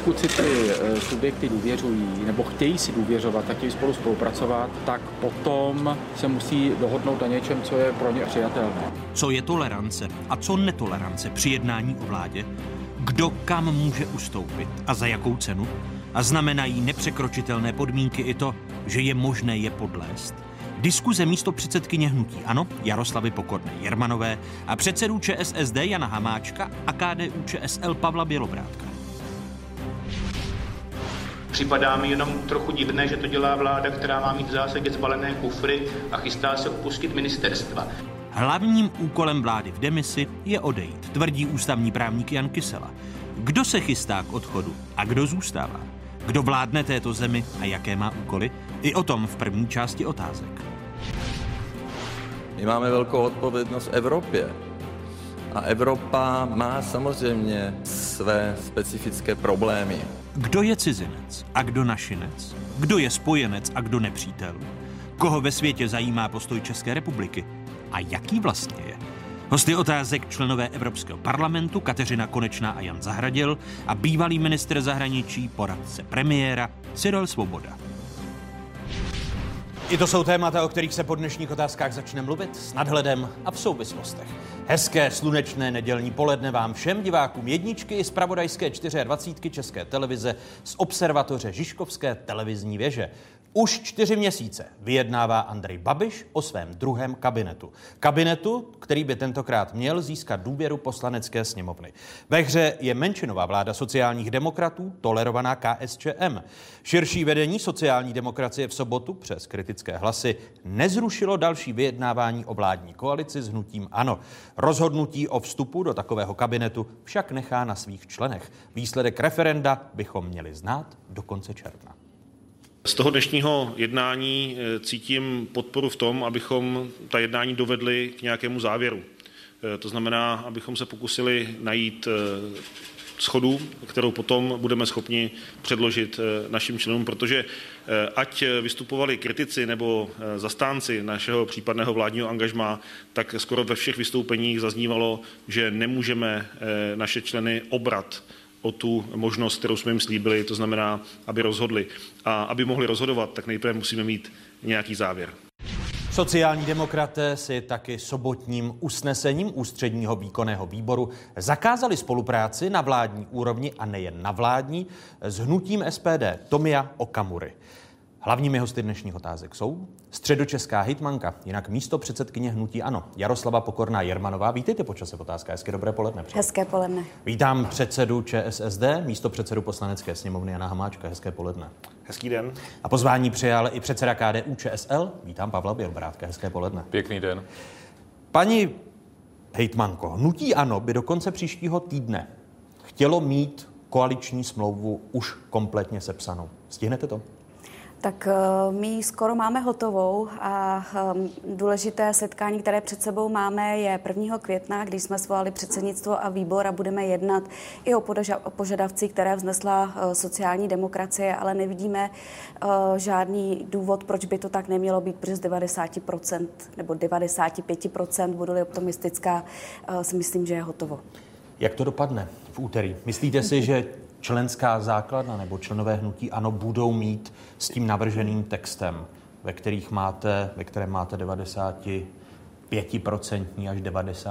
pokud si ty subjekty důvěřují nebo chtějí si důvěřovat a chtějí spolu spolupracovat, tak potom se musí dohodnout na něčem, co je pro ně přijatelné. Co je tolerance a co netolerance při jednání o vládě? Kdo kam může ustoupit a za jakou cenu? A znamenají nepřekročitelné podmínky i to, že je možné je podlézt? Diskuze místopředsedkyně hnutí ANO Jaroslavy Pokorné Jermanové a předsedů ČSSD Jana Hamáčka a KDU-ČSL Pavla Bělobrádka. Připadá mi jenom trochu divné, že to dělá vláda, která má mít v zásadě zbalené kufry a chystá se opustit ministerstva. Hlavním úkolem vlády v demisi je odejít, tvrdí ústavní právník Jan Kysela. Kdo se chystá k odchodu a kdo zůstává? Kdo vládne této zemi a jaké má úkoly? I o tom v první části otázek. My máme velkou odpovědnost v Evropě. A Evropa má samozřejmě své specifické problémy. Kdo je cizinec a kdo našinec? Kdo je spojenec a kdo nepřítel? Koho ve světě zajímá postoj České republiky? A jaký vlastně je? Hosty otázek členové Evropského parlamentu Kateřina Konečná a Jan Zahradil a bývalý ministr zahraničí, poradce premiéra Cyril Svoboda. I to jsou témata, o kterých se po dnešních otázkách začne mluvit s nadhledem a v souvislostech. Hezké slunečné nedělní poledne vám všem divákům jedničky i zpravodajské 24 České televize z observatoře Žižkovské televizní věže. Už 4 měsíce vyjednává Andrej Babiš o svém druhém kabinetu. Kabinetu, který by tentokrát měl získat důvěru Poslanecké sněmovny. Ve hře je menšinová vláda sociálních demokratů, tolerovaná KSČM. Širší vedení sociální demokracie v sobotu přes kritické hlasy nezrušilo další vyjednávání o vládní koalici s hnutím ANO. Rozhodnutí o vstupu do takového kabinetu však nechá na svých členech. Výsledek referenda bychom měli znát do konce června. Z toho dnešního jednání cítím podporu v tom, abychom ta jednání dovedli k nějakému závěru. To znamená, abychom se pokusili najít shodu, kterou potom budeme schopni předložit našim členům, protože ať vystupovali kritici nebo zastánci našeho případného vládního angažmá, tak skoro ve všech vystoupeních zaznívalo, že nemůžeme naše členy obrat o tu možnost, kterou jsme jim slíbili, to znamená, aby rozhodli. A aby mohli rozhodovat, tak nejprve musíme mít nějaký závěr. Sociální demokraté si taky sobotním usnesením Ústředního výkonného výboru zakázali spolupráci na vládní úrovni a nejen na vládní s hnutím SPD Tomia Okamury. Hlavními hosty dnešních otázek jsou středočeská hejtmanka, jinak místopředsedkyně hnutí ANO Jaroslava Pokorná Jermanová. Vítejte po čase v otázkách. Hezké dobré poledne. Hezké poledne. Vítám předsedu ČSSD, místopředsedu Poslanecké sněmovny Jana Hamáčka. Hezké poledne. Hezký den. A pozvání přijal i předseda KDU-ČSL. Vítám Pavla Bělobrádka. Hezké poledne. Pěkný den. Paní hejtmanko, hnutí ANO by do konce příštího týdne chtělo mít koaliční smlouvu už kompletně sepsanou. Stihnete to? Tak my ji skoro máme hotovou a důležité setkání, které před sebou máme, je 1. května, kdy jsme svolali předsednictvo a výbor a budeme jednat i o požadavcích, které vznesla sociální demokracie, ale nevidíme žádný důvod, proč by to tak nemělo být, protože z 90% nebo 95%, budu-li optimistická, si myslím, že je hotovo. Jak to dopadne v úterý? Myslíte si, že členská základna nebo členové hnutí ANO budou mít s tím navrženým textem, ve kterém máte 95% až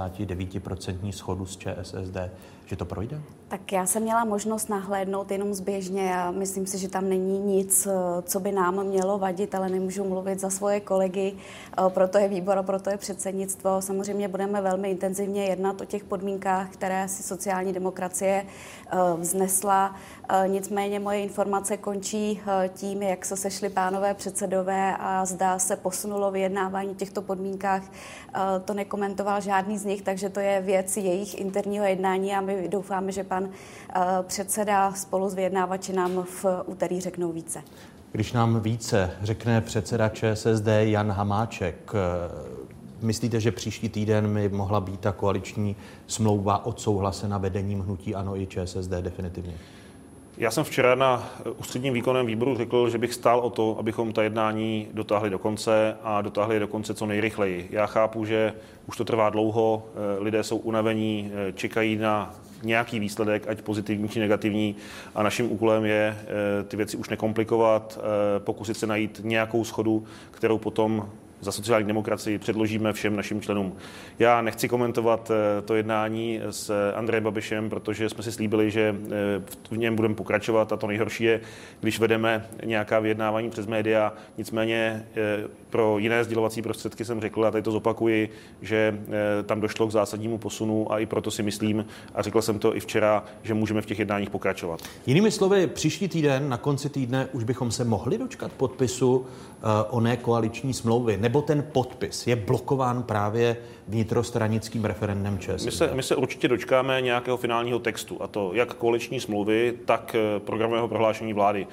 99% shodu s ČSSD, že to projde? Tak já jsem měla možnost nahlédnout jenom zběžně a myslím si, že tam není nic, co by nám mělo vadit, ale nemůžu mluvit za svoje kolegy, proto je výbor a proto je předsednictvo. Samozřejmě budeme velmi intenzivně jednat o těch podmínkách, které si sociální demokracie vznesla. Nicméně moje informace končí tím, jak se sešli pánové předsedové a zdá se posunulo vyjednávání v těchto podmínkách. To nekomentoval žádný z nich, takže to je věc jejich interního jednání a my doufáme, že pan předseda spolu s vyjednávači nám v úterý řeknou více. Když nám více řekne předseda ČSSD Jan Hamáček, myslíte, že příští týden by mohla být ta koaliční smlouva odsouhlasena vedením hnutí ANO i ČSSD definitivně? Já jsem včera na ústředním výkonném výboru řekl, že bych stál o to, abychom ta jednání dotáhli do konce a dotáhli je do konce co nejrychleji. Já chápu, že už to trvá dlouho, lidé jsou unavení, čekají na nějaký výsledek, ať pozitivní či negativní. A naším úkolem je ty věci už nekomplikovat, pokusit se najít nějakou shodu, kterou potom za sociální demokracii předložíme všem našim členům. Já nechci komentovat to jednání s Andrejem Babišem, protože jsme si slíbili, že v něm budeme pokračovat a to nejhorší je, když vedeme nějaká vyjednávání přes média. Nicméně pro jiné sdělovací prostředky jsem řekl, a tady to zopakuji, že tam došlo k zásadnímu posunu a i proto si myslím, a řekl jsem to i včera, že můžeme v těch jednáních pokračovat. Jinými slovy, příští týden, na konci týdne, už bychom se mohli dočkat podpisu oné koaliční smlouvy, nebo ten podpis je blokován právě vnitrostranickým referendem ČSSD? My se určitě dočkáme nějakého finálního textu, a to jak koaliční smlouvy, tak programového prohlášení vlády.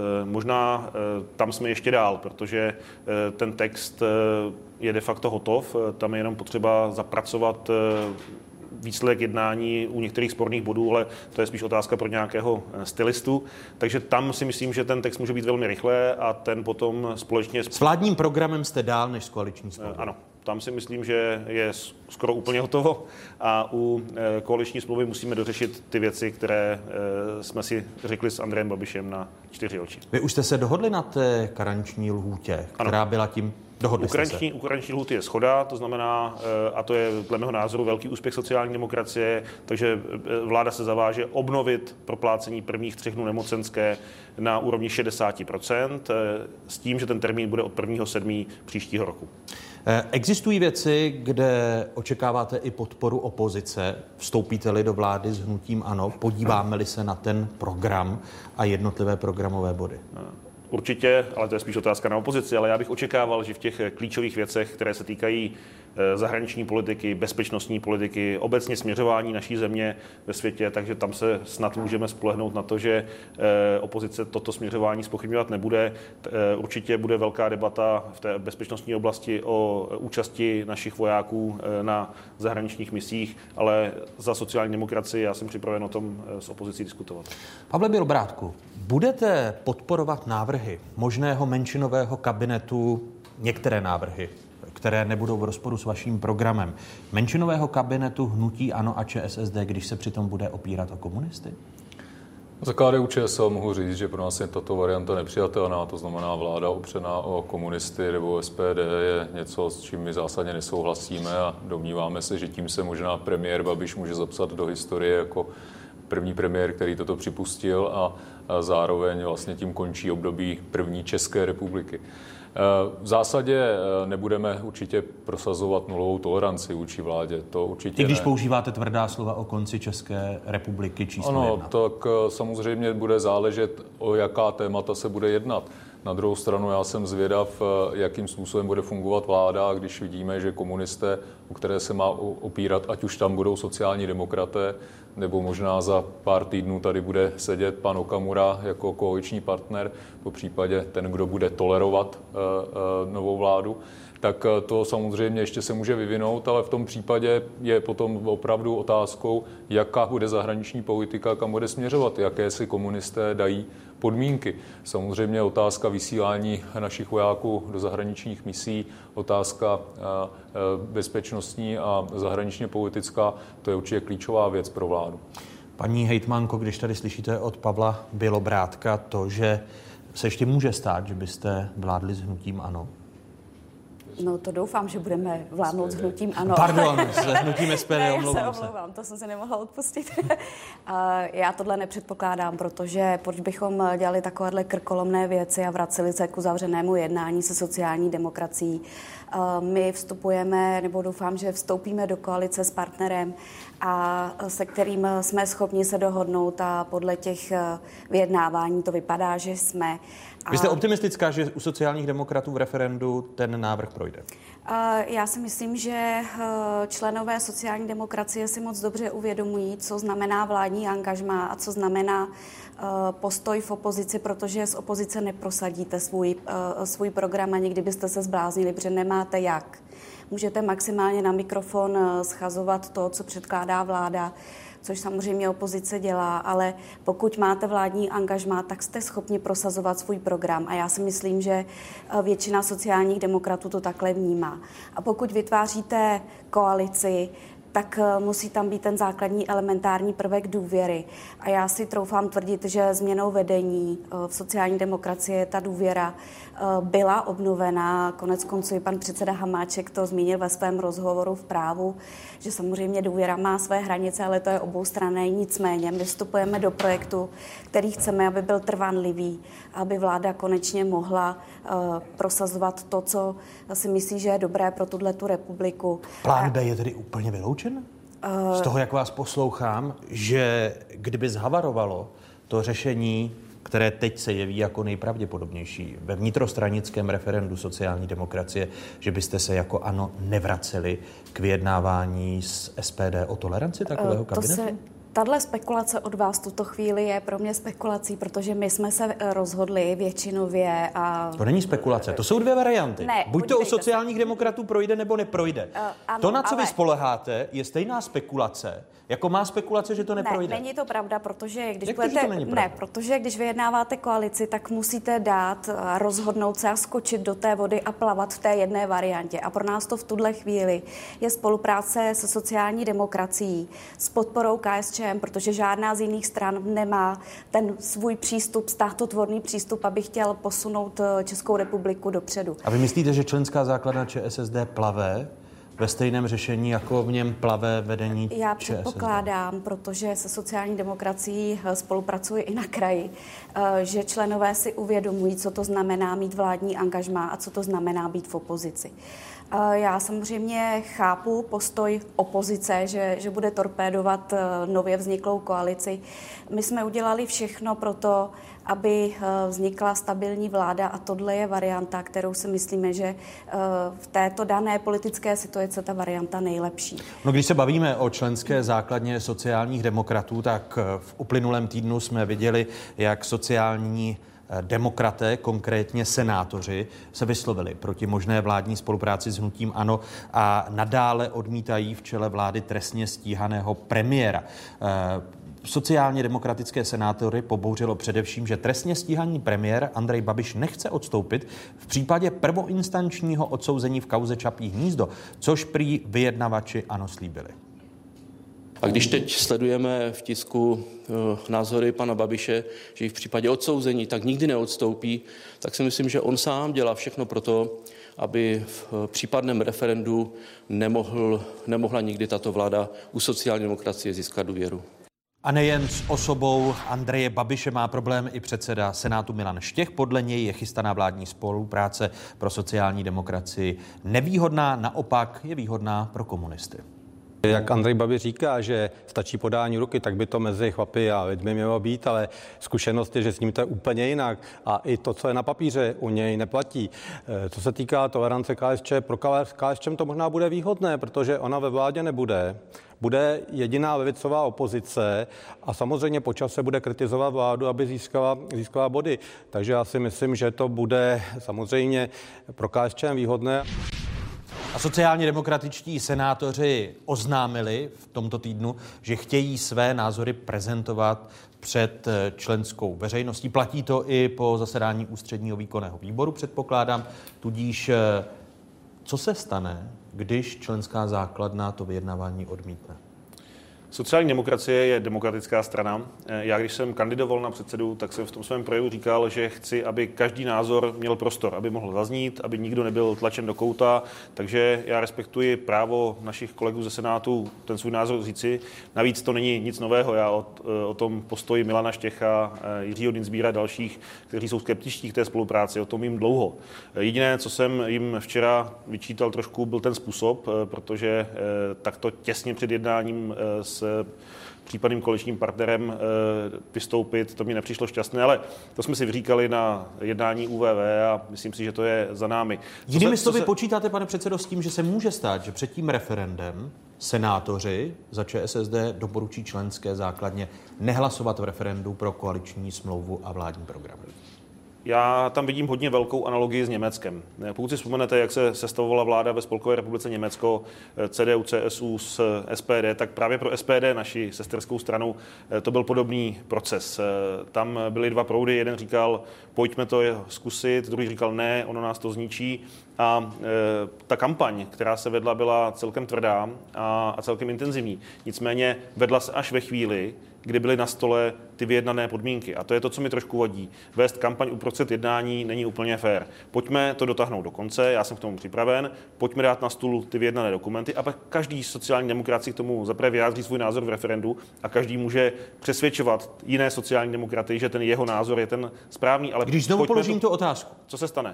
Možná tam jsme ještě dál, protože ten text je de facto hotov, tam je jenom potřeba zapracovat výsledek jednání u některých sporných bodů, ale to je spíš otázka pro nějakého stylistu. Takže tam si myslím, že ten text může být velmi rychle a ten potom společně... S vládním programem jste dál než s koaliční smlouvou? Ano. Tam si myslím, že je skoro úplně hotovo a u koaliční smlouvy musíme dořešit ty věci, které jsme si řekli s Andrejem Babišem na 4 oči. Vy už jste se dohodli na té karenční lhůtě, která byla tím... U karenční lhůty je shoda, to znamená, a to je dle mého názoru velký úspěch sociální demokracie, takže vláda se zaváže obnovit proplácení prvních 3 dnů nemocenské na úrovni 60%, s tím, že ten termín bude od 1.7. příštího roku. Existují věci, kde očekáváte i podporu opozice? Vstoupíte-li do vlády s hnutím ANO? Podíváme-li se na ten program a jednotlivé programové body? Určitě, ale to je spíš otázka na opozici, ale já bych očekával, že v těch klíčových věcech, které se týkají zahraniční politiky, bezpečnostní politiky, obecně směřování naší země ve světě, takže tam se snad můžeme spolehnout na to, že opozice toto směřování zpochybňovat nebude. Určitě bude velká debata v té bezpečnostní oblasti o účasti našich vojáků na zahraničních misích, ale za sociální demokracii já jsem připraven o tom s opozicí diskutovat. Pavle Bělobrádku, budete podporovat návrhy možného menšinového kabinetu, některé návrhy, které nebudou v rozporu s vaším programem, menšinového kabinetu hnutí ANO a ČSSD, když se přitom bude opírat o komunisty? Za KDU-ČSL mohu říct, že pro nás je tato varianta nepřijatelná, to znamená vláda opřená o komunisty nebo SPD je něco, s čím my zásadně nesouhlasíme a domníváme se, že tím se možná premiér Babiš může zapsat do historie jako první premiér, který toto připustil a zároveň vlastně tím končí období první České republiky. V zásadě nebudeme určitě prosazovat nulovou toleranci vůči vládě. To určitě I když používáte tvrdá slova o konci České republiky číslo 1. Tak samozřejmě bude záležet, o jaká témata se bude jednat. Na druhou stranu já jsem zvědav, jakým způsobem bude fungovat vláda, když vidíme, že komunisté, o které se má opírat, ať už tam budou sociální demokraté, nebo možná za pár týdnů tady bude sedět pan Okamura jako koaliční partner, po případě ten, kdo bude tolerovat novou vládu, tak to samozřejmě ještě se může vyvinout, ale v tom případě je potom opravdu otázkou, jaká bude zahraniční politika, kam bude směřovat, jaké si komunisté dají podmínky. Samozřejmě otázka vysílání našich vojáků do zahraničních misí, otázka bezpečnostní a zahraničně politická, to je určitě klíčová věc pro vládu. Paní hejtmanko, když tady slyšíte od Pavla Bělobrádka to, že se ještě může stát, že byste vládli s hnutím ANO? No to doufám, že budeme vládnout s hnutím ANO. Pardon, s hnutím SPD, omlouvám se. To jsem si nemohla odpustit. Já tohle nepředpokládám, protože proč bychom dělali takovéhle krkolomné věci a vraceli se k uzavřenému jednání se sociální demokracií. My vstupujeme, nebo doufám, že vstoupíme do koalice s partnerem, a se kterým jsme schopni se dohodnout a podle těch vyjednávání to vypadá, že jsme. Vy jste optimistická, že u sociálních demokratů v referendu ten návrh projde? Já si myslím, že členové sociální demokracie si moc dobře uvědomují, co znamená vládní angažmá a co znamená postoj v opozici, protože z opozice neprosadíte svůj program a nikdy byste se zbláznili, protože nemáte jak. Můžete maximálně na mikrofon schazovat to, co předkládá vláda, což samozřejmě opozice dělá, ale pokud máte vládní angažmá, tak jste schopni prosazovat svůj program a já si myslím, že většina sociálních demokratů to takhle vnímá. A pokud vytváříte koalici, tak musí tam být ten základní elementární prvek důvěry. A já si troufám tvrdit, že změnou vedení v sociální demokracii ta důvěra byla obnovená. Konec konců i pan předseda Hamáček to zmínil ve svém rozhovoru v Právu, že samozřejmě důvěra má své hranice, ale to je oboustranné. Nicméně my vstupujeme do projektu, který chceme, aby byl trvanlivý, aby vláda konečně mohla prosazovat to, co si myslí, že je dobré pro tuhletu republiku. Plán B je tedy úplně vyloučen? Z toho, jak vás poslouchám, že kdyby zhavarovalo to řešení, které teď se jeví jako nejpravděpodobnější ve vnitrostranickém referendu sociální demokracie, že byste se jako ANO nevraceli k vyjednávání s SPD o toleranci takového kabinetu? Tahle spekulace od vás tuto chvíli je pro mě spekulací, protože my jsme se rozhodli většinově a... To není spekulace, to jsou dvě varianty. Ne, buď to u sociálních demokratů projde, nebo neprojde. Ano, to, na co vy spoléháte, je stejná spekulace, jako má spekulace, že to neprojde. Ne, není to pravda, protože když protože když vyjednáváte koalici, tak musíte dát, rozhodnout se a skočit do té vody a plavat v té jedné variantě. A pro nás to v tuhle chvíli je spolupráce se sociální demokracií, s podporou KSČM, protože žádná z jiných stran nemá ten svůj přístup, státotvorný přístup, aby chtěl posunout Českou republiku dopředu. A vy myslíte, že členská základna ČSSD plave ve stejném řešení, jako v něm plave vedení ČSSD? Já předpokládám, protože se sociální demokracií spolupracuji i na kraji, že členové si uvědomují, co to znamená mít vládní angažmá a co to znamená být v opozici. Já samozřejmě chápu postoj opozice, že bude torpédovat nově vzniklou koalici. My jsme udělali všechno pro to, aby vznikla stabilní vláda a tohle je varianta, kterou si myslíme, že v této dané politické situaci ta varianta nejlepší. No, když se bavíme o členské základně sociálních demokratů, tak v uplynulém týdnu jsme viděli, jak sociální demokraté, konkrétně senátoři, se vyslovili proti možné vládní spolupráci s hnutím ANO a nadále odmítají v čele vlády trestně stíhaného premiéra. Sociálně demokratické senátory pobouřilo především, že trestně stíhaný premiér Andrej Babiš nechce odstoupit v případě prvoinstančního odsouzení v kauze Čapí hnízdo, což prý vyjednavači ANO slíbili. A když teď sledujeme v tisku názory pana Babiše, že i v případě odsouzení tak nikdy neodstoupí, tak si myslím, že on sám dělá všechno pro to, aby v případném referendu nemohla nikdy tato vláda u sociální demokracie získat důvěru. A nejen s osobou Andreje Babiše má problém i předseda Senátu Milan Štěch. Podle něj je chystaná vládní spolupráce pro sociální demokracii nevýhodná, naopak je výhodná pro komunisty. Jak Andrej Babiš říká, že stačí podání ruky, tak by to mezi chlapy a lidmi mělo být, ale zkušenost je, že s ním to je úplně jinak. A i to, co je na papíře, u něj neplatí. Co se týká tolerance KSČ, pro KSČ to možná bude výhodné, protože ona ve vládě nebude. Bude jediná levicová opozice a samozřejmě po čase bude kritizovat vládu, aby získala body. Takže já si myslím, že to bude samozřejmě pro KSČ výhodné. A sociálně demokratičtí senátoři oznámili v tomto týdnu, že chtějí své názory prezentovat před členskou veřejností. Platí to i po zasedání Ústředního výkonného výboru, předpokládám. Tudíž, co se stane, když členská základna to vyjednávání odmítne? Sociální demokracie je demokratická strana. Já, když jsem kandidoval na předsedu, tak jsem v tom svém projevu říkal, že chci, aby každý názor měl prostor, aby mohl zaznít, aby nikdo nebyl tlačen do kouta. Takže já respektuji právo našich kolegů ze Senátu ten svůj názor říci. Navíc to není nic nového. Já o tom postoji Milana Štěcha, Jiřího Dienstbiera a dalších, kteří jsou skeptičtí k té spolupráci, o tom jim dlouho. Jediné, co jsem jim včera vyčítal trošku, byl ten způsob, protože takto těsně před jednáním s případným koaličním partnerem vystoupit, to mi nepřišlo šťastné, ale to jsme si vyříkali na jednání ÚVV a myslím si, že to je za námi. Jinými slovy počítáte, pane předsedo, s tím, že se může stát, že před tím referendem senátoři za ČSSD doporučí členské základně nehlasovat v referendu pro koaliční smlouvu a vládní program? Já tam vidím hodně velkou analogii s Německem. Pokud si vzpomenete, jak se sestavovala vláda ve Spolkové republice Německo, CDU, CSU s SPD, tak právě pro SPD, naši sesterskou stranu, to byl podobný proces. Tam byly dva proudy, jeden říkal, pojďme to zkusit, druhý říkal, ne, ono nás to zničí. a ta kampaň, která se vedla, byla celkem tvrdá a celkem intenzivní. Nicméně vedla se až ve chvíli, kdy byly na stole ty vyjednané podmínky. A to je to, co mi trošku vadí. Vést kampaň uprostřed jednání není úplně fér. Pojďme to dotáhnout do konce, já jsem k tomu připraven, pojďme dát na stůl ty vyjednané dokumenty a pak každý sociální demokrat si k tomu zaprvé vyjádří svůj názor v referendu a každý může přesvědčovat jiné sociální demokraty, že ten jeho názor je ten správný. Ale když znovu položím tu otázku. Co se stane?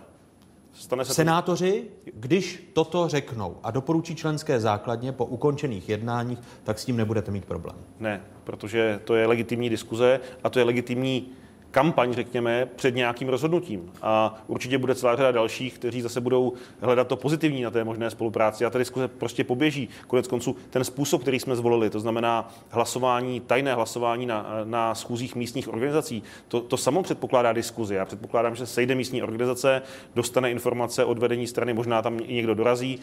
Senátoři, když toto řeknou a doporučí členské základně po ukončených jednáních, tak s tím nebudete mít problém. Ne, protože to je legitimní diskuze a to je legitimní kampaň, řekněme, před nějakým rozhodnutím. A určitě bude celá řada dalších, kteří zase budou hledat to pozitivní na té možné spolupráci a ta diskuze prostě poběží. Konec konců ten způsob, který jsme zvolili, to znamená hlasování, tajné hlasování na schůzích místních organizací, to samo předpokládá diskuzi. Já předpokládám, že sejde místní organizace, dostane informace od vedení strany, možná tam i někdo dorazí,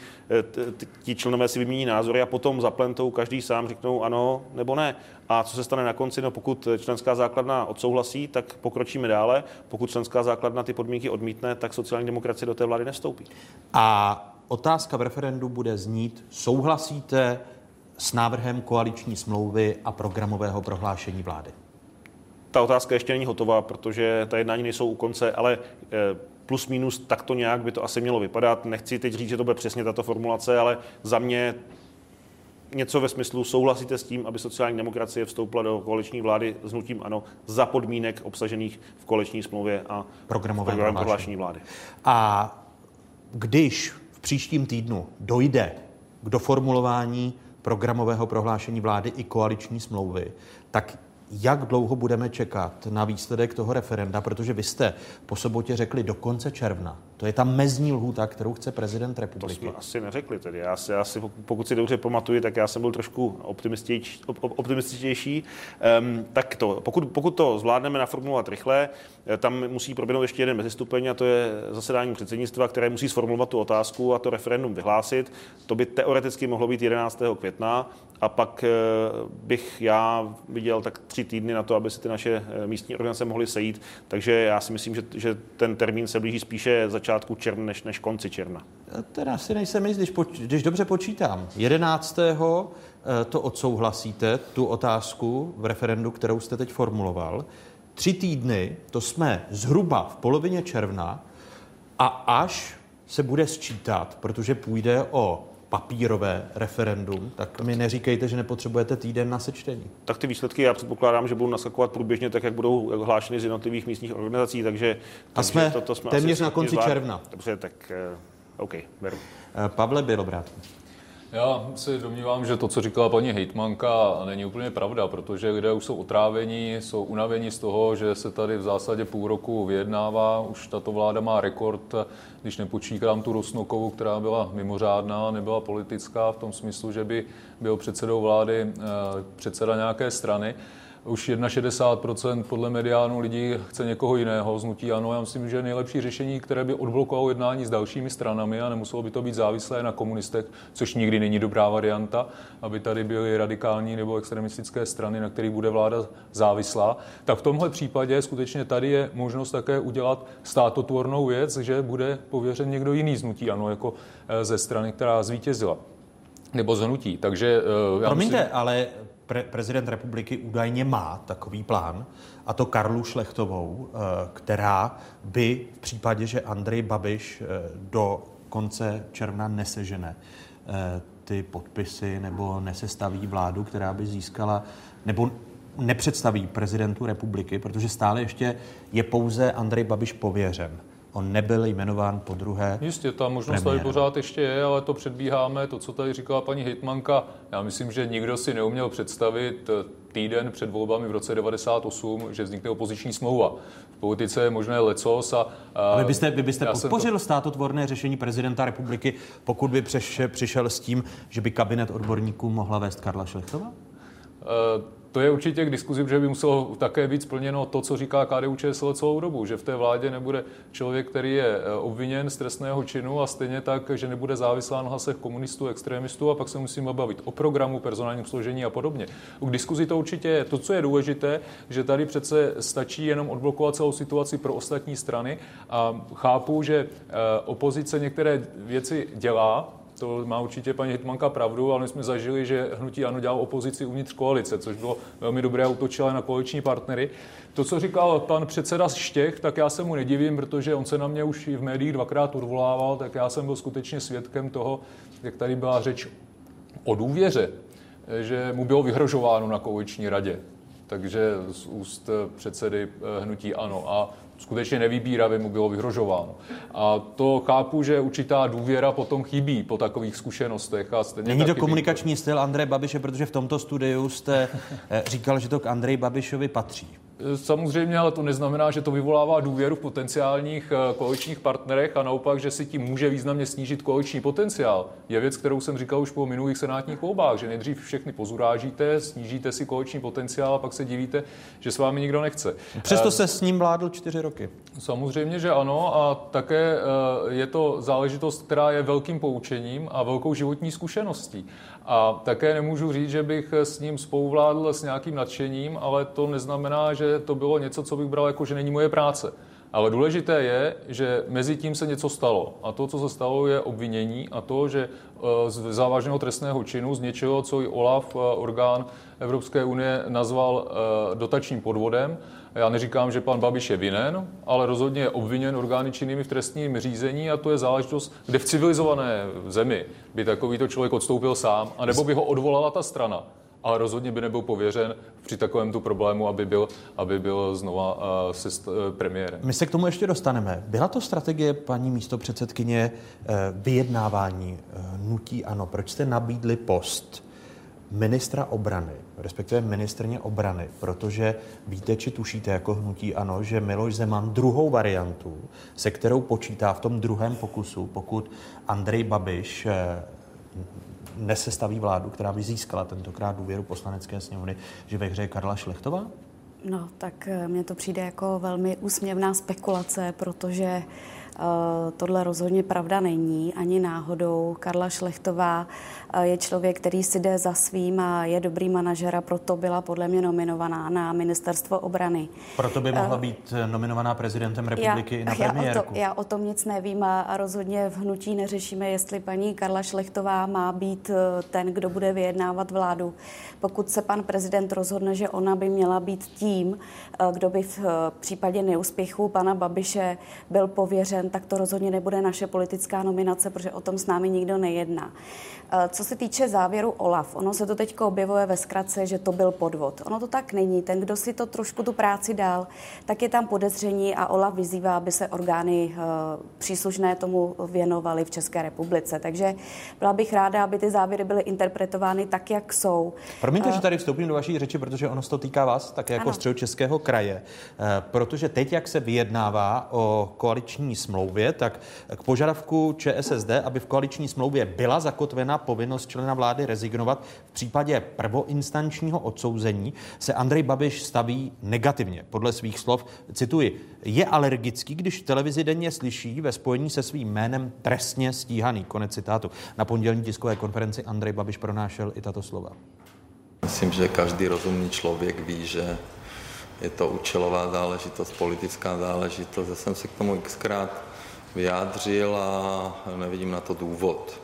ti členové si vymění názory a potom zaplentou, každý sám řeknou ano nebo ne. A co se stane na konci? No, pokud členská základna odsouhlasí, tak pokročíme dále. Pokud členská základna ty podmínky odmítne, tak sociální demokracie do té vlády nevstoupí. A otázka v referendu bude znít, souhlasíte s návrhem koaliční smlouvy a programového prohlášení vlády? Ta otázka ještě není hotová, protože ta jednání nejsou u konce, ale plus minus takto nějak by to asi mělo vypadat. Nechci teď říct, že to bude přesně tato formulace, ale za mě něco ve smyslu souhlasíte s tím, aby sociální demokracie vstoupila do koaliční vlády s hnutím ANO za podmínek obsažených v koaliční smlouvě a programovém prohlášení vlády. A když v příštím týdnu dojde k doformulování programového prohlášení vlády i koaliční smlouvy, tak jak dlouho budeme čekat na výsledek toho referenda, protože vy jste po sobotě řekli do konce června. To je ta mezní lhůta, kterou chce prezident republiky. To jsme asi neřekli tedy. Já si, pokud si dobře pamatuju, tak já jsem byl trošku optimističtější. Tak to, pokud to zvládneme naformulovat rychle, tam musí proběhnout ještě jeden mezistupeň a to je zasedání předsednictva, které musí sformulovat tu otázku a to referendum vyhlásit. To by teoreticky mohlo být 11. května a pak bych já viděl tak 3 týdny na to, aby se ty naše místní organizace mohly sejít. Takže já si myslím, že ten termín se blíží spíše začátku června než konci června. Teda si nejsem jist, když dobře počítám. 11. to odsouhlasíte, tu otázku v referendu, kterou jste teď formuloval. 3 týdny, to jsme zhruba v polovině června a až se bude sčítat, protože půjde o papírové referendum, tak mi neříkejte, že nepotřebujete týden na sečtení. Tak ty výsledky já předpokládám, že budou naskakovat průběžně tak, jak budou hlášeny z jednotlivých místních organizací, takže jsme téměř na konci června. Dobře, tak OK, beru. Pavle Bělobrádek. Já si domnívám, že to, co říkala paní hejtmanka, není úplně pravda, protože lidé už jsou otrávení, jsou unavení z toho, že se tady v zásadě půl roku vyjednává. Už tato vláda má rekord, když nepočítám tu Rusnokovu, která byla mimořádná, nebyla politická v tom smyslu, že by byl předsedou vlády předseda nějaké strany. Už 61% podle mediánu lidí chce někoho jiného z hnutí ANO. Já myslím, že nejlepší řešení, které by odblokovalo jednání s dalšími stranami a nemuselo by to být závislé na komunistech, což nikdy není dobrá varianta, aby tady byly radikální nebo extremistické strany, na kterých bude vláda závislá. Tak v tomhle případě skutečně tady je možnost také udělat státotvornou věc, že bude pověřen někdo jiný z hnutí ANO, jako ze strany, která zvítězila. Nebo z hnutí. Takže promiňte, ale prezident republiky údajně má takový plán, a to Karlu Šlechtovou, která by v případě, že Andrej Babiš do konce června nesežene ty podpisy nebo nesestaví vládu, která by získala, nebo nepředstaví prezidentu republiky, protože stále ještě je pouze Andrej Babiš pověřen. On nebyl jmenován po druhé. Jistě, ta možnost tady pořád ještě je, ale to předbíháme. To, co tady říkala paní hejtmanka, já myslím, že nikdo si neuměl představit týden před volbami v roce 98, že vznikne opoziční smlouva. V politice je možné lecos a vy byste podpořil státotvorné řešení prezidenta republiky, pokud by přišel s tím, že by kabinet odborníků mohla vést Karla Šlechtová? To je určitě k diskuzi, že by muselo také být splněno to, co říká KDU-ČSL celou dobu, že v té vládě nebude člověk, který je obviněn z trestného činu a stejně tak, že nebude závislá na hlasech komunistů, extremistů a pak se musíme bavit o programu, personálním složení a podobně. K diskuzi to určitě je. To, co je důležité, že tady přece stačí jenom odblokovat celou situaci pro ostatní strany a chápu, že opozice některé věci dělá. To má určitě paní hejtmanka pravdu, ale my jsme zažili, že hnutí ANO dělalo opozici uvnitř koalice, což bylo velmi dobré a útočilo na koaliční partnery. To, co říkal pan předseda Štěch, tak já se mu nedivím, protože on se na mě už i v médiích dvakrát odvolával, tak já jsem byl skutečně svědkem toho, jak tady byla řeč o důvěře, že mu bylo vyhrožováno na koaliční radě. Takže z úst předsedy hnutí ANO a skutečně nevybíravě mu bylo vyhrožováno. A to chápu, že určitá důvěra potom chybí po takových zkušenostech. A není to komunikační styl Andreje Babiše, protože v tomto studiu jste říkal, že to k Andreji Babišovi patří. Samozřejmě, ale to neznamená, že to vyvolává důvěru v potenciálních koaličních partnerech a naopak, že si tím může významně snížit koaliční potenciál. Je věc, kterou jsem říkal už po minulých senátních volbách, že nejdřív všechny pozurážíte, snížíte si koaliční potenciál a pak se divíte, že s vámi nikdo nechce. Přesto se s ním vládl 4 roky. Samozřejmě, že ano a také je to záležitost, která je velkým poučením a velkou životní zkušeností. A také nemůžu říct, že bych s ním spoluvládl s nějakým nadšením, ale to neznamená, že to bylo něco, co bych bral jako, že není moje práce. Ale důležité je, že mezi tím se něco stalo. A to, co se stalo, je obvinění a to, že z závažného trestného činu, z něčeho, co i OLAF, orgán Evropské unie, nazval dotačním podvodem. Já neříkám, že pan Babiš je vinen, ale rozhodně je obviněn orgány činnými v trestním řízení a to je záležitost, kde v civilizované zemi by takovýto člověk odstoupil sám, anebo by ho odvolala ta strana. Ale rozhodně by nebyl pověřen při takovémto problému, aby byl znova premiérem. My se k tomu ještě dostaneme. Byla to strategie, paní místopředsedkyně, vyjednávání hnutí ANO? Proč jste nabídli post ministra obrany, respektive ministryně obrany? Protože víte, či tušíte jako hnutí ANO, že Miloš Zeman druhou variantu, se kterou počítá v tom druhém pokusu, pokud Andrej Babiš nesestaví vládu, která by získala tentokrát důvěru Poslanecké sněmovny, že ve hře je Karla Šlechtová? No, tak mně to přijde jako velmi úsměvná spekulace, protože tohle rozhodně pravda není, ani náhodou. Karla Šlechtová je člověk, který si jde za svým a je dobrý manažer a proto byla podle mě nominovaná na ministerstvo obrany. Proto by mohla být nominovaná prezidentem republiky i na premiérku. Já o tom nic nevím a rozhodně v hnutí neřešíme, jestli paní Karla Šlechtová má být ten, kdo bude vyjednávat vládu. Pokud se pan prezident rozhodne, že ona by měla být tím, kdo by v případě neúspěchu pana Babiše byl pověřen, tak to rozhodně nebude naše politická nominace, protože o tom s námi nikdo nejedná. Co se týče závěru OLAF, ono se to teď objevuje ve zkratce, že to byl podvod. Ono to tak není. Ten, kdo si to trošku tu práci dal, tak je tam podezření a OLAF vyzývá, aby se orgány příslušné tomu věnovaly v České republice. Takže byla bych ráda, aby ty závěry byly interpretovány tak, jak jsou. Promiňte, že tady vstoupím do vaší řeči, protože ono se to týká vás také jako Středočeského kraje. Protože teď, jak se vyjednává o koaliční smlouvě, tak k požadavku ČSSD, aby v koaliční smlouvě byla zakotvena povinnost člena vlády rezignovat v případě prvoinstančního odsouzení, se Andrej Babiš staví negativně. Podle svých slov, cituji, je alergický, když v televizi denně slyší ve spojení se svým jménem trestně stíhaný. Konec citátu. Na pondělní tiskové konferenci Andrej Babiš pronášel i tato slova. Myslím, že každý rozumný člověk ví, že je to účelová záležitost, politická záležitost. Já jsem se k tomu xkrát vyjádřil a nevidím na to důvod.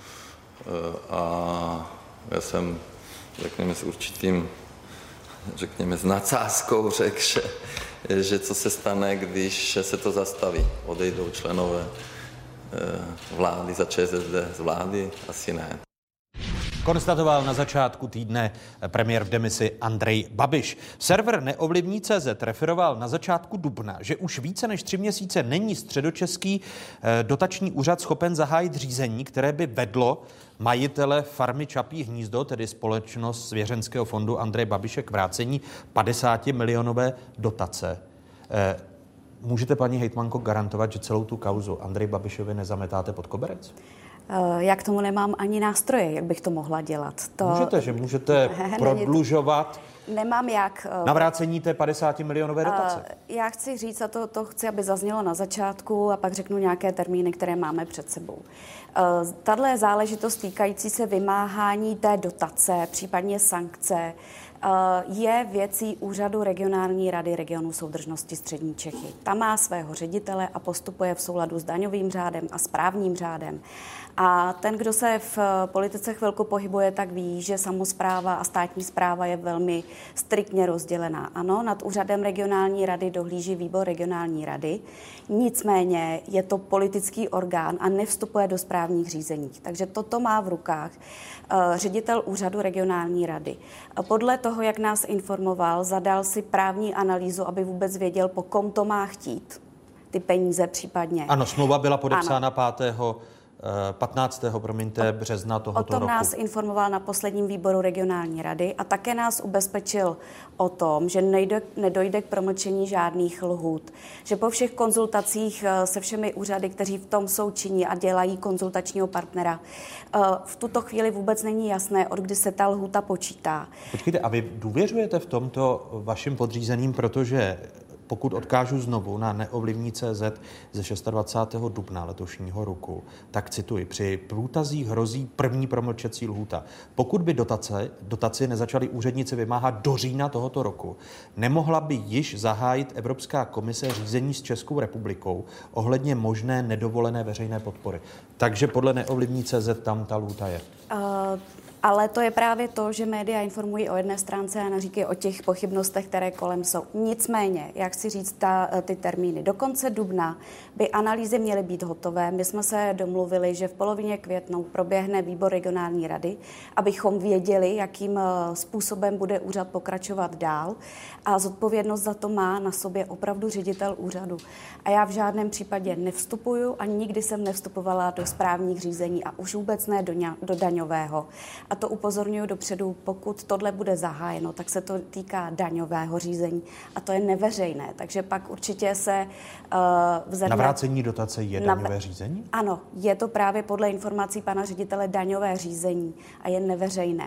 A já jsem, řekněme, s určitým, s nadsázkou řekl, že co se stane, když se to zastaví. Odejdou členové vlády za ČSSD z vlády? Asi ne. Konstatoval na začátku týdne premiér v demisi Andrej Babiš. Server Neovlivní.cz referoval na začátku dubna, že už více než 3 měsíce není Středočeský dotační úřad schopen zahájit řízení, které by vedlo majitele farmy Čapí hnízdo, tedy společnost svěřenského fondu Andreje Babiše, k vrácení 50milionové dotace. Můžete, paní hejtmanko, garantovat, že celou tu kauzu Andrej Babišovi nezametáte pod koberec? Já k tomu nemám ani nástroje, jak bych to mohla dělat. Můžete prodlužovat Nemám jak. Navrácení té 50 milionové dotace. Já chci říct, a to chci, aby zaznělo na začátku a pak řeknu nějaké termíny, které máme před sebou. Tato záležitost týkající se vymáhání té dotace, případně sankce, je věcí Úřadu regionální rady regionu soudržnosti Střední Čechy. Tam má svého ředitele a postupuje v souladu s daňovým řádem a správním řádem. A ten, kdo se v politice chvilku pohybuje, tak ví, že samospráva a státní správa je velmi striktně rozdělená. Ano, nad Úřadem regionální rady dohlíží výbor regionální rady, nicméně je to politický orgán a nevstupuje do správních řízení. Takže toto má v rukách ředitel Úřadu regionální rady. Podle toho, jak nás informoval, zadal si právní analýzu, aby vůbec věděl, po kom to má chtít ty peníze případně. Ano, smlouva byla podepsána 15. března tohoto roku. O tom nás informoval na posledním výboru regionální rady a také nás ubezpečil o tom, že nedojde k promlčení žádných lhůt. Že po všech konzultacích se všemi úřady, kteří v tom jsou činní a dělají konzultačního partnera, v tuto chvíli vůbec není jasné, od kdy se ta lhůta počítá. Počkejte, a vy důvěřujete v tomto vašim podřízeným, protože pokud odkážu znovu na neovlivní.cz ze 26. dubna letošního roku, tak cituji, při průtazích hrozí první promlčecí lhůta. Pokud by dotaci nezačali úředníci vymáhat do října tohoto roku, nemohla by již zahájit Evropská komise řízení s Českou republikou ohledně možné nedovolené veřejné podpory. Takže podle neovlivní.cz tam ta lhůta je. Ale to je právě to, že média informují o jedné stránce a naříkají o těch pochybnostech, které kolem jsou. Nicméně, jak si říct ty termíny, do konce dubna by analýzy měly být hotové. My jsme se domluvili, že v polovině května proběhne výbor regionální rady, abychom věděli, jakým způsobem bude úřad pokračovat dál. A zodpovědnost za to má na sobě opravdu ředitel úřadu. A já v žádném případě nevstupuju a nikdy jsem nevstupovala do správních řízení a už vůbec ne do daňového. A to upozorňuji dopředu, pokud tohle bude zahájeno, tak se to týká daňového řízení a to je neveřejné. Takže pak určitě se vzedne... Navrácení dotace je daňové řízení? Ano, je to právě podle informací pana ředitele daňové řízení a je neveřejné.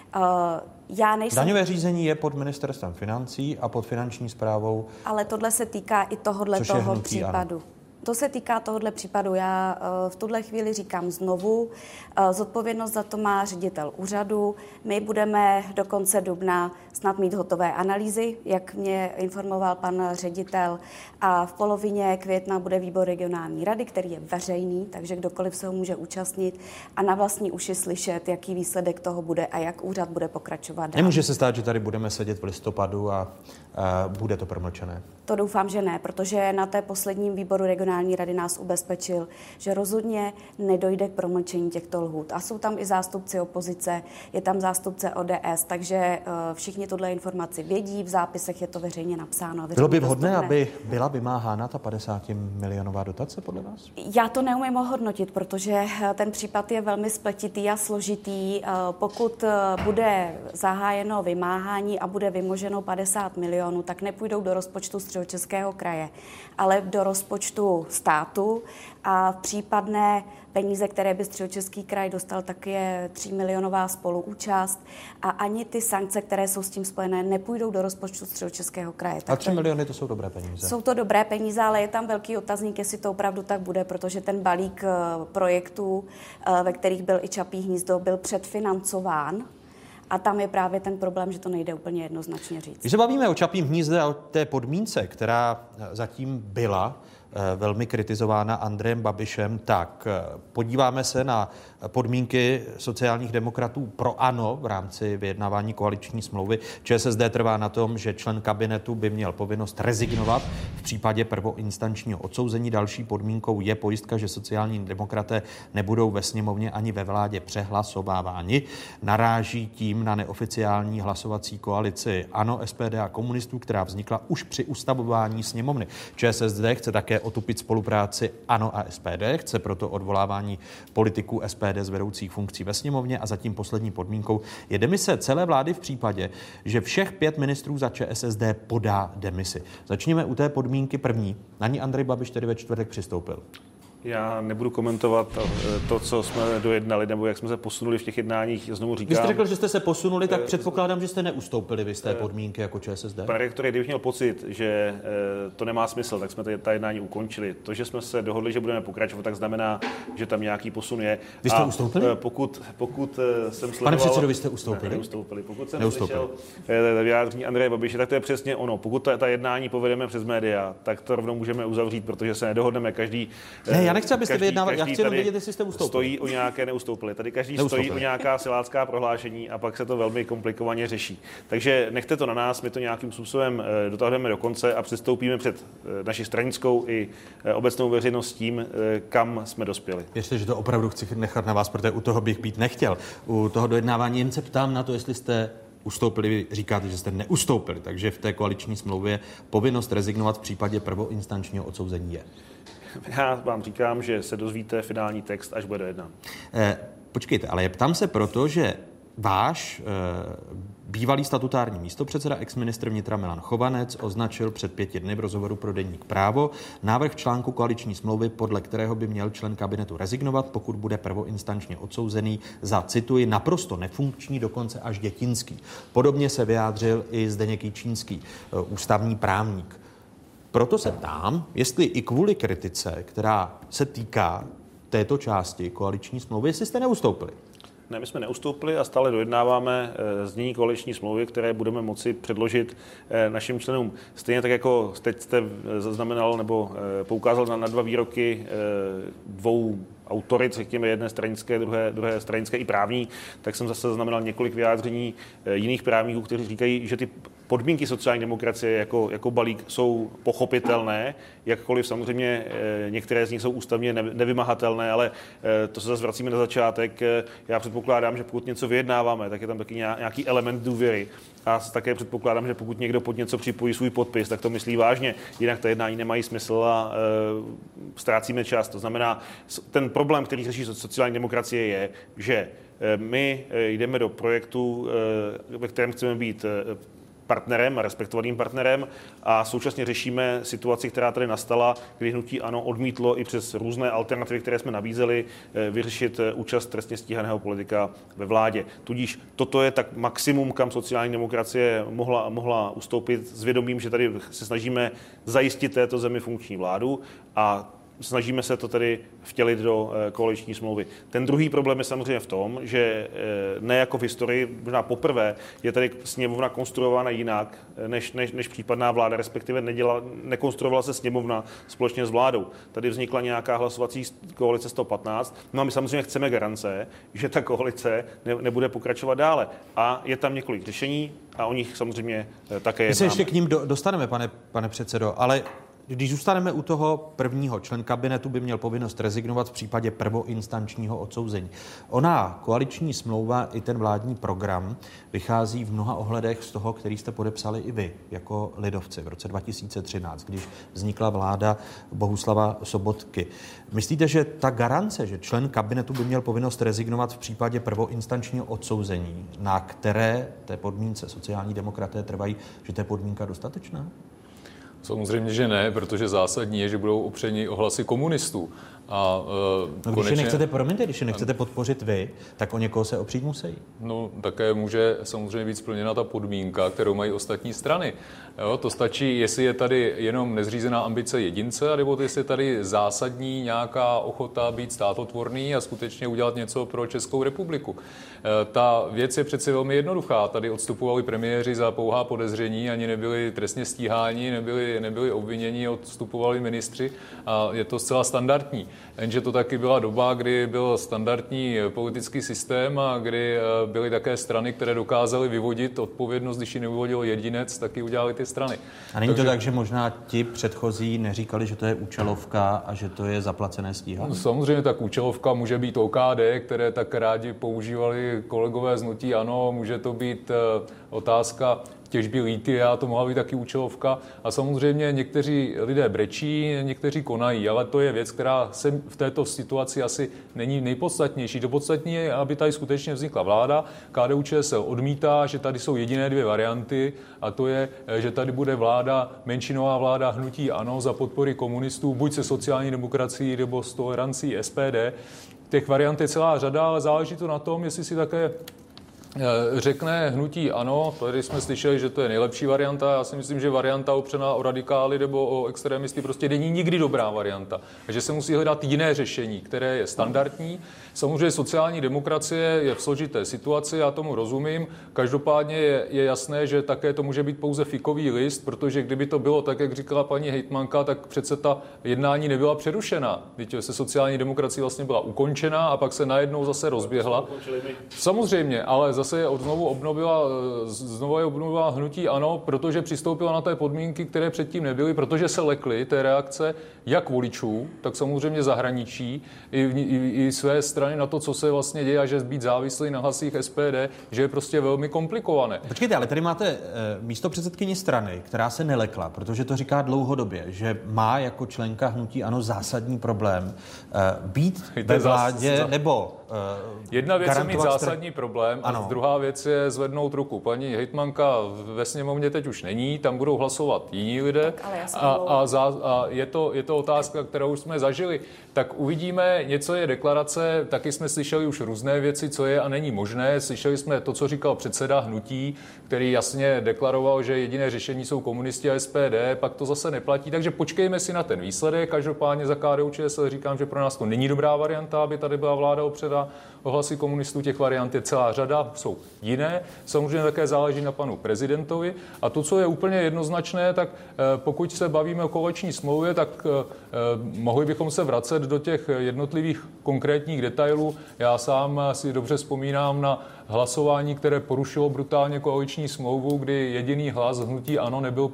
Daňové řízení je pod ministerstvem financí a pod finanční správou. Ale tohle se týká i tohohle případu. Ano. To se týká tohohle případu. Já v tuhle chvíli říkám znovu, zodpovědnost za to má ředitel úřadu. My budeme do konce dubna snad mít hotové analýzy, jak mě informoval pan ředitel. A v polovině května bude výbor regionální rady, který je veřejný, takže kdokoliv se ho může účastnit a na vlastní uši slyšet, jaký výsledek toho bude a jak úřad bude pokračovat dál. Nemůže se stát, že tady budeme sedět v listopadu a bude to promlčené? To doufám, že ne, protože na té posledním výboru regionální rady nás ubezpečil, že rozhodně nedojde k promlčení těchto lhůt. A jsou tam i zástupci opozice, je tam zástupce ODS, takže všichni tuhle informaci vědí, v zápisech je to veřejně napsáno. Bylo by vhodné, aby byla vymáhána ta 50 milionová dotace podle vás? Já to neumím ohodnotit, protože ten případ je velmi spletitý a složitý. Pokud bude zahájeno vymáhání a bude vymoženo 50 milionů, tak nepůjdou do rozpočtu Středočeského kraje, ale do rozpočtu státu a případné peníze, které by Středočeský kraj dostal, tak je 3 milionová spoluúčast a ani ty sankce, které jsou s tím spojené, nepůjdou do rozpočtu Středočeského kraje. A 3 miliony to jsou dobré peníze? Jsou to dobré peníze, ale je tam velký otazník, jestli to opravdu tak bude, protože ten balík projektů, ve kterých byl i Čapí hnízdo, byl předfinancován. A tam je právě ten problém, že to nejde úplně jednoznačně říct. Když se bavíme o Čapím hnízdě a o té podmínce, která zatím byla velmi kritizována Andrejem Babišem, tak podíváme se na podmínky sociálních demokratů pro ANO v rámci vyjednávání koaliční smlouvy. ČSSD trvá na tom, že člen kabinetu by měl povinnost rezignovat v případě prvoinstančního odsouzení. Další podmínkou je pojistka, že sociální demokraté nebudou ve sněmovně ani ve vládě přehlasováváni. Naráží tím na neoficiální hlasovací koalici ANO, SPD a komunistů, která vznikla už při ustavování sněmovny. ČSSD chce také otupit spolupráci ANO a SPD, chce proto odvolávání politiků SPD z vedoucích funkcí ve sněmovně a zatím poslední podmínkou je demise celé vlády v případě, že všech 5 ministrů za ČSSD podá demisi. Začněme u té podmínky první. Na ní Andrej Babiš tedy ve čtvrtek přistoupil. Já nebudu komentovat to, co jsme dojednali, nebo jak jsme se posunuli v těch jednáních, znovu říkám. Vy jste řekl, že jste se posunuli, tak předpokládám, že jste neustoupili vy z té podmínky jako ČSSD. Pane rektore, kdybych měl pocit, že to nemá smysl, tak jsme ta jednání ukončili. To, že jsme se dohodli, že budeme pokračovat, tak znamená, že tam nějaký posun je. Vy jste ustoupili? Pokud jsem sledoval... Pane předsedo, vy jste ustoupili? Ne, neustoupili. Pokud jsem slyšel vyjádření Andreje Babiše, tak to je přesně ono. Pokud ta jednání povedeme přes média, tak to rovnou můžeme uzavřít, protože se nedohodneme každý. Ne, já nechci, abyste vyjednávali. Já chci jenom vědět, jestli jste ustoupili. Stojí o nějaké neustoupili. Tady každý stojí o nějaká silácká prohlášení a pak se to velmi komplikovaně řeší. Takže nechte to na nás, my to nějakým způsobem dotahujeme do konce a přistoupíme před naši stranickou i obecnou veřejnost tím, kam jsme dospěli. Věřte, že to opravdu chci nechat na vás, protože u toho bych být nechtěl. U toho dojednávání jen se ptám na to, jestli jste ustoupili, vy říkáte, že jste neustoupili, takže v té koaliční smlouvě povinnost rezignovat v případě prvoinstančního odsouzení je. Já vám říkám, že se dozvíte finální text, až bude dojednán. Počkejte, ale ptám se proto, že váš bývalý statutární místopředseda, exministr vnitra Milan Chovanec, označil před 5 dny v rozhovoru pro deník Právo návrh článku koaliční smlouvy, podle kterého by měl člen kabinetu rezignovat, pokud bude prvoinstančně odsouzený za, cituji, naprosto nefunkční, dokonce až dětinský. Podobně se vyjádřil i Zdeněk Jičínský, ústavní právník. Proto se ptám, jestli i kvůli kritice, která se týká této části koaliční smlouvy, jestli jste neustoupili. Ne, my jsme neustoupili a stále dojednáváme znění koaliční smlouvy, které budeme moci předložit našim členům. Stejně tak, jako teď jste zaznamenal nebo poukázal na 2 výroky 2 autorit, řekněme jedné stranické, druhé stranické i právní, tak jsem zase zaznamenal několik vyjádření jiných právníků, kteří říkají, že ty podmínky sociální demokracie jako balík jsou pochopitelné, jakkoliv samozřejmě některé z nich jsou ústavně nevymahatelné, ale to se zase vracíme na začátek. Já předpokládám, že pokud něco vyjednáváme, tak je tam taky nějaký element důvěry. A také předpokládám, že pokud někdo pod něco připojí svůj podpis, tak to myslí vážně. Jinak ta jednání nemají smysl a ztrácíme čas. To znamená, ten problém, který řeší sociální demokracie, je, že my jdeme do projektu, ve kterém chceme být partnerem a respektovaným partnerem a současně řešíme situaci, která tady nastala, kdy hnutí ANO odmítlo i přes různé alternativy, které jsme nabízeli, vyřešit účast trestně stíhaného politika ve vládě. Tudíž toto je tak maximum, kam sociální demokracie mohla ustoupit s vědomím, že tady se snažíme zajistit této zemi funkční vládu a snažíme se to tedy vtělit do koaliční smlouvy. Ten druhý problém je samozřejmě v tom, že ne jako v historii, možná poprvé, je tady sněmovna konstruována jinak než případná vláda, respektive nekonstruovala se sněmovna společně s vládou. Tady vznikla nějaká hlasovací koalice 115. No a my samozřejmě chceme garance, že ta koalice nebude pokračovat dále. A je tam několik řešení a o nich samozřejmě také jednáme. My se ještě k ním dostaneme, pane předsedo, ale když zůstaneme u toho prvního, člen kabinetu by měl povinnost rezignovat v případě prvoinstančního odsouzení. Ona koaliční smlouva i ten vládní program vychází v mnoha ohledech z toho, který jste podepsali i vy jako lidovci v roce 2013, když vznikla vláda Bohuslava Sobotky. Myslíte, že ta garance, že člen kabinetu by měl povinnost rezignovat v případě prvoinstančního odsouzení, na které té podmínce sociální demokraté trvají, že to je podmínka dostatečná? Samozřejmě, že ne, protože zásadní je, že budou opřeni o hlasy komunistů. A když je nechcete podpořit vy, tak o někoho se opřít musí. No, také může samozřejmě být splněna ta podmínka, kterou mají ostatní strany. Jo, to stačí, jestli je tady jenom nezřízená ambice jedince, nebo jestli je tady zásadní nějaká ochota být státotvorný a skutečně udělat něco pro Českou republiku. Ta věc je přeci velmi jednoduchá. Tady odstupovali premiéři za pouhá podezření, ani nebyli trestně stíháni, nebyli obviněni, odstupovali ministři a je to zcela standardní. Jenže to taky byla doba, kdy byl standardní politický systém a kdy byly také strany, které dokázaly vyvodit odpovědnost, když ji nevyvodil jedinec, tak ji udělali ty strany. A není to tak, že možná ti předchozí neříkali, že to je účelovka a že to je zaplacené stíhání? No, samozřejmě tak účelovka může být OKD, které tak rádi používali kolegové z hnutí ANO, může to být otázka těžby litia, to mohla být taky účelovka. A samozřejmě někteří lidé brečí, někteří konají, ale to je věc, která se v této situaci asi není nejpodstatnější. To podstatní je, aby tady skutečně vznikla vláda. KDU-ČSL odmítá, že tady jsou jediné dvě varianty, a to je, že tady bude vláda, menšinová vláda hnutí ANO za podpory komunistů, buď se sociální demokracií nebo s tolerancí SPD. Těch variant je celá řada, ale záleží to na tom, jestli si také řekne hnutí ANO, tady jsme slyšeli, že to je nejlepší varianta. Já si myslím, že varianta opřená o radikály nebo o extremisty prostě není nikdy dobrá varianta. Takže se musí hledat jiné řešení, které je standardní. Samozřejmě sociální demokracie je v složité situaci, já tomu rozumím. Každopádně je jasné, že také to může být pouze fikový list, protože kdyby to bylo tak, jak říkala paní hejtmanka, tak přece ta jednání nebyla přerušena. Víte, se sociální demokracie vlastně byla ukončena a pak se najednou zase rozběhla. Samozřejmě, ale zase znovu obnovila hnutí ANO, protože přistoupila na té podmínky, které předtím nebyly, protože se lekly té reakce jak voličů, tak samozřejmě zahraničí i své strany na to, co se vlastně děje a že být závislý na hlasích SPD, že je prostě velmi komplikované. Počkejte, ale tady máte místopředsedkyni strany, která se nelekla, protože to říká dlouhodobě, že má jako členka hnutí ANO zásadní problém být ve vládě nebo jedna věc je mít zásadní problém a druhá věc je zvednout ruku. Paní hejtmanka ve sněmovně teď už není, tam budou hlasovat jiní lidé a je to otázka, kterou už jsme zažili. Tak uvidíme, něco je deklarace, taky jsme slyšeli už různé věci, co je a není možné. Slyšeli jsme to, co říkal předseda hnutí, který jasně deklaroval, že jediné řešení jsou komunisti a SPD, pak to zase neplatí, takže počkejme si na ten výsledek. Každopádně za KDU-ČSL říkám, že pro nás to není dobrá varianta, aby tady byla vláda opřena o hlasy komunistů. Těch variant je celá řada, jsou jiné. Samozřejmě také záleží na panu prezidentovi. A to, co je úplně jednoznačné, tak pokud se bavíme o koaliční smlouvě, tak mohli bychom se vracet do těch jednotlivých konkrétních detailů. Já sám si dobře vzpomínám na hlasování, které porušilo brutálně koaliční smlouvu, kdy jediný hlas hnutí ANO nebyl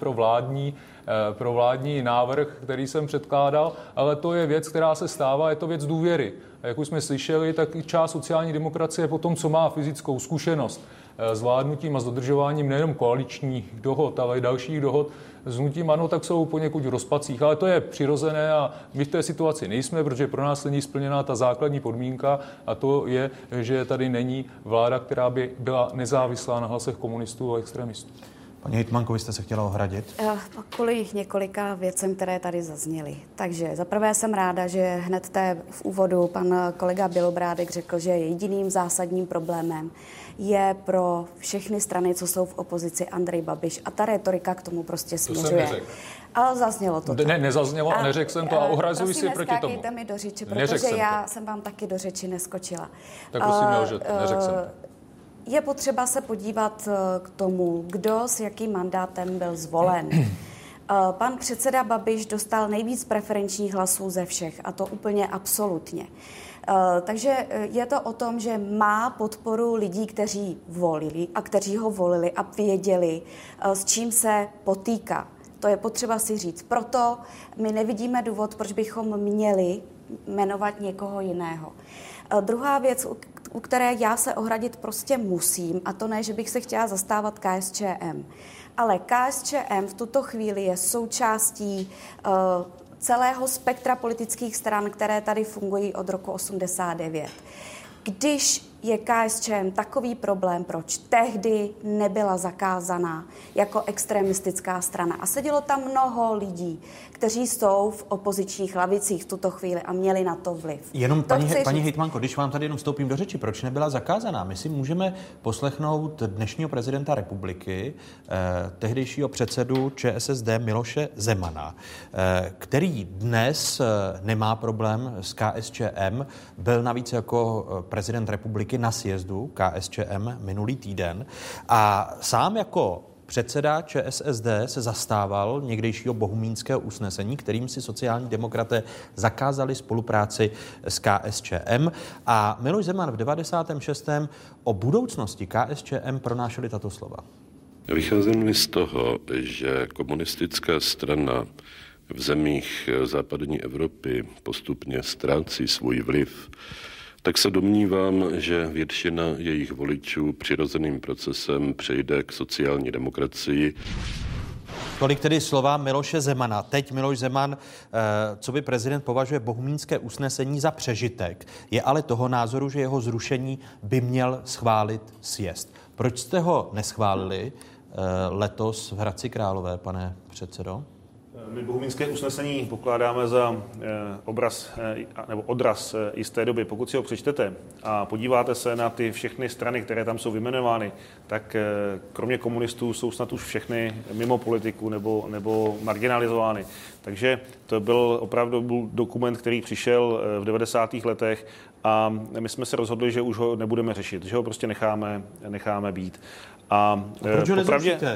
pro vládní návrh, který jsem předkládal, ale to je věc, která se stává, je to věc důvěry. A jak už jsme slyšeli, tak i část sociální demokracie po tom, co má fyzickou zkušenost s vládnutím a s dodržováním nejenom koaličních dohod, ale i dalších dohod s hnutím ANO, tak jsou poněkud v rozpacích. Ale to je přirozené a my v té situaci nejsme, protože pro nás není splněná ta základní podmínka a to je, že tady není vláda, která by byla nezávislá na hlasech komunistů a extremistů. Paní hejtmanko, vy jste se chtěla ohradit? Kvůli několika věcem, které tady zazněly. Takže za prvé jsem ráda, že hned v úvodu pan kolega Bělobrádek řekl, že jediným zásadním problémem je pro všechny strany, co jsou v opozici, Andrej Babiš. A ta retorika k tomu prostě směřuje. Ale zaznělo to. Ne, nezaznělo a neřekl jsem to a ohrazuji si proti tomu. Prosím, mi do řeči, protože já jsem vám taky do řeči neskočila. Tak prosím, neřekl jsem to. Je potřeba se podívat k tomu, kdo s jakým mandátem byl zvolen. Pan předseda Babiš dostal nejvíc preferenčních hlasů ze všech, a to úplně absolutně. Takže je to o tom, že má podporu lidí, kteří volili a kteří ho volili a věděli, s čím se potýká. To je potřeba si říct. Proto my nevidíme důvod, proč bychom měli jmenovat někoho jiného. Druhá věc, u které já se ohradit prostě musím, a to ne, že bych se chtěla zastávat KSČM, ale KSČM v tuto chvíli je součástí celého spektra politických stran, které tady fungují od roku 89. Když je KSČM takový problém, proč tehdy nebyla zakázaná jako extremistická strana. A sedělo tam mnoho lidí, kteří jsou v opozičních lavicích v tuto chvíli a měli na to vliv. Jenom paní hejtmanko, když vám tady jenom vstoupím do řeči, proč nebyla zakázaná? My si můžeme poslechnout dnešního prezidenta republiky, tehdejšího předsedu ČSSD Miloše Zemana, který dnes nemá problém s KSČM, byl navíc jako prezident republiky na sjezdu KSČM minulý týden a sám jako předseda ČSSD se zastával někdejšího bohumínského usnesení, kterým si sociální demokraté zakázali spolupráci s KSČM a Miloš Zeman v 96. o budoucnosti KSČM pronášeli tato slova. Vycházím z toho, že komunistická strana v zemích západní Evropy postupně ztrácí svůj vliv, tak se domnívám, že většina jejich voličů přirozeným procesem přejde k sociální demokracii. Tolik tedy slova Miloše Zemana. Teď Miloš Zeman, co by prezident považuje bohumínské usnesení za přežitek, je ale toho názoru, že jeho zrušení by měl schválit sjezd. Proč jste ho neschválili letos v Hradci Králové, pane předsedo? My bohumínské usnesení pokládáme za odraz jisté doby. Pokud si ho přečtete a podíváte se na ty všechny strany, které tam jsou vyjmenovány, tak kromě komunistů jsou snad už všechny mimo politiku nebo marginalizovány. Takže to byl opravdu dokument, který přišel v 90. letech a my jsme se rozhodli, že už ho nebudeme řešit, že ho prostě necháme být. A proč ho nezrušíte?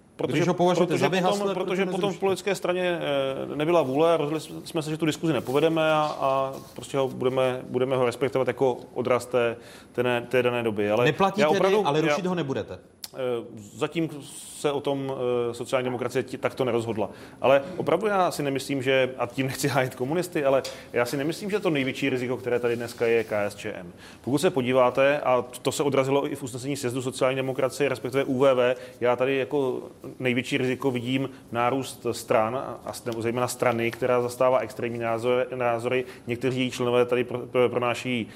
Protože potom v politické straně nebyla vůle a rozhodli jsme se, že tu diskuzi nepovedeme a prostě budeme ho respektovat jako odraz té dané doby. Ale neplatíte, ale rušit ho nebudete. Zatím se o tom sociální demokracie takto nerozhodla. Ale opravdu já si nemyslím, že, a tím nechci hájit komunisty, ale já si nemyslím, že to největší riziko, které tady dneska je KSČM. Pokud se podíváte, a to se odrazilo i v usnesení sjezdu sociální demokracie, respektive UVV, já tady jako největší riziko vidím nárůst stran, nebo zejména strany, která zastává extrémní názory. Někteří její členové tady pronáší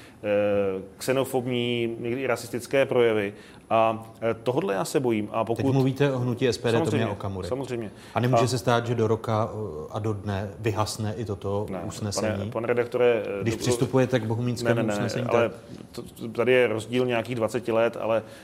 xenofobní, někdy i rasistické projevy. A tohodle já se bojím. A pokud... Teď mluvíte o hnutí SPD Tomia Okamury. Samozřejmě. A nemůže se stát, že do roka a do dne vyhasne i toto usnesení? Pane redaktore... Když přistupujete k bohumínskému usnesení, ale tady je rozdíl nějakých 20 let,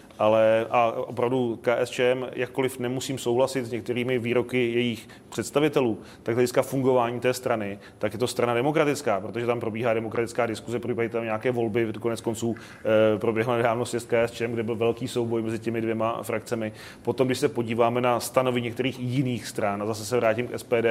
ale opravdu KSČM, jakkoliv nemusím souhlasit s některými výroky jejich představitelů, tak hlediska fungování té strany, tak je to strana demokratická, protože tam probíhá demokratická diskuze, probíhají tam nějaké volby, konec konců proběhla nedávno sjezd KSČM, kde byl velký souboj mezi těmi dvěma frakcemi. Potom, když se podíváme na stanovy některých jiných stran, a zase se vrátím k SPD,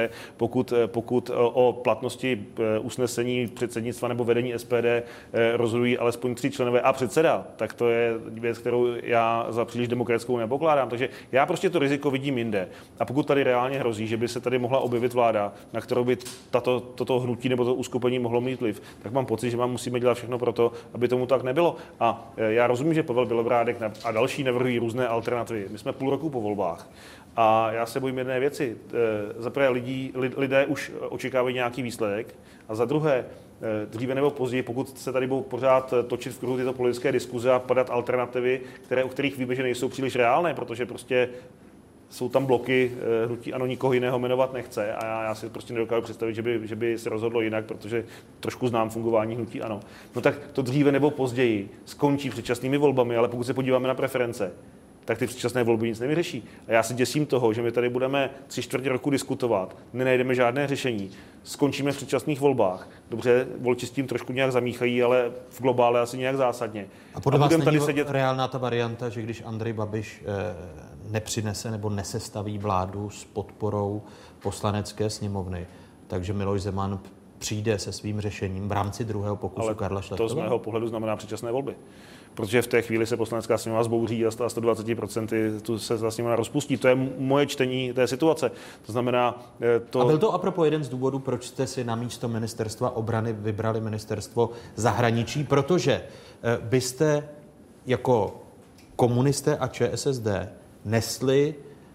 pokud o platnosti usnesení předsednictva nebo vedení SPD rozhodují alespoň 3 členové a předseda, tak to je věc, kterou já za příliš demokratickou nepokládám. Takže já prostě to riziko vidím jinde. A pokud tady reálně hrozí, že by se tady mohla objevit vláda, na kterou by toto hnutí nebo to uskupení mohlo mít vliv, tak mám pocit, že musíme dělat všechno pro to, aby tomu tak nebylo. A já rozumím, že Pavel Bělobrádek a další navrhují různé alternativy. My jsme půl roku po volbách a já se bojím jedné věci. Za prvé lidé už očekávají nějaký výsledek a za druhé, dříve nebo později, pokud se tady budou pořád točit v kruhu tyto politické diskuze a padat alternativy, o kterých víme, že nejsou příliš reálné, protože prostě jsou tam bloky, hnutí ANO nikoho jiného jmenovat nechce a já si prostě nedokážu představit, že by se rozhodlo jinak, protože trošku znám fungování hnutí ANO. No tak to dříve nebo později skončí předčasnými volbami, ale pokud se podíváme na preference, tak ty předčasné volby nic nevyřeší. A já se děsím toho, že my tady budeme 3/4 roku diskutovat, nenajdeme žádné řešení, skončíme v předčasných volbách. Dobře, voliči s tím trošku nějak zamíchají, ale v globále asi nějak zásadně. A podle vás není reálná ta varianta, že když Andrej Babiš nepřinese nebo nesestaví vládu s podporou poslanecké sněmovny, takže Miloš Zeman přijde se svým řešením v rámci druhého pokusu Karla Šlechtova? To z mého pohledu znamená předčasné volby. Protože v té chvíli se poslanecká sněmovna zbouří a 120% tu se ta sněmovna rozpustí. To je moje čtení té situace. To znamená... A byl to apropo jeden z důvodů, proč jste si na místo ministerstva obrany vybrali ministerstvo zahraničí, protože byste jako komunisté a ČSSD nesli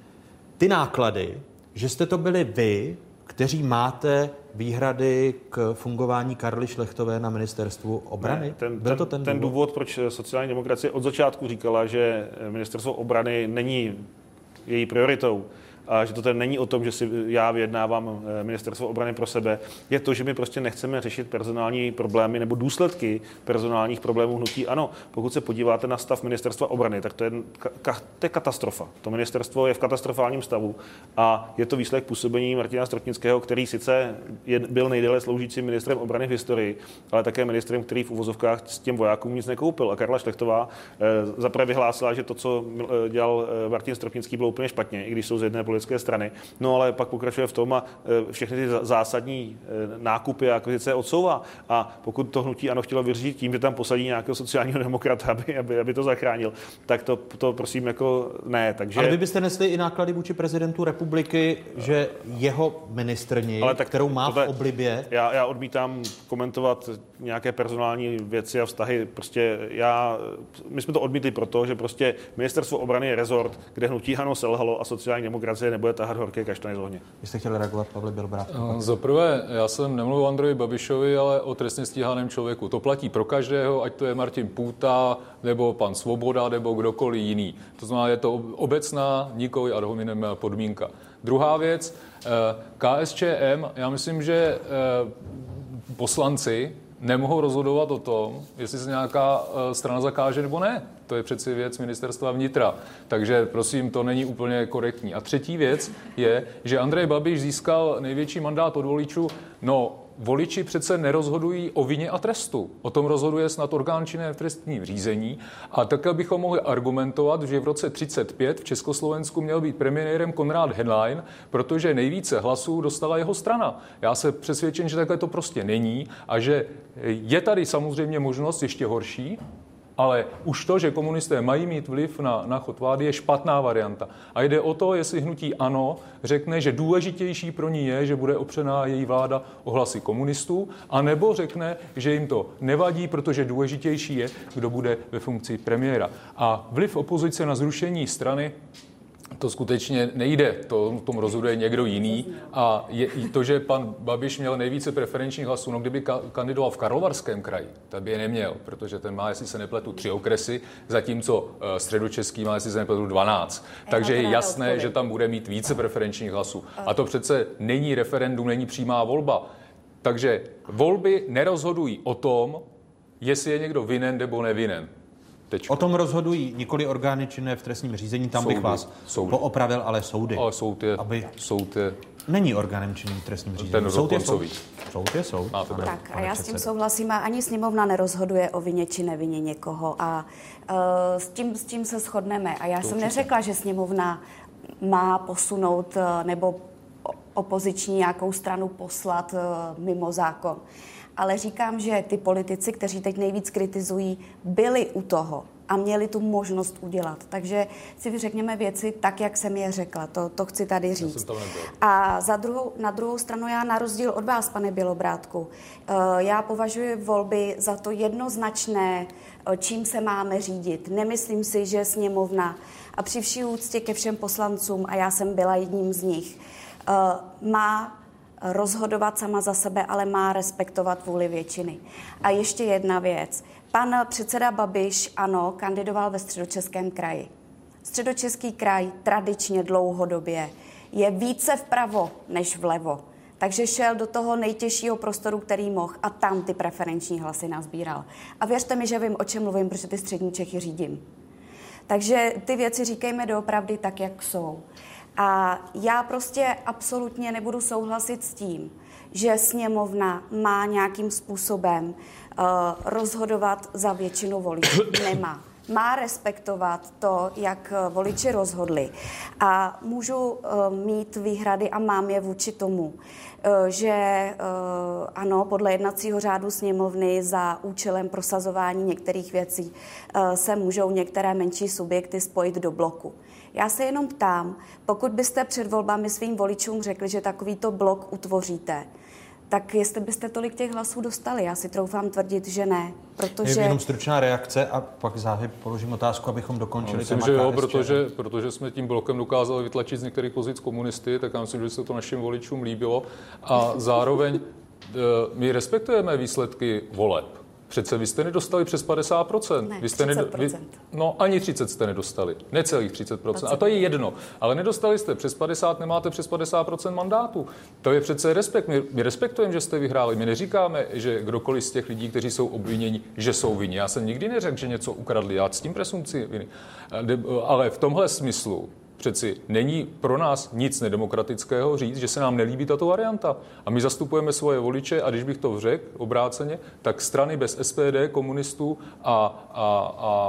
ty náklady, že jste to byli vy, kteří máte výhrady k fungování Karly Šlechtové na ministerstvu obrany? Ten důvod, proč sociální demokracie od začátku říkala, že ministerstvo obrany není její prioritou, a že to není o tom, že si já vyjednávám ministerstvo obrany pro sebe, je to, že my prostě nechceme řešit personální problémy nebo důsledky personálních problémů hnutí. Ano, pokud se podíváte na stav ministerstva obrany, tak to je katastrofa. To ministerstvo je v katastrofálním stavu a je to výsledek působení Martina Stropnického, který sice byl nejdéle sloužícím ministrem obrany v historii, ale také ministrem, který v uvozovkách s těm vojákům nic nekoupil. A Karla Šlechtová zaprvé vyhlásila, že to, co dělal Martin Stropnický, bylo úplně špatně, i když jsou z jedné politické strany. No ale pak pokračuje v tom a všechny ty zásadní nákupy a akvizice odsouvá. A pokud to hnutí ANO chtělo vyřešit tím, že tam posadí nějakého sociálního demokrata, aby to zachránil, tak to prosím jako ne. Takže... Ale vy byste nesli i náklady vůči prezidentu republiky, že jeho ministrni, kterou má v oblibě... Já odmítám komentovat nějaké personální věci a vztahy. Prostě my jsme to odmítli proto, že prostě ministerstvo obrany je rezort, kde hnutí ANO selhalo a sociální demokracie nebude tahat horké kaštany z ohně. Vy jste chtěli reagovat, Pavle Bělobrádek? Za prvé, já jsem nemluvil o Andreji Babišovi, ale o trestně stíhaném člověku. To platí pro každého, ať to je Martin Půta, nebo pan Svoboda, nebo kdokoliv jiný. To znamená, je to obecná, nikoli ad hominem podmínka. Druhá věc, KSČM, já myslím, že poslanci nemohou rozhodovat o tom, jestli se nějaká strana zakáže nebo ne. To je přeci věc ministerstva vnitra. Takže prosím, to není úplně korektní. A třetí věc je, že Andrej Babiš získal největší mandát od voličů. No, voliči přece nerozhodují o vině a trestu. O tom rozhoduje snad orgán činný v trestním řízení. A také bychom mohli argumentovat, že v roce 1935 v Československu měl být premiérem Konrad Henlein, protože nejvíce hlasů dostala jeho strana. Já se přesvědčen, že takhle to prostě není a že je tady samozřejmě možnost ještě horší, ale už to, že komunisté mají mít vliv na chod vlády, je špatná varianta. A jde o to, jestli hnutí ANO řekne, že důležitější pro ní je, že bude opřená její vláda o hlasy komunistů, anebo řekne, že jim to nevadí, protože důležitější je, kdo bude ve funkci premiéra. A vliv opozice na zrušení strany, to skutečně nejde, to tom rozhoduje někdo jiný. A je i to, že pan Babiš měl nejvíce preferenčních hlasů, no kdyby kandidoval v Karlovarském kraji, tak by je neměl, protože ten má, jestli se nepletu, 3 okresy, zatímco Středočeský má, jestli se nepletu, 12. Takže je jasné, že tam bude mít více preferenčních hlasů. A to přece není referendum, není přímá volba. Takže volby nerozhodují o tom, jestli je někdo vinen nebo nevinen. O tom rozhodují nikoli orgány činné v trestním řízení, tam bych vás poopravil, ale soudy. Ale soud je... Není orgánem činným v trestním řízení. Ten rozhodcový. Soud je soud. Tak a já s tím souhlasím a ani sněmovna nerozhoduje o vině či nevině někoho a s tím se shodneme. A já jsem neřekla, že sněmovna má posunout nebo opoziční nějakou stranu poslat mimo zákon. Ale říkám, že ty politici, kteří teď nejvíc kritizují, byli u toho a měli tu možnost udělat. Takže si řekněme věci tak, jak jsem je řekla. To chci tady říct. A na druhou stranu já na rozdíl od vás, pane Bělobrádku, já považuji volby za to jednoznačné, čím se máme řídit. Nemyslím si, že sněmovna a při vší úctě ke všem poslancům, a já jsem byla jedním z nich, má rozhodovat sama za sebe, ale má respektovat vůli většiny. A ještě jedna věc. Pan předseda Babiš, ano, kandidoval ve Středočeském kraji. Středočeský kraj tradičně dlouhodobě je více vpravo než vlevo. Takže šel do toho nejtěžšího prostoru, který mohl a tam ty preferenční hlasy nazbíral. A věřte mi, že vím, o čem mluvím, protože ty střední Čechy řídím. Takže ty věci říkejme doopravdy tak, jak jsou. A já prostě absolutně nebudu souhlasit s tím, že sněmovna má nějakým způsobem rozhodovat za většinu voličů. Nemá. Má respektovat to, jak voliči rozhodli. A můžu mít výhrady a mám je vůči tomu, že ano, podle jednacího řádu sněmovny za účelem prosazování některých věcí se můžou některé menší subjekty spojit do bloku. Já se jenom ptám, pokud byste před volbami svým voličům řekli, že takovýto blok utvoříte, tak jestli byste tolik těch hlasů dostali? Já si troufám tvrdit, že ne, protože... Jenom stručná reakce a pak záhy položím otázku, abychom dokončili. Myslím, že jo, protože jsme tím blokem dokázali vytlačit z některých pozic komunisty, tak já myslím, že se to našim voličům líbilo. A zároveň my respektujeme výsledky voleb. Přece vy jste nedostali přes 50%. Ne, vy jste 30%. No ani 30 jste nedostali. Necelých 30%. A to je jedno. Ale nedostali jste přes 50, nemáte přes 50% mandátů. To je přece respekt. My respektujeme, že jste vyhráli. My neříkáme, že kdokoliv z těch lidí, kteří jsou obviněni, že jsou vinni. Já jsem nikdy neřekl, že něco ukradli. Já s tím presumpci viny. Ale v tomhle smyslu přeci není pro nás nic nedemokratického říct, že se nám nelíbí tato varianta. A my zastupujeme svoje voliče a když bych to řekl obráceně, tak strany bez SPD, komunistů a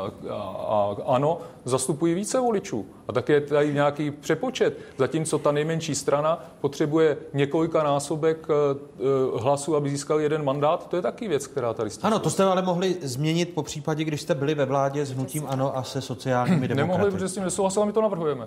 a ANO zastupují více voličů. A tak je tady nějaký přepočet. Zatímco ta nejmenší strana potřebuje několikanásobek hlasů, aby získal jeden mandát, to je taky věc, která tady stojí. Ano, to jste ale mohli změnit po případě, když jste byli ve vládě s hnutím ANO a se sociálními demokraty. Nemohli, protože s tím nesouhlasili, my to navrhujeme.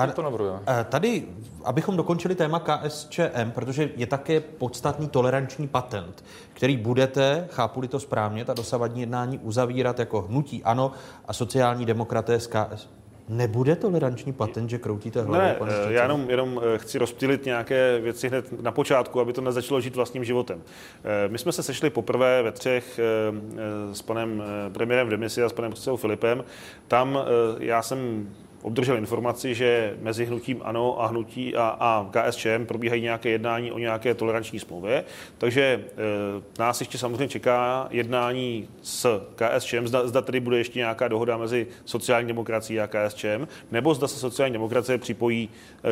Tady, abychom dokončili téma KSČM, protože je také podstatný toleranční patent, který budete, chápu-li to správně, ta dosavadní jednání uzavírat jako hnutí ANO a sociální demokraté z KS. Nebude toleranční patent, že kroutíte hlavou? Ne, já jenom chci rozptýlit nějaké věci hned na počátku, aby to nezačalo žít vlastním životem. My jsme se sešli poprvé ve třech s panem premiérem v demisi a s panem předsedou Filipem. Tam já jsem obdržel informaci, že mezi hnutím ANO a hnutí a KSČM probíhají nějaké jednání o nějaké toleranční smlouvě, takže nás ještě samozřejmě čeká jednání s KSČM, zda tedy bude ještě nějaká dohoda mezi sociální demokracií a KSČM, nebo zda se sociální demokracie připojí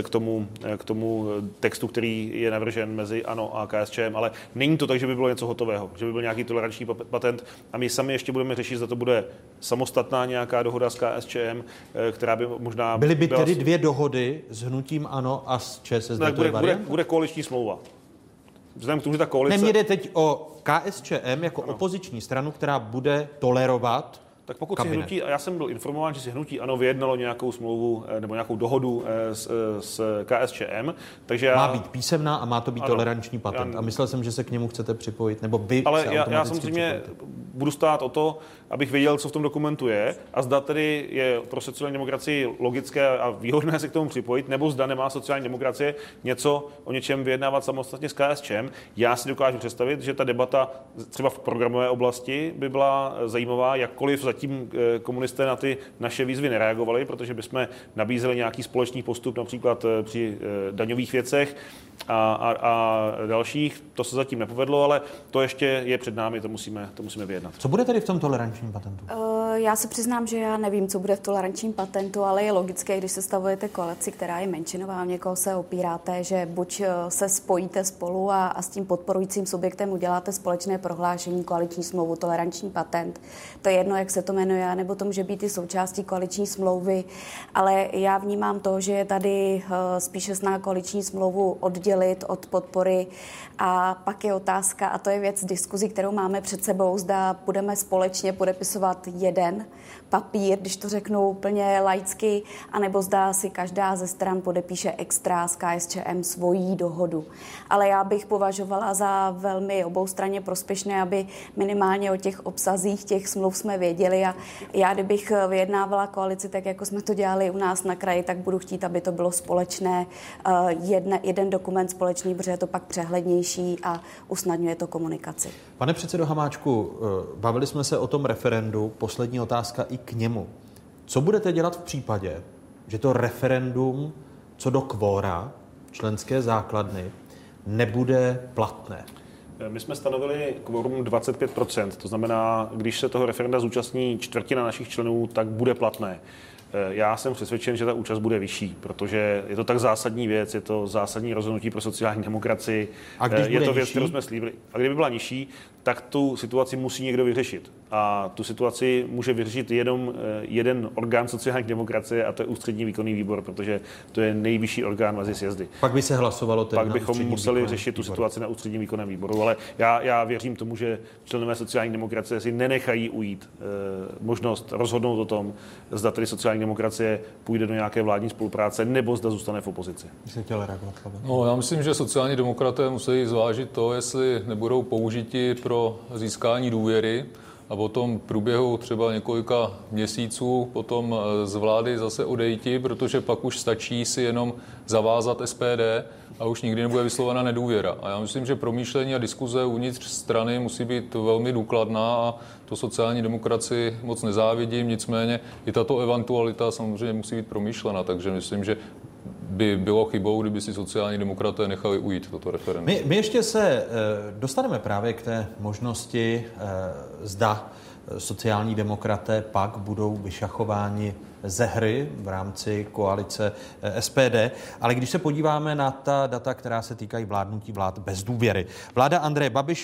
k tomu textu, který je navržen mezi ANO a KSČM, ale není to tak, že by bylo něco hotového, že by byl nějaký toleranční patent a my sami ještě budeme řešit, zda to bude samostatná nějaká dohoda s KSČM, která by možná... Byly by tedy dvě dohody s hnutím ANO a s ČSSD? Bude koaliční smlouva. Vzhledem k tomu, že ta koalice... Mně jde teď o KSČM jako opoziční stranu, která bude tolerovat tak pokud kabinet. si hnutí, a já jsem byl informován, že si hnutí ANO vyjednalo nějakou smlouvu nebo nějakou dohodu s KSČM, takže má být písemná a má to být toleranční patent. A myslel jsem, že se k němu chcete připojit, nebo vy ale se já samozřejmě budu stát o to, abych věděl, co v tom dokumentu je a zda tedy je pro sociální demokracii logické a výhodné se k tomu připojit, nebo zda nemá sociální demokracie něco o něčem vyjednávat samostatně s KSČM. Já si dokážu představit, že ta debata třeba v programové oblasti by byla zajímavá, jakkoliv zatím komunisté na ty naše výzvy nereagovali, protože bychom nabízeli nějaký společný postup například při daňových věcech a dalších. To se zatím nepovedlo, ale to ještě je před námi, to musíme vyjednat. Co bude tedy v tom tolerančním patentu? Já se přiznám, že já nevím, co bude v tolerančním patentu, ale je logické, když se stavujete koalici, která je menšinová, a někoho se opíráte, že buď se spojíte spolu a s tím podporujícím subjektem uděláte společné prohlášení, koaliční smlouvu, toleranční patent. To je jedno, jak se to jmenuje, nebo to může být i součástí koaliční smlouvy, ale já vnímám to, že je tady spíše snaha koaliční smlouvu oddělit od podpory a pak je otázka, a to je věc diskuzí, kterou máme před sebou, zda budeme společně podepisovat jeden papír, když to řeknu úplně laicky, anebo zda si každá ze stran podepíše extra s KSČM svojí dohodu. Ale já bych považovala za velmi oboustranně prospěšné, aby minimálně o těch obsazích těch smluv jsme věděli a já, kdybych vyjednávala koalici, tak jako jsme to dělali u nás na kraji, tak budu chtít, aby to bylo společné, jeden dokument společný, protože je to pak přehlednější a usnadňuje to komunikaci. Pane předsedo Hamáčku, bavili jsme se o tom referendu, poslední otázka i k němu. Co budete dělat v případě, že to referendum co do kvóra členské základny nebude platné? My jsme stanovili kvorum 25%, to znamená, když se toho referenda zúčastní čtvrtina našich členů, tak bude platné. Já jsem přesvědčen, že ta účast bude vyšší, protože je to tak zásadní věc, je to zásadní rozhodnutí pro sociální demokracii. A když je to věc, nižší? kterou jsme slíbili. A kdyby byla nižší, tak tu situaci musí někdo vyřešit. A tu situaci může vyřešit jenom jeden orgán sociální demokracie a to je ústřední výkonný výbor, protože to je nejvyšší orgán mezi sjezdy. Pak by se hlasovalo Pak bychom museli řešit tu situaci na ústředním výkonném výboru, ale já věřím tomu, že členové sociální demokracie si nenechají ujít možnost rozhodnout o tom, zda tedy sociální demokracie půjde do nějaké vládní spolupráce nebo zda zůstane v opozici. No, já myslím, že sociální demokraté musí zvážit to, jestli nebudou použiti pro získání důvěry a potom v průběhu třeba několika měsíců potom z vlády zase odejti, protože pak už stačí si jenom zavázat SPD a už nikdy nebude vyslovena nedůvěra. A já myslím, že promýšlení a diskuze uvnitř strany musí být velmi důkladná a to sociální demokracii moc nezávidím, nicméně i tato eventualita samozřejmě musí být promýšlena, takže myslím, že by bylo chybou, kdyby si sociální demokraté nechali ujít toto referendum. My ještě se dostaneme právě k té možnosti, zda sociální demokraté pak budou vyšachováni ze hry v rámci koalice SPD. Ale když se podíváme na ta data, která se týkají vládnutí vlád bez důvěry. Vláda Andreje Babiše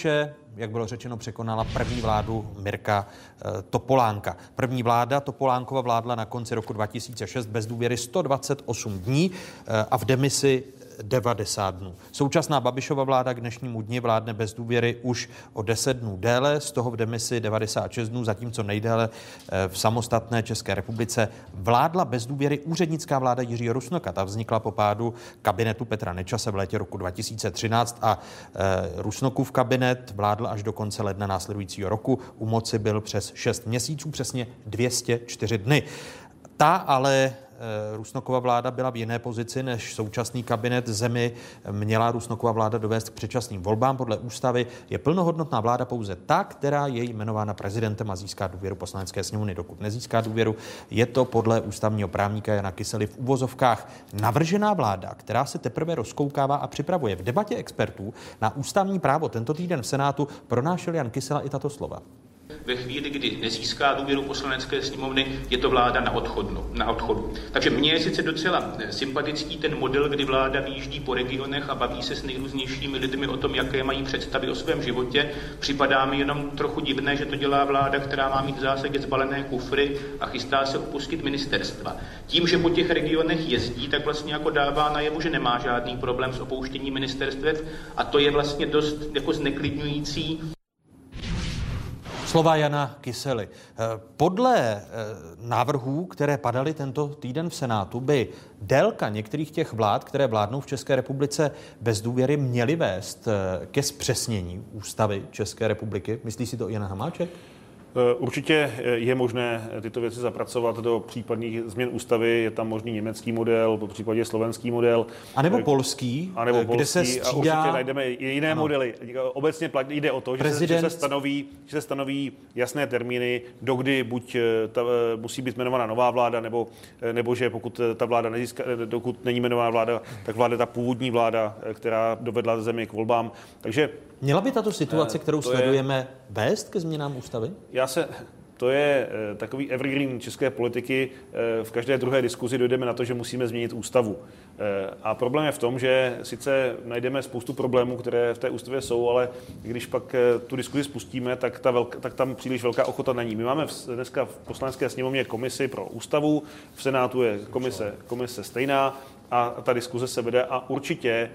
jak bylo řečeno, překonala první vládu Mirka Topolánka. První vláda Topolánkova vládla na konci roku 2006 bez důvěry 128 dní a v demisi 90 dnů. Současná Babišova vláda k dnešnímu dni vládne bez důvěry už o 10 dnů déle, z toho v demisi 96 dnů, zatímco nejdéle v samostatné České republice vládla bez důvěry úřednická vláda Jiřího Rusnoka. Ta vznikla po pádu kabinetu Petra Nečase v létě roku 2013 a Rusnokův kabinet vládl až do konce ledna následujícího roku. U moci byl přes 6 měsíců, přesně 204 dny. Ta ale Rusnokova vláda byla v jiné pozici než současný kabinet. Zemi měla Rusnokova vláda dovést k předčasným volbám. Podle ústavy je plnohodnotná vláda pouze ta, která je jmenována prezidentem a získá důvěru Poslanecké sněmovny. Dokud nezíská důvěru, je to podle ústavního právníka Jana Kysely v uvozovkách navržená vláda, která se teprve rozkoukává a připravuje. V debatě expertů na ústavní právo tento týden v Senátu pronášel Jan Kysela i tato slova. Ve chvíli, kdy nezíská důvěru Poslanecké sněmovny, je to vláda na odchodu. Takže mně je sice docela sympatický ten model, kdy vláda vyjíždí po regionech a baví se s nejrůznějšími lidmi o tom, jaké mají představy o svém životě. Připadá mi jenom trochu divné, že to dělá vláda, která má mít v zásadě zbalené kufry a chystá se opustit ministerstva. Tím, že po těch regionech jezdí, tak vlastně jako dává najevo, že nemá žádný problém s opouštěním ministerstev a to je vlastně dost jako zneklidňující. Slova Jana Kysely. Podle návrhů, které padaly tento týden v Senátu, by délka některých těch vlád, které vládnou v České republice bez důvěry, měly vést ke zpřesnění ústavy České republiky. Myslí si to i Jan Hamáček? Určitě je možné tyto věci zapracovat do případných změn ústavy. Je tam možný německý model, po případě slovenský model. A nebo polský, kde se střídá... A určitě najdeme i jiné modely. Obecně jde o to, že se stanoví jasné termíny, dokdy buď musí být jmenovaná nová vláda, nebo že pokud ta vláda dokud není jmenovaná vláda, tak vláda ta původní vláda, která dovedla zemi k volbám. Takže měla by tato situace, kterou sledujeme, vést ke změnám ústavy? To je takový evergreen české politiky. V každé druhé diskuzi dojdeme na to, že musíme změnit ústavu. A problém je v tom, že sice najdeme spoustu problémů, které v té ústavě jsou, ale když pak tu diskuzi spustíme, tak tam příliš velká ochota není. My máme dneska v Poslanecké sněmovně komisi pro ústavu, v Senátu je komise stejná a ta diskuze se vede a určitě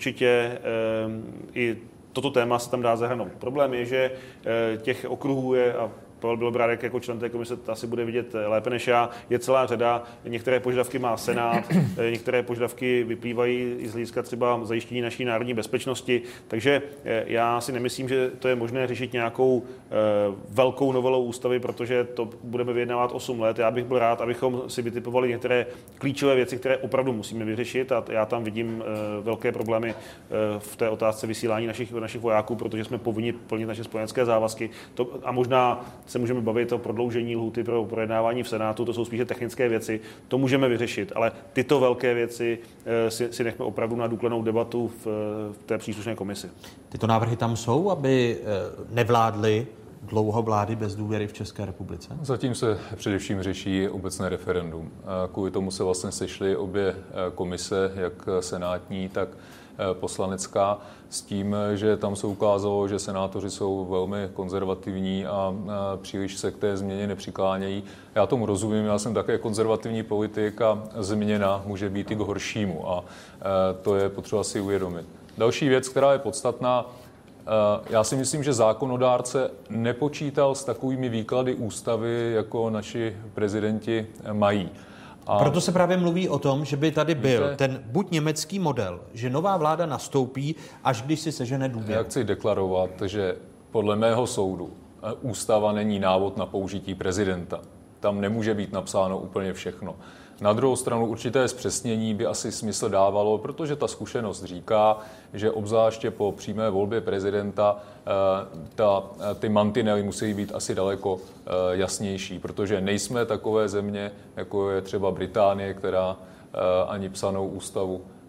i toto téma se tam dá zahrnout. Problém je, že těch okruhů je, a Pavel Bělobrádek jako člen té komise asi bude vidět lépe než já, je celá řada. Některé požadavky má Senát, některé požadavky vyplývají i z hlediska třeba zajištění naší národní bezpečnosti. Takže já si nemyslím, že to je možné řešit nějakou velkou novelou ústavy, protože to budeme vyjednávat 8 let. Já bych byl rád, abychom si vytipovali některé klíčové věci, které opravdu musíme vyřešit a já tam vidím velké problémy v té otázce vysílání našich vojáků, protože jsme povinni plnit naše spojenecké závazky. A možná se můžeme bavit o prodloužení lhůty pro projednávání v Senátu, to jsou spíše technické věci, to můžeme vyřešit, ale tyto velké věci si nechme opravdu na důkladnou debatu v té příslušné komisi. Tyto návrhy tam jsou, aby nevládly dlouho vlády bez důvěry v České republice? Zatím se především řeší obecné referendum. Kvůli tomu se vlastně sešly obě komise, jak senátní, tak poslanecká, s tím, že tam se ukázalo, že senátoři jsou velmi konzervativní a příliš se k té změně nepřiklánějí. Já tomu rozumím, já jsem také konzervativní politik a změna může být i k horšímu a to je potřeba si uvědomit. Další věc, která je podstatná, já si myslím, že zákonodárce nepočítal s takovými výklady ústavy, jako naši prezidenti mají. A proto se právě mluví o tom, že by tady byl ten buď německý model, že nová vláda nastoupí, až když si sežene důvěru. Já chci deklarovat, že podle mého soudu ústava není návod na použití prezidenta. Tam nemůže být napsáno úplně všechno. Na druhou stranu určité zpřesnění by asi smysl dávalo, protože ta zkušenost říká, že obzvláště po přímé volbě prezidenta ty mantinely musí být asi daleko jasnější, protože nejsme takové země, jako je třeba Británie, která ani psanou ústavu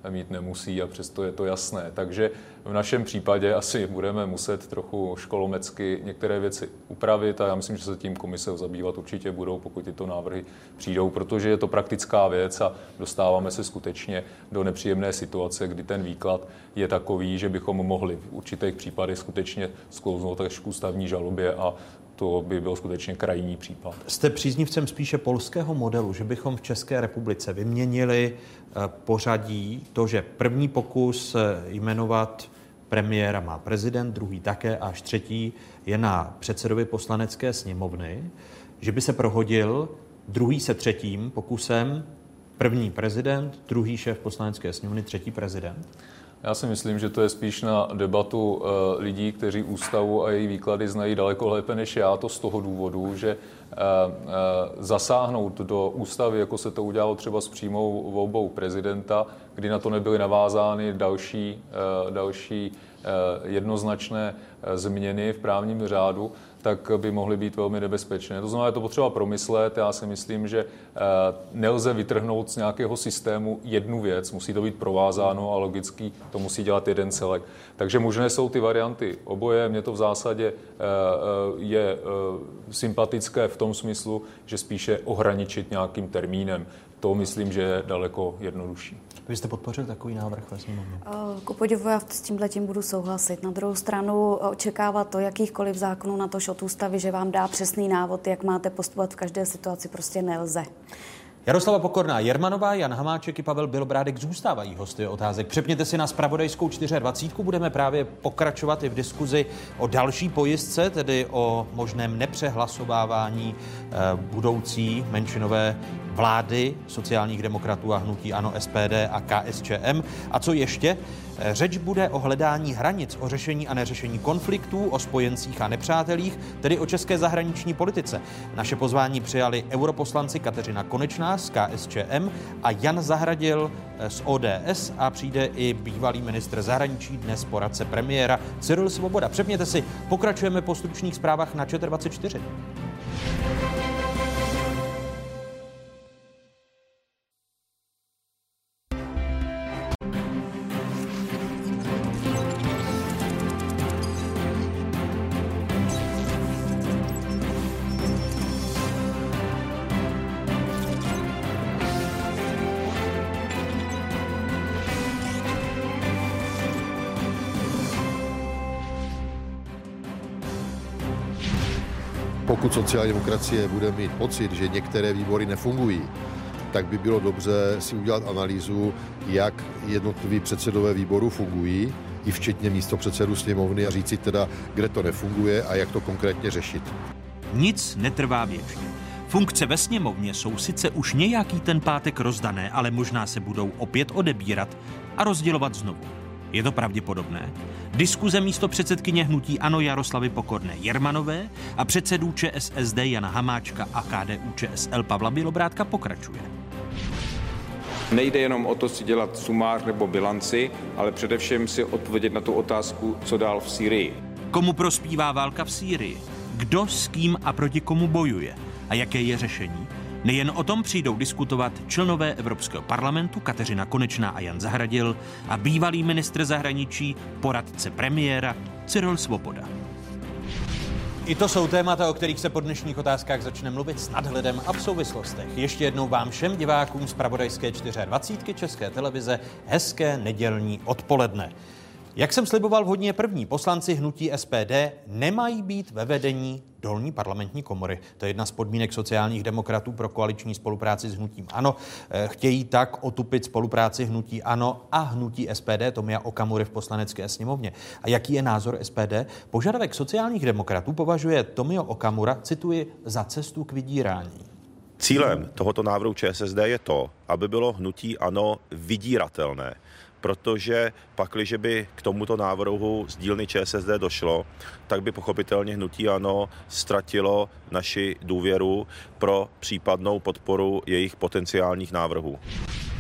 mít nemusí a přesto je to jasné. Takže v našem případě asi budeme muset trochu školomecky některé věci upravit a já myslím, že se tím komise zabývat určitě budou, pokud tyto návrhy přijdou, protože je to praktická věc a dostáváme se skutečně do nepříjemné situace, kdy ten výklad je takový, že bychom mohli v určitých případech skutečně sklouznout až k ústavní žalobě a to by byl skutečně krajní případ. Jste příznivcem spíše polského modelu, že bychom v České republice vyměnili pořadí, to, že první pokus jmenovat premiéra má prezident, druhý také, až třetí je na předsedovi Poslanecké sněmovny, že by se prohodil druhý se třetím pokusem, první prezident, druhý šéf Poslanecké sněmovny, třetí prezident? Já si myslím, že to je spíš na debatu lidí, kteří ústavu a její výklady znají daleko lépe než já. To z toho důvodu, že zasáhnout do ústavy, jako se to udělalo třeba s přímou volbou prezidenta, kdy na to nebyly navázány další jednoznačné změny v právním řádu, tak by mohly být velmi nebezpečné. To znamená, je to potřeba promyslet. Já si myslím, že nelze vytrhnout z nějakého systému jednu věc. Musí to být provázáno a logicky to musí dělat jeden celek. Takže možné jsou ty varianty oboje. Mně to v zásadě je sympatické v tom smyslu, že spíše ohraničit nějakým termínem. To myslím, že je daleko jednodušší. Vy jste podpořil takový návrh ve sněmovně? Ku podivu, já s tímhletím budu souhlasit. Na druhou stranu očekávat to jakýchkoliv zákonů, natož od ústavy, že vám dá přesný návod, jak máte postupovat v každé situaci, prostě nelze. Jaroslava Pokorná Jermanová, Jan Hamáček i Pavel Bělobrádek zůstávají hosty Otázek. Přepněte si na Zpravodajskou 24. Budeme právě pokračovat i v diskuzi o další pojistce, tedy o možném nepřehlasovávání budoucí menšinové vlády sociálních demokratů a hnutí ANO, SPD a KSČM. A co ještě? Řeč bude o hledání hranic, o řešení a neřešení konfliktů, o spojencích a nepřátelích, tedy o české zahraniční politice. Naše pozvání přijali europoslanci Kateřina Konečná z KSČM a Jan Zahradil z ODS a přijde i bývalý ministr zahraničí, dnes poradce premiéra Cyril Svoboda. Přepněte si, pokračujeme po stručných zprávách na ČT24. Pokud sociální demokracie bude mít pocit, že některé výbory nefungují, tak by bylo dobře si udělat analýzu, jak jednotliví předsedové výboru fungují, i včetně místopředsedů sněmovny a říci teda, kde to nefunguje a jak to konkrétně řešit. Nic netrvá věčně. Funkce ve sněmovně jsou sice už nějaký ten pátek rozdané, ale možná se budou opět odebírat a rozdělovat znovu. Je to pravděpodobné? Diskuze místopředsedkyně hnutí ANO Jaroslavy Pokorné Jermanové a předsedů ČSSD Jana Hamáčka a KDU-ČSL Pavla Bělobrádka pokračuje. Nejde jenom o to si dělat sumář nebo bilanci, ale především si odpovědět na tu otázku, co dál v Sýrii. Komu prospívá válka v Sýrii? Kdo s kým a proti komu bojuje? A jaké je řešení? Nejen o tom přijdou diskutovat členové Evropského parlamentu Kateřina Konečná a Jan Zahradil a bývalý ministr zahraničí, poradce premiéra Cyril Svoboda. I to jsou témata, o kterých se po dnešních otázkách začne mluvit s nadhledem a v souvislostech. Ještě jednou vám všem divákům Zpravodajské 24 České televize hezké nedělní odpoledne. Jak jsem sliboval v hodině první, poslanci hnutí SPD nemají být ve vedení dolní parlamentní komory. To je jedna z podmínek sociálních demokratů pro koaliční spolupráci s hnutím ANO. Chtějí tak otupit spolupráci hnutí ANO a hnutí SPD Tomia Okamury v poslanecké sněmovně. A jaký je názor SPD? Požadavek sociálních demokratů považuje Tomio Okamura, cituji, za cestu k vydírání. Cílem tohoto návrhu ČSSD je to, aby bylo hnutí ANO vydíratelné. Protože pakliže by k tomuto návrhu z dílny ČSSD došlo, tak by pochopitelně hnutí ANO ztratilo naši důvěru pro případnou podporu jejich potenciálních návrhů.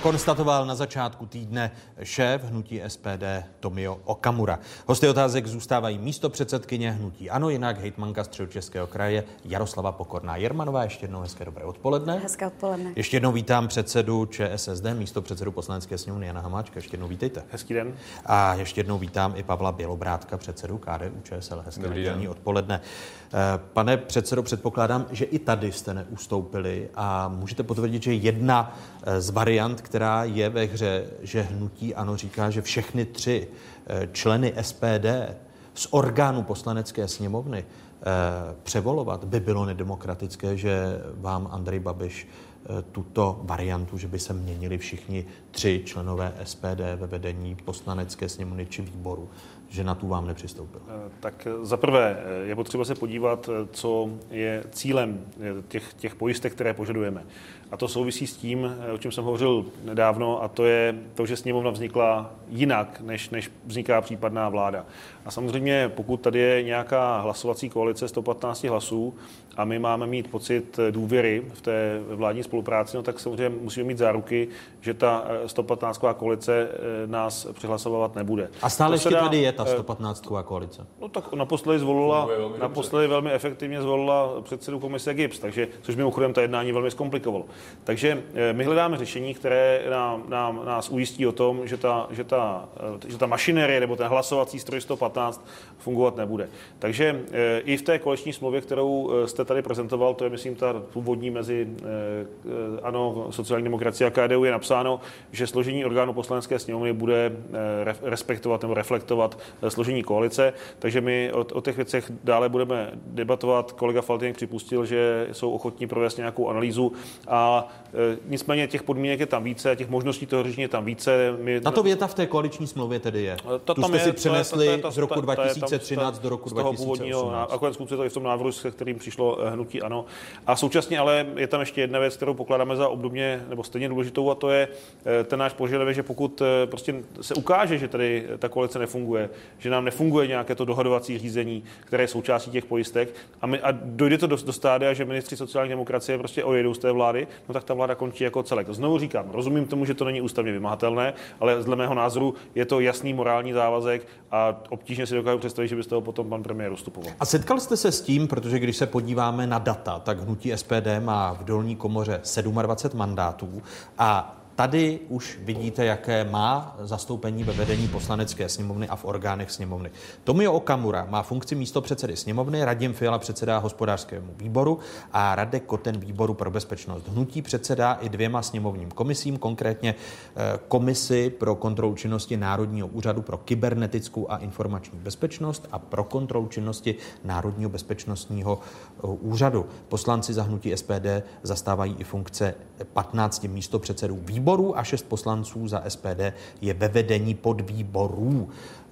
konstatoval na začátku týdne šéf hnutí SPD Tomio Okamura. Hosty otázek zůstávají místopředsedkyně hnutí ANO, jinak hejtmanka Středočeského kraje Jaroslava Pokorná Jermanová. Ještě jednou hezké dobré odpoledne. Hezké odpoledne. Ještě jednou vítám předsedu ČSSD, místopředsedu Poslanecké sněmovny Jana Hamáčka. Ještě jednou vítejte. Hezký den. A ještě jednou vítám i Pavla Bělobrádka, předsedu KDU-ČSL. Hezké nedělní odpoledne. Pane předsedo, předpokládám, že i tady jste neustoupili a můžete potvrdit, že jedna z variant, která je ve hře, že hnutí ANO říká, že všechny 3 členy SPD z orgánu Poslanecké sněmovny převolovat by bylo nedemokratické, že vám Andrej Babiš tuto variantu, že by se měnili všichni 3 členové SPD ve vedení Poslanecké sněmovny či výboru, že na tu vám nepřistoupil? Tak za prvé je potřeba se podívat, co je cílem těch pojistek, které požadujeme. A to souvisí s tím, o čem jsem hovořil nedávno, a to je to, že sněmovna vznikla jinak, než vzniká případná vláda. A samozřejmě, pokud tady je nějaká hlasovací koalice 115 hlasů a my máme mít pocit důvěry v té vládní spolupráci, no tak samozřejmě musíme mít záruky, že ta 115ková koalice nás přehlasovat nebude. A stále ještě tady je ta 115ková koalice? No tak naposledy velmi efektivně zvolila předsedu komise GIBS, takže, což mimochodem ta jednání velmi zkomplikovalo. Takže my hledáme řešení, které nás ujistí o tom, že ta mašinérie nebo ten hlasovací stroj 115 fungovat nebude. Takže i v té koaliční smlouvě, kterou jste tady prezentoval, to je myslím ta původní mezi ANO, sociální demokracie a KDU, je napsáno, že složení orgánu Poslanecké sněmovny bude respektovat nebo reflektovat složení koalice, takže my o těch věcech dále budeme debatovat. Kolega Faltýnek připustil, že jsou ochotní provést nějakou analýzu a nicméně těch podmínek je tam více, těch možností toho řešení je tam více. Tato věta v té koaliční smlouvě tedy je. Tu jste si přenesli z roku 2013 do roku 2018. A konec konců je to i v tom návrhu, se kterým přišlo hnutí ANO. A současně ale je tam ještě jedna věc, kterou pokládáme za obdobně nebo stejně důležitou, a to je ten náš požadavek, že pokud prostě se ukáže, že tady ta koalice nefunguje, že nám nefunguje nějaké to dohadovací řízení, které je součástí těch pojistek a dojde to do stádia, že ministři sociální demokracie prostě odejdou z té vlády, no tak ta vláda končí jako celek. Znovu říkám, rozumím tomu, že to není ústavně vymahatelné, ale dle mého názoru je to jasný morální závazek a obtížně si dokážu představit, že by z toho potom pan premiér ustupoval. A setkal jste se s tím, protože když se podíváme na data, tak hnutí SPD má v dolní komoře 27 mandátů a tady už vidíte, jaké má zastoupení ve vedení Poslanecké sněmovny a v orgánech sněmovny. Tomio Okamura má funkci místopředsedy sněmovny, Radim Fiala předsedá hospodářskému výboru a Radek Koten výboru pro bezpečnost. Hnutí předsedá i 2 sněmovním komisím, konkrétně komisi pro kontrolu činnosti Národního úřadu pro kybernetickou a informační bezpečnost a pro kontrolu činnosti Národního bezpečnostního úřadu. Poslanci za hnutí SPD zastávají i funkce 15 místopředsedů výborů a 6 poslanců za SPD je ve vedení podvýborů.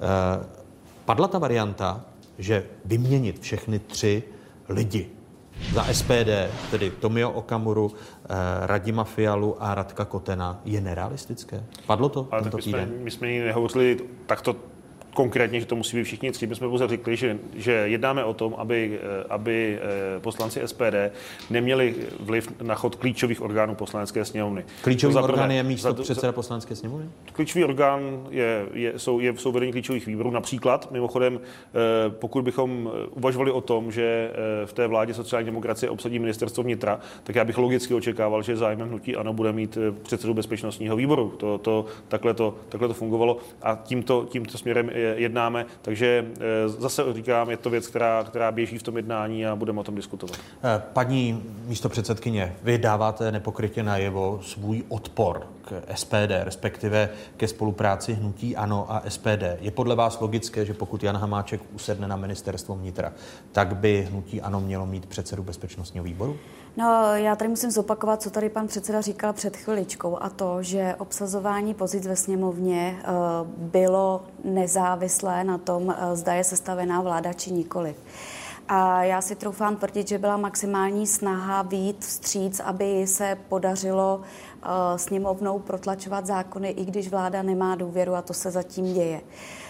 Padla ta varianta, že vyměnit všechny 3 lidi za SPD, tedy Tomio Okamuru, Radima Fialu a Radka Kotena, je nerealistické? Padlo to tento týden? My jsme nehovořili takto konkrétně, že to musí být všichni 3. My jsme pouze řekli, že jednáme o tom, aby poslanci SPD neměli vliv na chod klíčových orgánů Poslanecké sněmovny. Klíčový orgán je místo předseda Poslanecké sněmovny? Klíčový orgán jsou vedení klíčových výborů. Například, mimochodem, pokud bychom uvažovali o tom, že v té vládě sociální demokracie obsadí ministerstvo vnitra, tak já bych logicky očekával, že zájmem hnutí ANO bude mít předsedu bezpečnostního výboru. Takhle to fungovalo a tímto směrem jednáme, takže zase říkám, je to věc, která běží v tom jednání a budeme o tom diskutovat. Paní místopředsedkyně, vy dáváte nepokrytě najevo svůj odpor k SPD, respektive ke spolupráci hnutí ANO a SPD. Je podle vás logické, že pokud Jan Hamáček usedne na ministerstvo vnitra, tak by hnutí ANO mělo mít předsedu bezpečnostního výboru? No, já tady musím zopakovat, co tady pan předseda říkal před chviličkou, a to, že obsazování pozic ve sněmovně bylo nezávislé na tom, zda je sestavená vláda či nikoliv. A já si troufám tvrdit, že byla maximální snaha vyjít vstříc, aby se podařilo sněmovnou protlačovat zákony, i když vláda nemá důvěru, a to se zatím děje.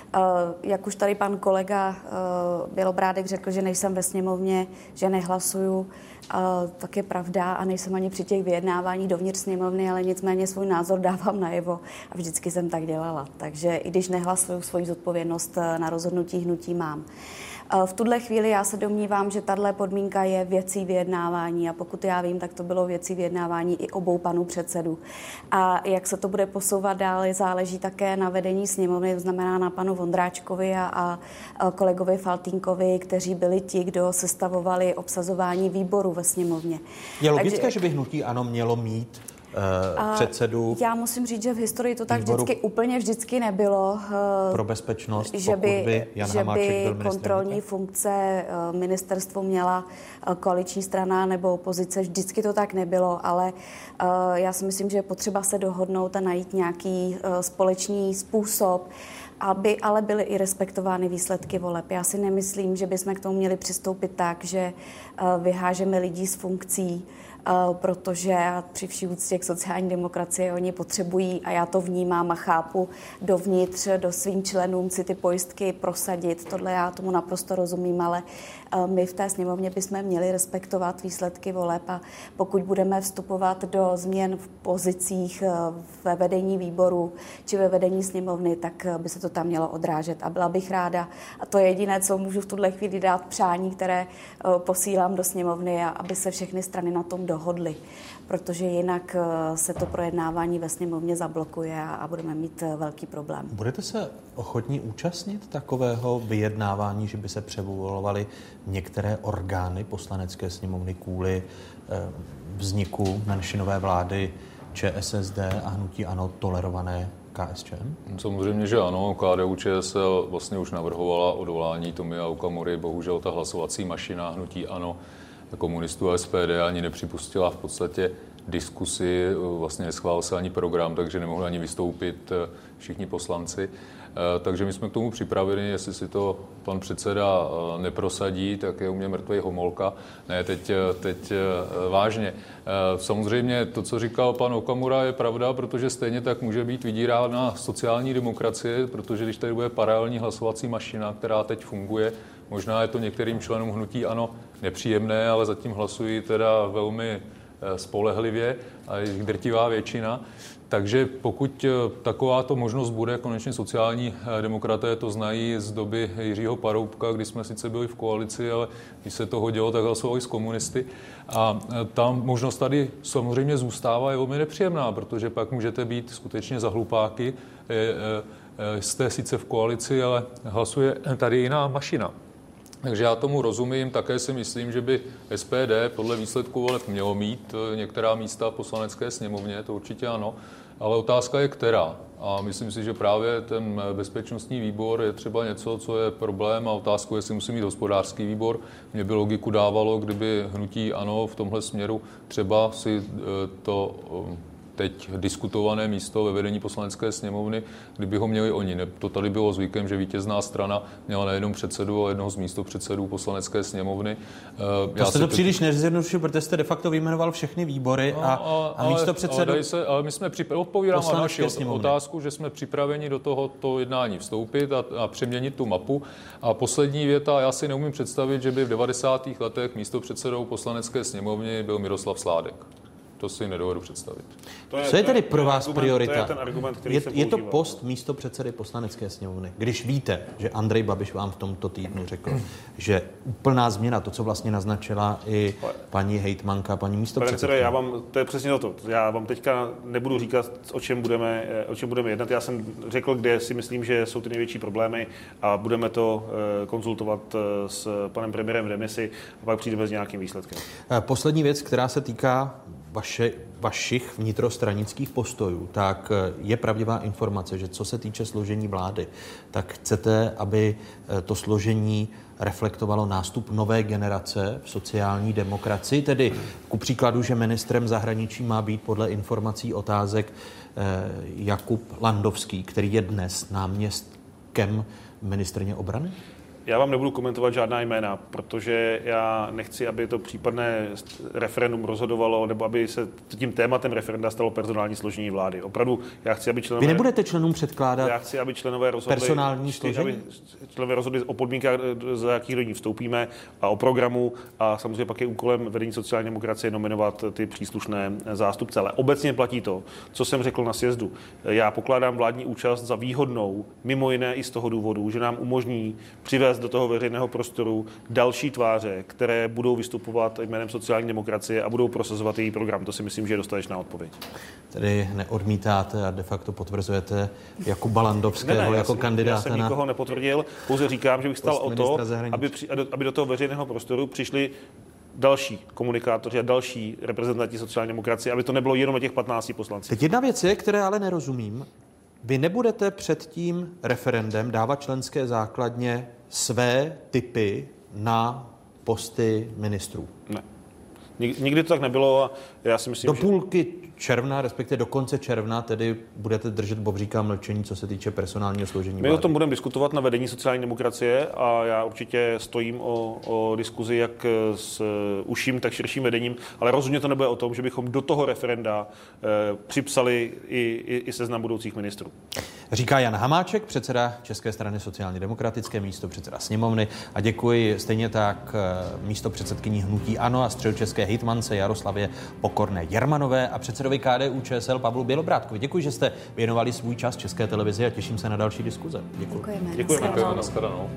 Jak už tady pan kolega Bělobrádek řekl, že nejsem ve sněmovně, že nehlasuju, tak je pravda a nejsem ani při těch vyjednávání dovnitř sněmovny, ale nicméně svůj názor dávám najevo a vždycky jsem tak dělala. Takže i když nehlasuju, svoji zodpovědnost na rozhodnutí hnutí mám. V tuhle chvíli já se domnívám, že tahle podmínka je věcí vyjednávání a pokud já vím, tak to bylo věcí vyjednávání i obou panů předsedů. A jak se to bude posouvat dál, záleží také na vedení sněmovny, to znamená na panu Vondráčkovi a kolegovi Faltýnkovi, kteří byli ti, kdo sestavovali obsazování výboru ve sněmovně. Je logické, že by hnutí ANO mělo mít předsedu. Já musím říct, že v historii to tak úplně vždycky nebylo. Pro bezpečnost, že by Jan Hamáček byl ministrem kontrolní funkce ministerstvo měla koaliční strana nebo opozice. Vždycky to tak nebylo, ale já si myslím, že je potřeba se dohodnout a najít nějaký společný způsob, aby ale byly i respektovány výsledky voleb. Já si nemyslím, že bychom k tomu měli přistoupit tak, že vyhážeme lidi z funkcí, protože při vší úctě k sociální demokracii oni potřebují, a já to vnímám a chápu, dovnitř, do svým členům si ty pojistky prosadit. Tohle já tomu naprosto rozumím, ale my v té sněmovně bychom měli respektovat výsledky voleb a pokud budeme vstupovat do změn v pozicích ve vedení výboru či ve vedení sněmovny, tak by se to tam mělo odrážet a byla bych ráda. A to je jediné, co můžu v tuhle chvíli dát přání, které posílám do sněmovny, aby se všechny strany na tom dohodly, protože jinak se to projednávání ve sněmovně zablokuje a budeme mít velký problém. Budete se ochotní účastnit takového vyjednávání, že by se převolovaly některé orgány poslanecké sněmovny kvůli vzniku menšinové vlády ČSSD a hnutí ANO tolerované KSČM? Samozřejmě, že ano. KDU-ČSL vlastně už navrhovala odvolání Tomia Okamury. Bohužel ta hlasovací mašina hnutí ANO, komunistů a SPD ani nepřipustila v podstatě diskusi, vlastně neschválil se ani program, takže nemohli ani vystoupit všichni poslanci. Takže my jsme k tomu připraveni, jestli si to pan předseda neprosadí, tak je u mě mrtvej Homolka. Ne, teď vážně. Samozřejmě to, co říkal pan Okamura, je pravda, protože stejně tak může být vydírána sociální demokracie, protože když tady bude paralelní hlasovací mašina, která teď funguje, možná je to některým členům hnutí ANO nepříjemné, ale zatím hlasují teda velmi spolehlivě a je drtivá většina. Takže pokud takováto možnost bude, konečně sociální demokraté to znají z doby Jiřího Paroubka, kdy jsme sice byli v koalici, ale když se to hodilo, tak hlasovali s komunisty. A ta možnost tady samozřejmě zůstává, je velmi nepříjemná, protože pak můžete být skutečně za hlupáky. Jste sice v koalici, ale hlasuje tady jiná mašina. Takže já tomu rozumím, také si myslím, že by SPD podle výsledku voleb mělo mít některá místa v poslanecké sněmovně, to určitě ano, ale otázka je která. A myslím si, že právě ten bezpečnostní výbor je třeba něco, co je problém a otázku, jestli musí mít hospodářský výbor. Mně by logiku dávalo, kdyby hnutí ANO v tomhle směru třeba si to teď diskutované místo ve vedení poslanecké sněmovny, kdyby ho měli oni. To tady bylo zvykem, že vítězná strana měla nejenom předsedu, ale jednoho z místopředsedů poslanecké sněmovny. To jste to příliš nezjednodušil, protože jste de facto vyjmenoval všechny výbory a místopředsedu. Ale my jsme odpovídám na naši otázku, že jsme připraveni do tohoto jednání vstoupit a přeměnit tu mapu. A poslední věta, já si neumím představit, že by v 90. letech místopředsedou poslanecké sněmovny byl Miroslav Sládek. To si nedovedu představit. Co je tedy pro vás priorita? To je ten argument, který je to post místopředsedy poslanecké sněmovny. Když víte, že Andrej Babiš vám v tomto týdnu řekl, že úplná změna, to, co vlastně naznačila i paní hejtmanka, paní místopředsedkyně. To je přesně to. Já vám teďka nebudu říkat, o čem budeme jednat. Já jsem řekl, kde si myslím, že jsou ty největší problémy a budeme to konzultovat s panem premiérem v demisi a pak přijdeme s nějakým výsledkem. Poslední věc, která se týká vašich vnitrostranických postojů, tak je pravdivá informace, že co se týče složení vlády, tak chcete, aby to složení reflektovalo nástup nové generace v sociální demokracii, tedy ku příkladu, že ministrem zahraničí má být podle informací otázek Jakub Landovský, který je dnes náměstkem ministryně obrany? Já vám nebudu komentovat žádná jména, protože já nechci, aby to případné referendum rozhodovalo, nebo aby se tím tématem referenda stalo personální složení vlády. Opravdu, já chci, aby členové... Vy nebudete členům předkládat Já chci, aby členové rozhodli, personální složení? aby členové rozhodli o podmínkách, za jakých do ní vstoupíme, a o programu, a samozřejmě pak je úkolem vedení sociální demokracie nominovat ty příslušné zástupce. Ale obecně platí to, co jsem řekl na sjezdu. Já pokládám vládní účast za výhodnou, mimo jiné i z toho důvodu, že nám umožní přivést do toho veřejného prostoru další tváře, které budou vystupovat jménem sociální demokracie a budou prosazovat její program. To si myslím, že je dostatečná odpověď. Tedy neodmítáte a de facto potvrzujete Jakuba Landovského jako kandidáta. Já jsem nikoho nepotvrdil, pouze říkám, že bych stál o to, aby do toho veřejného prostoru přišli další komunikátoři a další reprezentanti sociální demokracie, aby to nebylo jenom o těch 15 poslancích. Teď jedna věc je, které ale nerozumím. Vy nebudete před tím referendem dávat členské základně své tipy na posty ministrů? Ne. Nikdy to tak nebylo a já si myslím, do půlky června, respektive do konce června, tedy budete držet bobříka mlčení, co se týče personálního složení vlády. My o tom budeme diskutovat na vedení sociální demokracie a já určitě stojím o diskuzi jak s užším, tak širším vedením, ale rozhodně to nebude o tom, že bychom do toho referenda připsali i seznam budoucích ministrů. Říká Jan Hamáček, předseda České strany sociálně demokratické, místopředseda sněmovny, a děkuji stejně tak místopředsedkyni hnutí ANO a středočeské hejtmance Jaroslavě Pokorné Jermanové a předsedovi KDU-ČSL Pavlu Bělobrádkovi. Děkuji, že jste věnovali svůj čas České televizi a těším se na další diskuze. Děkuji. Děkujeme. Nashledanou.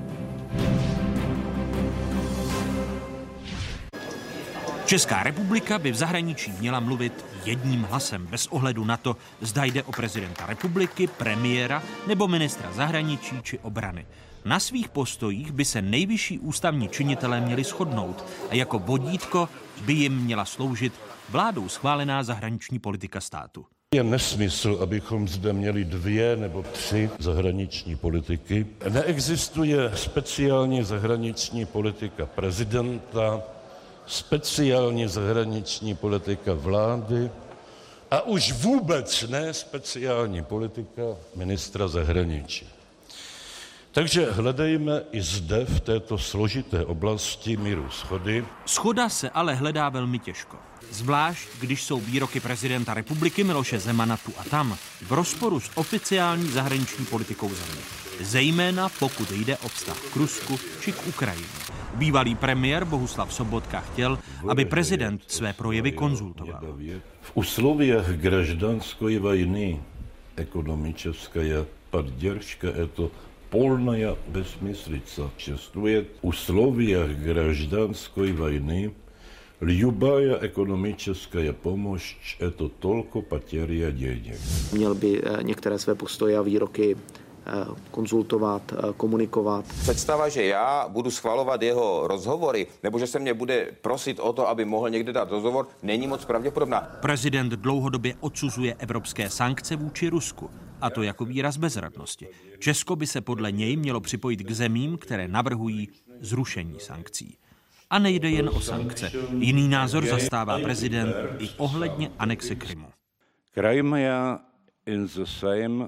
Česká republika by v zahraničí měla mluvit jedním hlasem, bez ohledu na to, zda jde o prezidenta republiky, premiéra nebo ministra zahraničí či obrany. Na svých postojích by se nejvyšší ústavní činitelé měli shodnout a jako vodítko by jim měla sloužit vládou schválená zahraniční politika státu. Je nesmysl, abychom zde měli 2 nebo 3 zahraniční politiky. Neexistuje speciální zahraniční politika prezidenta, speciální zahraniční politika vlády a už vůbec ne speciální politika ministra zahraničí. Takže hledejme i zde v této složité oblasti míru shody. Shoda se ale hledá velmi těžko. Zvlášť, když jsou výroky prezidenta republiky Miloše Zemana tu a tam v rozporu s oficiální zahraniční politikou země. Zejména pokud jde o vztah k Rusku či k Ukrajině. Bývalý premiér Bohuslav Sobotka chtěl, aby prezident své projevy konzultoval. V условиях гражданской войны экономическая поддержка – это полная бессмыслица. Существует в условиях гражданской войны любая экономическая помощь – это только потеря денег. Měl by některé své postoje a výroky konzultovat, komunikovat. Představa, že já budu schvalovat jeho rozhovory, nebo že se mě bude prosit o to, aby mohl někde dát rozhovor, není moc pravděpodobná. Prezident dlouhodobě odsuzuje evropské sankce vůči Rusku, a to jako výraz bezradnosti. Česko by se podle něj mělo připojit k zemím, které navrhují zrušení sankcí. A nejde jen o sankce. Jiný názor zastává prezident i ohledně anexe Krymu. Crimea in the same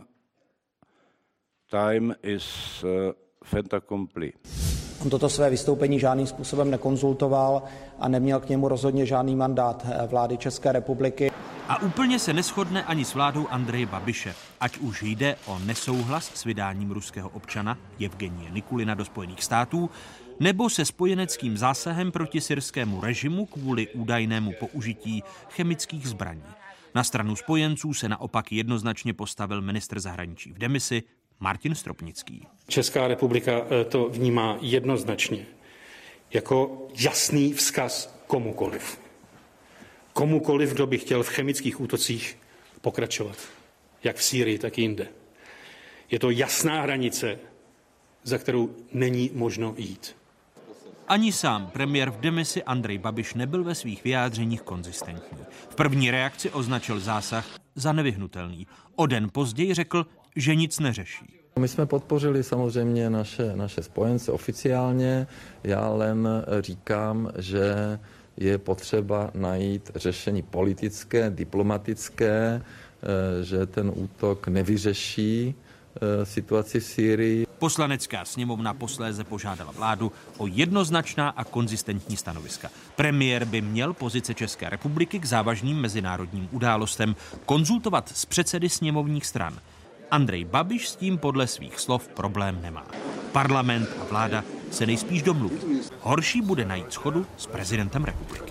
time is fait accompli. On toto své vystoupení žádným způsobem nekonzultoval a neměl k němu rozhodně žádný mandát vlády České republiky. A úplně se neshodne ani s vládou Andreje Babiše, ať už jde o nesouhlas s vydáním ruského občana Jevgenije Nikulina do Spojených států, nebo se spojeneckým zásahem proti syrskému režimu kvůli údajnému použití chemických zbraní. Na stranu spojenců se naopak jednoznačně postavil ministr zahraničí v demisi Martin Stropnický. Česká republika to vnímá jednoznačně jako jasný vzkaz komukoliv. Komukoliv, kdo by chtěl v chemických útocích pokračovat, jak v Sýrii, tak i jinde. Je to jasná hranice, za kterou není možno jít. Ani sám premiér v demisi Andrej Babiš nebyl ve svých vyjádřeních konzistentní. V první reakci označil zásah za nevyhnutelný. O den později řekl, že nic neřeší. My jsme podpořili samozřejmě naše spojence oficiálně, já len říkám, že je potřeba najít řešení politické, diplomatické, že ten útok nevyřeší situaci v Sýrii. Poslanecká sněmovna posléze požádala vládu o jednoznačná a konzistentní stanoviska. Premiér by měl pozice České republiky k závažným mezinárodním událostem konzultovat s předsedy sněmovních stran. Andrej Babiš s tím podle svých slov problém nemá. Parlament a vláda se nejspíš domluví. Horší bude najít shodu s prezidentem republiky.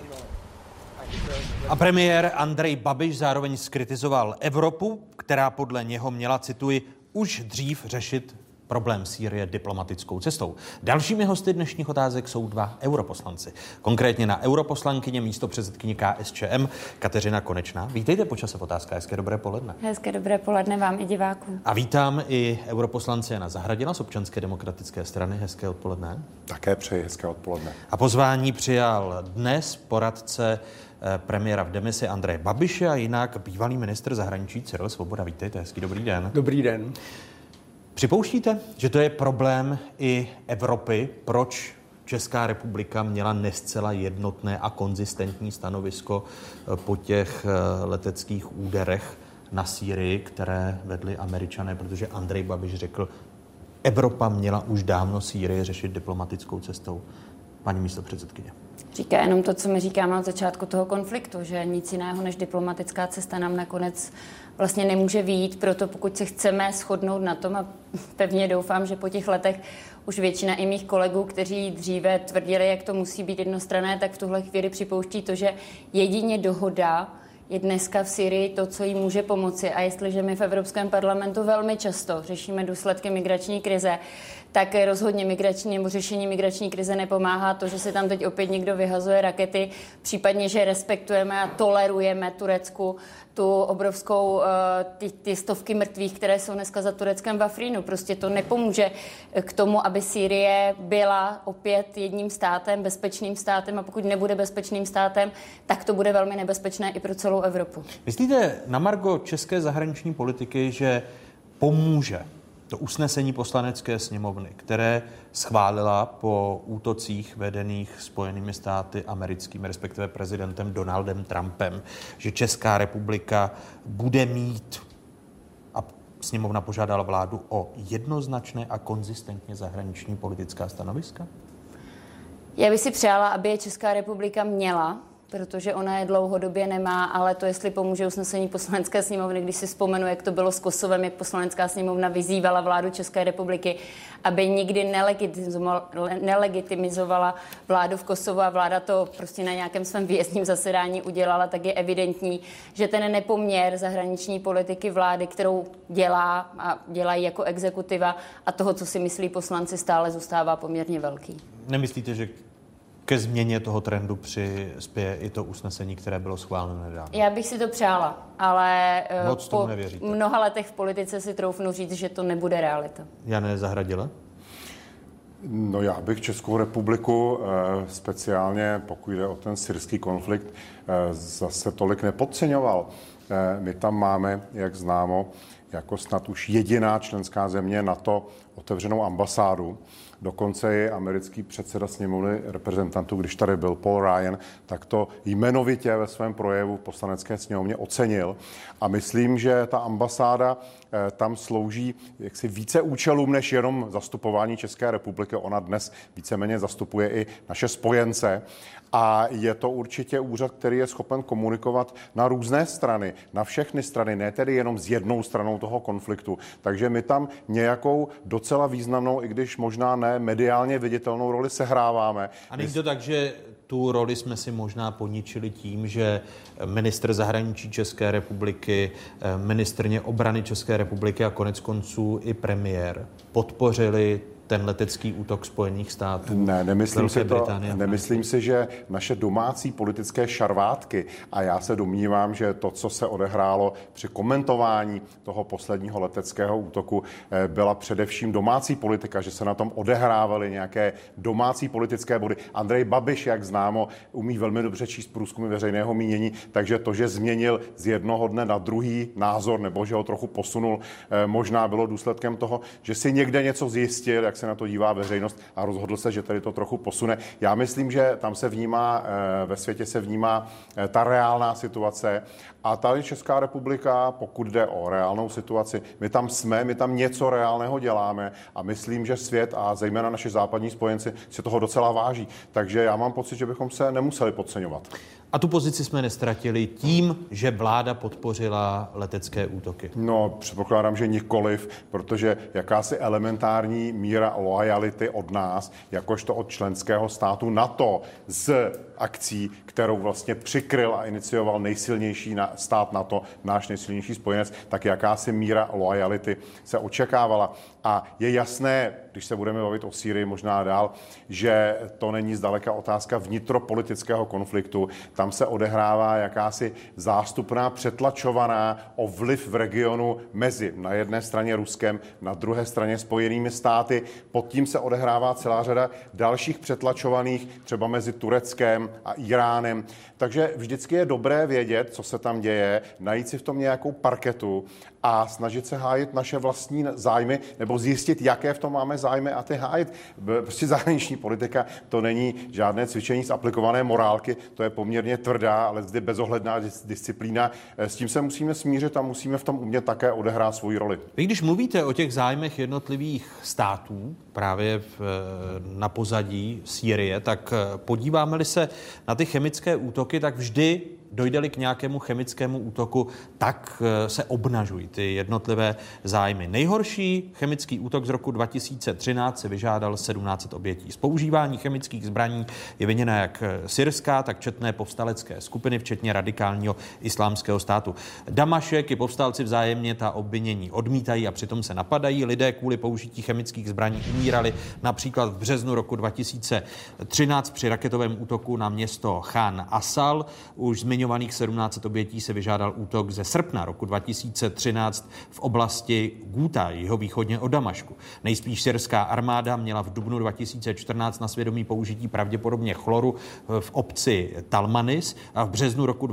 A premiér Andrej Babiš zároveň zkritizoval Evropu, která podle něho měla, cituji, už dřív řešit problém Sýrie diplomatickou cestou. Dalšími hosty dnešních otázek jsou dva europoslanci. Konkrétně na europoslankyně místopředsedkyně KSČM Kateřina Konečná. Vítejte po Čase v otázkách. Hezké dobré poledne. Hezké dobré poledne vám i divákům. A vítám i europoslance Jana Zahradila z Občanské demokratické strany. Hezké odpoledne. Také přeji hezké odpoledne. A pozvání přijal dnes poradce premiéra v demisi Andreje Babiše a jinak bývalý ministr zahraničí Cyril Svoboda. Vítejte, hezký dobrý den. Dobrý den. Připouštíte, že to je problém i Evropy, proč Česká republika měla nescela jednotné a konzistentní stanovisko po těch leteckých úderech na Sýrii, které vedli Američané, protože Andrej Babiš řekl, Evropa měla už dávno Sýrii řešit diplomatickou cestou. Paní místopředsedkyně. Říká jenom to, co my říkáme od začátku toho konfliktu, že nic jiného než diplomatická cesta nám nakonec vlastně nemůže vyjít, proto pokud se chceme shodnout na tom, a pevně doufám, že po těch letech už většina i mých kolegů, kteří dříve tvrdili, jak to musí být jednostranné, tak v tuhle chvíli připouští to, že jedině dohoda je dneska v Sýrii to, co jí může pomoci. A jestliže my v Evropském parlamentu velmi často řešíme důsledky migrační krize, tak rozhodně migrační nebo řešení migrační krize nepomáhá to, že se tam teď opět někdo vyhazuje rakety, případně, že respektujeme a tolerujeme Turecku tu obrovskou, ty stovky mrtvých, které jsou dneska za Tureckem v Afrínu. Prostě to nepomůže k tomu, aby Sýrie byla opět jedním státem, bezpečným státem, a pokud nebude bezpečným státem, tak to bude velmi nebezpečné i pro celou Evropu. Myslíte na margo české zahraniční politiky, že pomůže to usnesení poslanecké sněmovny, které schválila po útocích vedených Spojenými státy americkými, respektive prezidentem Donaldem Trumpem, že Česká republika bude mít, a sněmovna požádala vládu o jednoznačné a konzistentně zahraniční politická stanoviska? Já bych si přála, aby je Česká republika měla, protože ona je dlouhodobě nemá, ale to, jestli pomůže usnesení poslanecké sněmovny, když si vzpomenu, jak to bylo s Kosovem, jak poslanecká sněmovna vyzývala vládu České republiky, aby nikdy nelegitimizovala vládu v Kosovu a vláda to prostě na nějakém svém výjezdním zasedání udělala, tak je evidentní, že ten nepoměr zahraniční politiky vlády, kterou dělá a dělají jako exekutiva, a toho, co si myslí poslanci, stále zůstává poměrně velký. Nemyslíte, že ke změně toho trendu přispěje i to usnesení, které bylo schváleno nedávno? Já bych si to přála, ale po mnoha letech v politice si troufnu říct, že to nebude realita. Jane Zahradile? No, já bych Českou republiku, speciálně pokud jde o ten syrský konflikt, zase tolik nepodceňoval. My tam máme, jak známo, jako snad už jediná členská země NATO otevřenou ambasádu. Dokonce i americký předseda sněmovny reprezentantů, když tady byl Paul Ryan, tak to jmenovitě ve svém projevu v poslanecké sněmovně ocenil. A myslím, že ta ambasáda tam slouží jaksi více účelům, než jenom zastupování České republiky. Ona dnes víceméně zastupuje i naše spojence. A je to určitě úřad, který je schopen komunikovat na různé strany, na všechny strany, ne tedy jenom s jednou stranou toho konfliktu. Takže my tam nějakou docela významnou, i když možná ne mediálně viditelnou roli sehráváme. A není to tak, že tu roli jsme si možná poničili tím, že ministr zahraničí České republiky, ministryně obrany České republiky a konec konců i premiér podpořili ten letecký útok Spojených států? Ne, nemyslím si, že naše domácí politické šarvátky, a já se domnívám, že to, co se odehrálo při komentování toho posledního leteckého útoku, byla především domácí politika, že se na tom odehrávaly nějaké domácí politické body. Andrej Babiš, jak známo, umí velmi dobře číst průzkumy veřejného mínění, takže to, že změnil z jednoho dne na druhý názor, nebo že ho trochu posunul, možná bylo důsledkem toho, že si někde něco zjistil, jak jak se na to dívá veřejnost a rozhodl se, že tady to trochu posune. Já myslím, že tam se vnímá, ve světě se vnímá ta reálná situace a tady Česká republika, pokud jde o reálnou situaci, my tam jsme, my tam něco reálného děláme a myslím, že svět a zejména naši západní spojenci si toho docela váží. Takže já mám pocit, že bychom se nemuseli podceňovat. A tu pozici jsme nestratili tím, že vláda podpořila letecké útoky? No, předpokládám, že nikoliv, protože jakási elementární míra loajality od nás, jakožto od členského státu NATO z akcí, kterou vlastně přikryl a inicioval nejsilnější stát NATO, náš nejsilnější spojenec, tak jakási míra loajality se očekávala. A je jasné, když se budeme bavit o Sýrii možná dál, že to není zdaleka otázka vnitropolitického konfliktu. Tam se odehrává jakási zástupná, přetlačovaná o vliv v regionu mezi na jedné straně Ruskem, na druhé straně Spojenými státy. Pod tím se odehrává celá řada dalších přetlačovaných, třeba mezi Tureckem a Iránem. Takže vždycky je dobré vědět, co se tam děje, najít si v tom nějakou parketu a snažit se hájit naše vlastní zájmy nebo zjistit, jaké v tom máme zájmy a ty hájit. Prostě zahraniční politika to není žádné cvičení z aplikované morálky, to je poměrně tvrdá, ale zde bezohledná disciplína. S tím se musíme smířit a musíme v tom umět také odehrát svoji roli. Vy když mluvíte o těch zájmech jednotlivých států, právě na pozadí Sýrie, tak podíváme-li se na ty chemické útoky, tak vždy dojde-li k nějakému chemickému útoku, tak se obnažují ty jednotlivé zájmy. Nejhorší chemický útok z roku 2013 si vyžádal 1700 obětí. Z používání chemických zbraní je viněna jak syrská, tak četné povstalecké skupiny, včetně radikálního islámského státu. Damašek i povstalci vzájemně ta obvinění odmítají a přitom se napadají. Lidé kvůli použití chemických zbraní umírali například v březnu roku 2013 při raketovém útoku na město Khan Asal. Už zmiňovaných 1700 obětí se vyžádal útok ze srpna roku 2013 v oblasti Guta, jihovýchodně od Damašku. Nejspíš syrská armáda měla v dubnu 2014 na svědomí použití pravděpodobně chloru v obci Talmanis a v březnu roku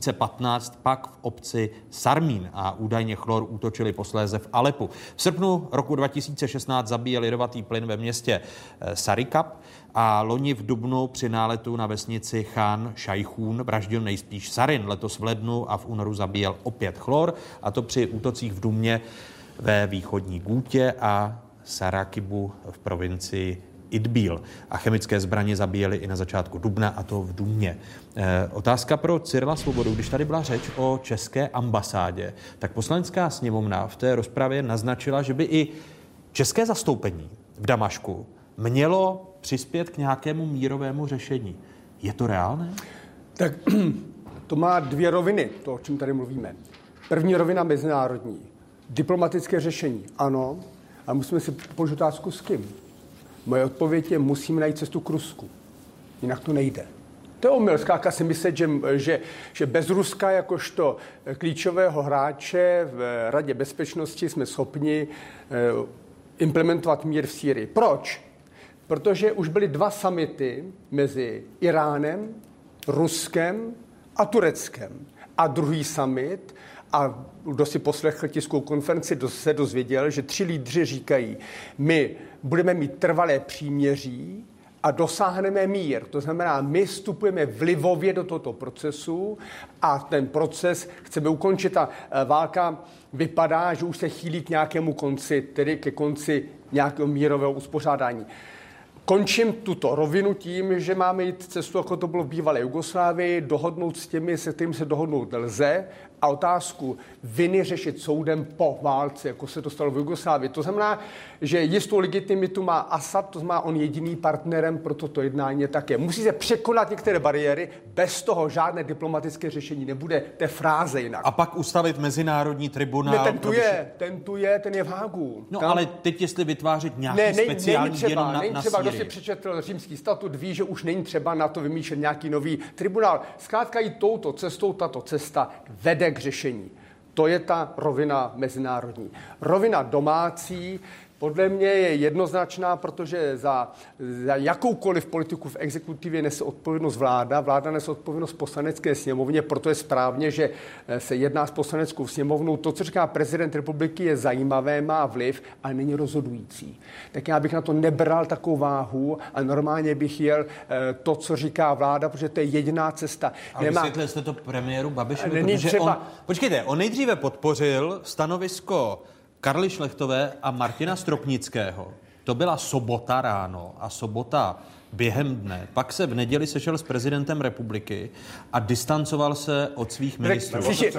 2015 pak v obci Sarmín a údajně chlor útočili posléze v Alepu. V srpnu roku 2016 zabíjeli jedovatý plyn ve městě Sarikab a loni v dubnu při náletu na vesnici Khan Šajchún vraždil nejspíš sarin. Letos v lednu a v únoru zabíjel opět chlor, a to při útocích v Dumě ve východní Gútě a Sarakibu v provincii Idbíl. A chemické zbraně zabíjeli i na začátku dubna, a to v Dumě. Otázka pro Cyrila Svobodu. Když tady byla řeč o české ambasádě, tak Poslanecká sněmovna v té rozpravě naznačila, že by i české zastoupení v Damašku mělo přispět k nějakému mírovému řešení. Je to reálné? Tak to má dvě roviny, to, o čem tady mluvíme. První rovina mezinárodní. Diplomatické řešení, ano, ale musíme si položit otázku s kým. Moje odpověď je, musíme najít cestu k Rusku. Jinak to nejde. To je omyl. Zkrátka si myslet, že bez Ruska jakožto klíčového hráče v Radě bezpečnosti jsme schopni implementovat mír v Sýrii. Proč? Protože už byly 2 summity mezi Iránem, Ruskem a Tureckem. A druhý summit, a kdo si poslechl tiskovou konferenci, se dozvěděl, že 3 lídři říkají, my budeme mít trvalé příměří a dosáhneme mír. To znamená, my vstupujeme vlivově do tohoto procesu a ten proces chceme ukončit. Ta válka vypadá, že už se chýlí k nějakému konci, tedy ke konci nějakého mírového uspořádání. Končím tuto rovinu tím, že máme jít cestu, jako to bylo v bývalé Jugoslávii, dohodnout s těmi, se kterým se dohodnout lze, a otázku viny řešit soudem po válce, jako se to stalo v Jugoslávii. To znamená, že jistou legitimitu má Asad, to znamená, on jediným partnerem pro toto jednání také. Musí se překonat některé bariéry, bez toho žádné diplomatické řešení nebude, té fráze jinak. A pak ustavit mezinárodní tribunál. Ne, ten je v Hágu. No tam... ale teď jestli vytvářet nějaký speciální jenom na třeba, Sýrii. Kdo si přečetl římský statut, ví, že už není třeba na to vymýšlet nějaký nový tribunál. Zkrátka i touto cestou, tato cesta vede k řešení. To je ta rovina mezinárodní. Rovina domácí, Podle mě je jednoznačná, protože za jakoukoliv politiku v exekutivě nese odpovědnost vláda. Vláda nese odpovědnost Poslanecké sněmovně, proto je správně, že se jedná s Poslaneckou sněmovnou. To, co říká prezident republiky, je zajímavé, má vliv, ale není rozhodující. Tak já bych na to nebral takovou váhu a normálně bych jel to, co říká vláda, protože to je jediná cesta. Ale vysvětlili jste to premiéru Babišovi, protože třeba... on nejdříve podpořil stanovisko Karly Šlechtové a Martina Stropnického. To byla sobota ráno a sobota během dne. Pak se v neděli sešel s prezidentem republiky a distancoval se od svých ministrů.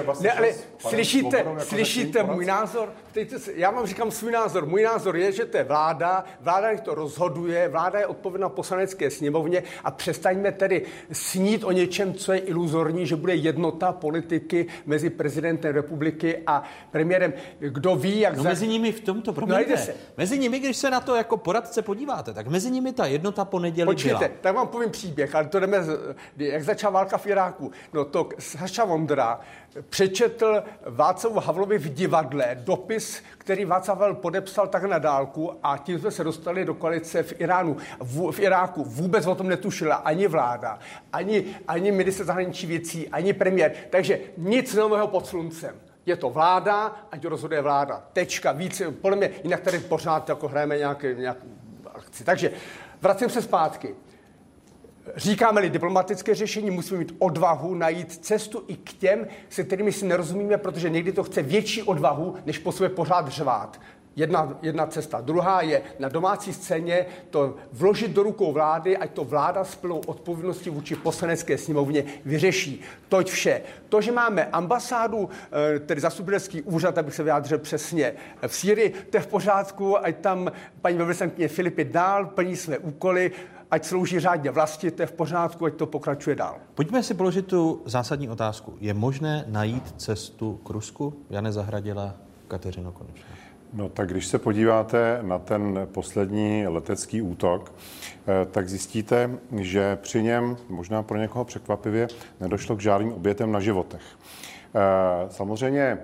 Slyšíte můj názor? Já vám říkám svůj názor. Můj názor je, že to je vláda to rozhoduje, vláda je odpovědná Poslanecké sněmovně a přestaňme tedy snít o něčem, co je iluzorní, že bude jednota politiky mezi prezidentem republiky a premiérem. Kdo ví, jak... Mezi nimi v tomto, mezi nimi, když se na to jako poradce podíváte, tak mezi nimi ta jednota po neděli Počkejte, tak vám povím příběh, ale to jdeme, jak začala válka v Iráku. No to Saša Vondra přečetl Václavu Havlovi v divadle dopis, který Václav Havel podepsal tak na dálku a tím jsme se dostali do koalice v Iráku. Vůbec o tom netušila ani vláda, ani ministr zahraničních věcí, ani premiér. Takže nic nového pod sluncem. Je to vláda, ať to rozhoduje vláda. Tečka, víc, podle mě, jinak tady pořád jako hrajeme nějakou akci. Takže vracím se zpátky. Říkáme-li diplomatické řešení, musíme mít odvahu najít cestu i k těm, se kterými si nerozumíme, protože někdy to chce větší odvahu, než po sobě pořád řvát. Jedna cesta. Druhá je na domácí scéně to vložit do rukou vlády, ať to vláda s plnou odpovědností vůči Poslanecké sněmovně vyřeší. Toť vše. To, že máme ambasádu, tedy zastupitelský úřad, abych se vyjádřil přesně, v Sýrii, to je v pořádku, ať tam paní velvyslankyně Filipy dál plní své úkoly, ať slouží řádně vlasti, to je v pořádku, ať to pokračuje dál. Pojďme si položit tu zásadní otázku. Je možné najít cestu k Rusku? Jane Zahradila, Kateřino Konečná. No tak když se podíváte na ten poslední letecký útok, tak zjistíte, že při něm, možná pro někoho překvapivě, nedošlo k žádným obětem na životech. Samozřejmě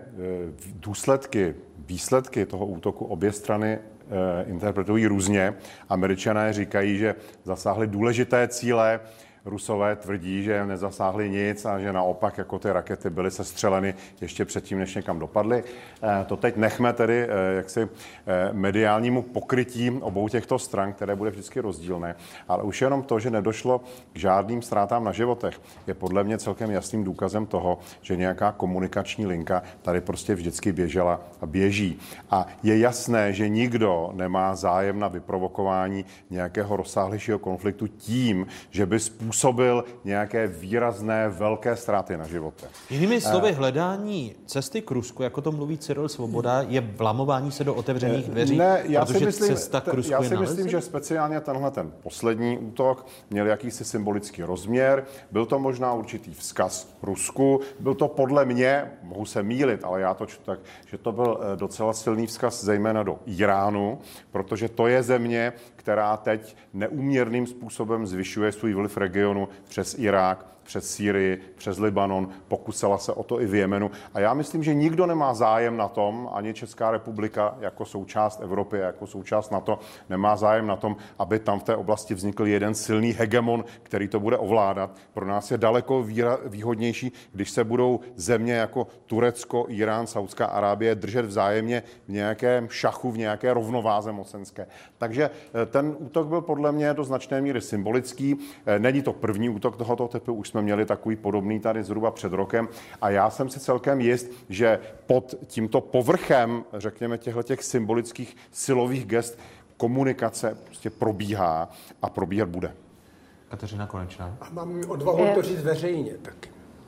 výsledky toho útoku obě strany interpretují různě. Američané říkají, že zasáhli důležité cíle, Rusové tvrdí, že nezasáhli nic a že naopak jako ty rakety byly sestřeleny ještě předtím, než někam dopadly. To teď nechme tedy jaksi mediálnímu pokrytí obou těchto stran, které bude vždycky rozdílné. Ale už jenom to, že nedošlo k žádným ztrátám na životech, je podle mě celkem jasným důkazem toho, že nějaká komunikační linka tady prostě vždycky běžela a běží. A je jasné, že nikdo nemá zájem na vyprovokování nějakého rozsáhlejšího konfliktu tím, že by způsobil nějaké výrazné velké ztráty na životech. Jinými slovy, hledání cesty k Rusku, jako to mluví Cyril Svoboda, je vlamování se do otevřených dveří, protože cesta k Rusku je nalezení? Myslím, že speciálně tenhle ten poslední útok měl jakýsi symbolický rozměr. Byl to možná určitý vzkaz Rusku. Byl to podle mě, mohu se mýlit, ale já to čtu tak, že to byl docela silný vzkaz zejména do Iránu, protože to je země, která teď neúměrným způsobem zvyšuje svůj vliv regionu přes Irák, přes Sýrii, přes Libanon, pokusila se o to i v Jemenu. A já myslím, že nikdo nemá zájem na tom, ani Česká republika jako součást Evropy, jako součást NATO, nemá zájem na tom, aby tam v té oblasti vznikl jeden silný hegemon, který to bude ovládat. Pro nás je daleko výhodnější, když se budou země jako Turecko, Irán, Saudská Arábie držet vzájemně v nějakém šachu, v nějaké rovnováze mocenské. Takže ten útok byl podle mě do značné míry symbolický. Není to první útok tohoto typu, už jsme měli takový podobný tady zhruba před rokem a já jsem si celkem jist, že pod tímto povrchem, řekněme, těch symbolických silových gest komunikace prostě probíhá a probíhat bude. Kateřina Konečná. A mám odvahu to říct veřejně taky.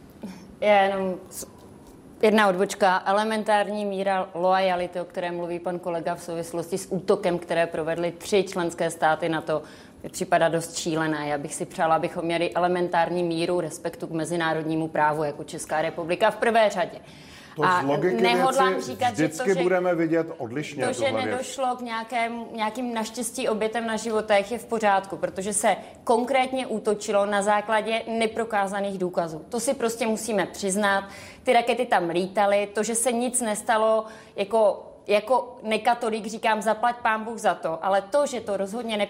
Jenom jedna odbočka, elementární míra loajality, o které mluví pan kolega v souvislosti s útokem, které provedly 3 členské státy NATO, mi připadá dost šílené. Já bych si přála, abychom měli elementární míru respektu k mezinárodnímu právu jako Česká republika v prvé řadě. To z logiky nehodlám věci říkat, vždycky že to, budeme vidět odlišně. To, že nedošlo k nějakým naštěstí obětem na životech, je v pořádku, protože se konkrétně útočilo na základě neprokázaných důkazů. To si prostě musíme přiznat. Ty rakety tam lítaly, to, že se nic nestalo jako jako nekatolik říkám zaplať pán Bůh za to, ale to, že to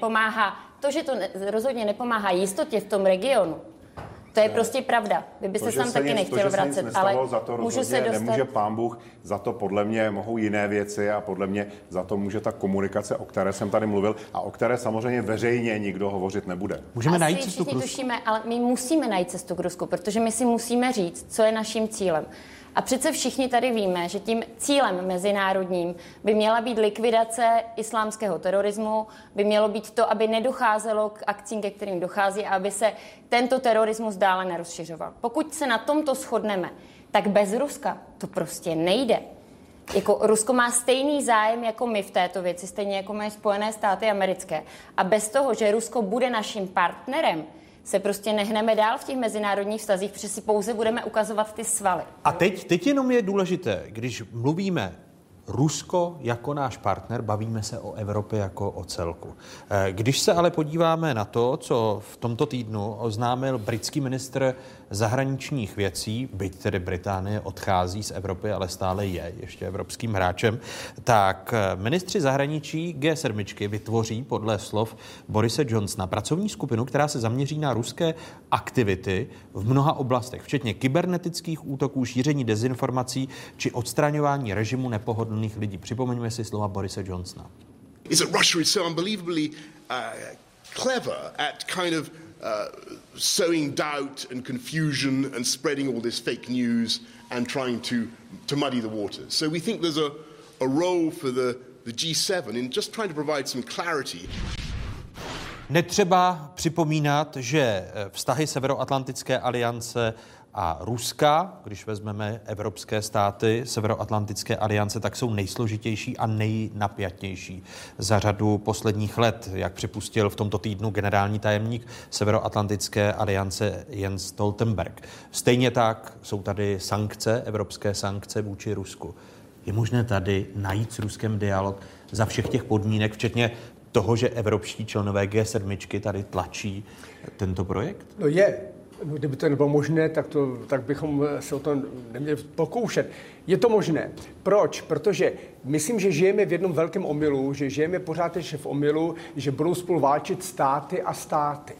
rozhodně nepomáhá jistotě v tom regionu, to je prostě pravda. Vy byste se tam taky nechtěl vracet, ale můžu se dostat... Nemůže pán Bůh, za to podle mě mohou jiné věci a podle mě za to může ta komunikace, o které jsem tady mluvil a o které samozřejmě veřejně nikdo hovořit nebude. Můžeme najít cestu k Rusku? Tušíme, ale my musíme najít cestu k Rusku, protože my si musíme říct, co je naším cílem. A přece všichni tady víme, že tím cílem mezinárodním by měla být likvidace islámského terorismu, by mělo být to, aby nedocházelo k akcím, ke kterým dochází a aby se tento terorismus dále nerozšiřoval. Pokud se na tomto shodneme, tak bez Ruska to prostě nejde. Jako Rusko má stejný zájem jako my v této věci, stejně jako mají Spojené státy americké. A bez toho, že Rusko bude naším partnerem, se prostě nehneme dál v těch mezinárodních vztazích, protože si pouze budeme ukazovat ty svaly. A teď jenom je důležité, když mluvíme Rusko jako náš partner, bavíme se o Evropě jako o celku. Když se ale podíváme na to, co v tomto týdnu oznámil britský ministr zahraničních věcí, byť tedy Británie odchází z Evropy, ale stále je ještě evropským hráčem, tak ministři zahraničí G7 vytvoří podle slov Borise Johnsona pracovní skupinu, která se zaměří na ruské aktivity v mnoha oblastech, včetně kybernetických útoků, šíření dezinformací či odstraňování režimu nepohodlných lidí. Připomeňme si slova Borise Johnsona. Is that Russia is so unbelievably clever at kind of sowing doubt and confusion and spreading all this fake news and trying to muddy the waters. So we think there's a role for the G7 in just trying to provide some clarity. Netřeba připomínat, že vztahy Severoatlantické aliance a Ruska, když vezmeme evropské státy Severoatlantické aliance, tak jsou nejsložitější a nejnapjatější za řadu posledních let, jak připustil v tomto týdnu generální tajemník Severoatlantické aliance Jens Stoltenberg. Stejně tak jsou tady sankce, evropské sankce vůči Rusku. Je možné tady najít s Ruskem dialog za všech těch podmínek, včetně toho, že evropští členové G7 tady tlačí tento projekt? No je. No, kdyby to nebylo možné, tak bychom se o to neměli pokoušet. Je to možné. Proč? Protože myslím, že žijeme v jednom velkém omylu, že žijeme pořád ještě v omylu, že budou spolu válčit státy a státy.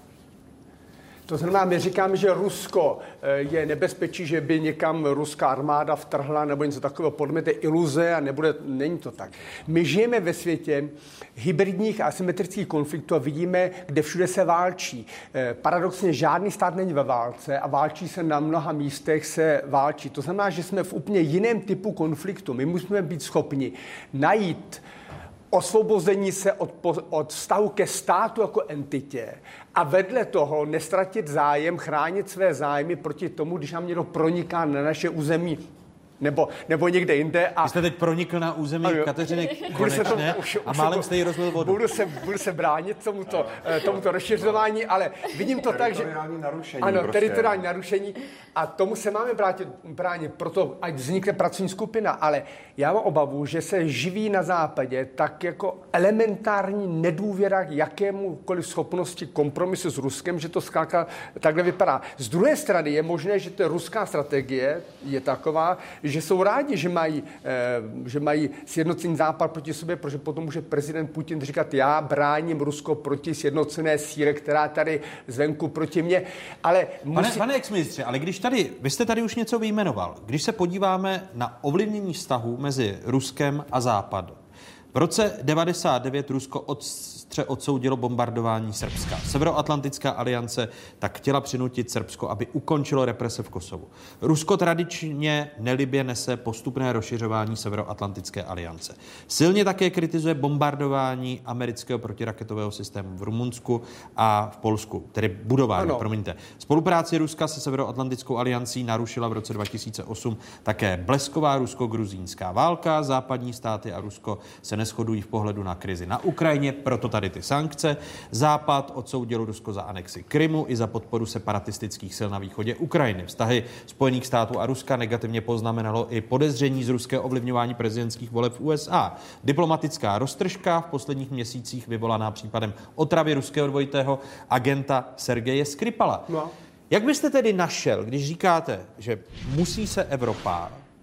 To znamená, my říkáme, že Rusko je nebezpečí, že by někam ruská armáda vtrhla nebo něco takového. Podle mě to je iluze a není to tak. My žijeme ve světě hybridních a asymetrických konfliktů a vidíme, kde všude se válčí. Paradoxně žádný stát není ve válce a válčí se na mnoha místech se válčí. To znamená, že jsme v úplně jiném typu konfliktu. My musíme být schopni najít osvobození se od vztahu ke státu jako entitě a vedle toho nestratit zájem, chránit své zájmy proti tomu, když nám někdo proniká na naše území nebo někde jinde. Vy jste teď pronikl na území Kateřiny Konečné a málem jste jí rozlil vodu. Budu se bránit tomuto rozšiřování, ale vidím to tak, že... Teritoriální narušení a tomu se máme bránit, proto ať vznikne pracovní skupina, ale já mám obavu, že se živí na západě tak jako elementární nedůvěra k jakémukoliv schopnosti kompromisu s Ruskem, že to zkrátka takhle vypadá. Z druhé strany je možné, že ta ruská strategie je taková, že jsou rádi, že mají sjednocený západ proti sobě, protože potom může prezident Putin říkat, já bráním Rusko proti sjednocené síle, která tady zvenku proti mně. Ale Pane exministře, ale vy jste tady už něco vyjmenoval. Když se podíváme na ovlivnění vztahu mezi Ruskem a Západem. V roce 1999 Rusko ostře odsoudilo bombardování Srbska. Severoatlantická aliance tak chtěla přinutit Srbsko, aby ukončilo represe v Kosovu. Rusko tradičně nelibě nese postupné rozšiřování Severoatlantické aliance. Silně také kritizuje bombardování amerického protiraketového systému v Rumunsku a v Polsku, tedy budování, promiňte. Spolupráci Ruska se Severoatlantickou aliancí narušila v roce 2008 také blesková rusko-gruzínská válka. Západní státy a Rusko se neshodují v pohledu na krizi na Ukrajině, proto tady ty sankce. Západ odsoudil Rusko za anexi Krymu i za podporu separatistických sil na východě Ukrajiny. Vztahy Spojených států a Ruska negativně poznamenalo i podezření z ruského ovlivňování prezidentských voleb v USA. Diplomatická roztržka v posledních měsících vyvolaná případem otravy ruského dvojitého agenta Sergeje Skripala. Jak byste tedy našel, když říkáte, že musí se Evropa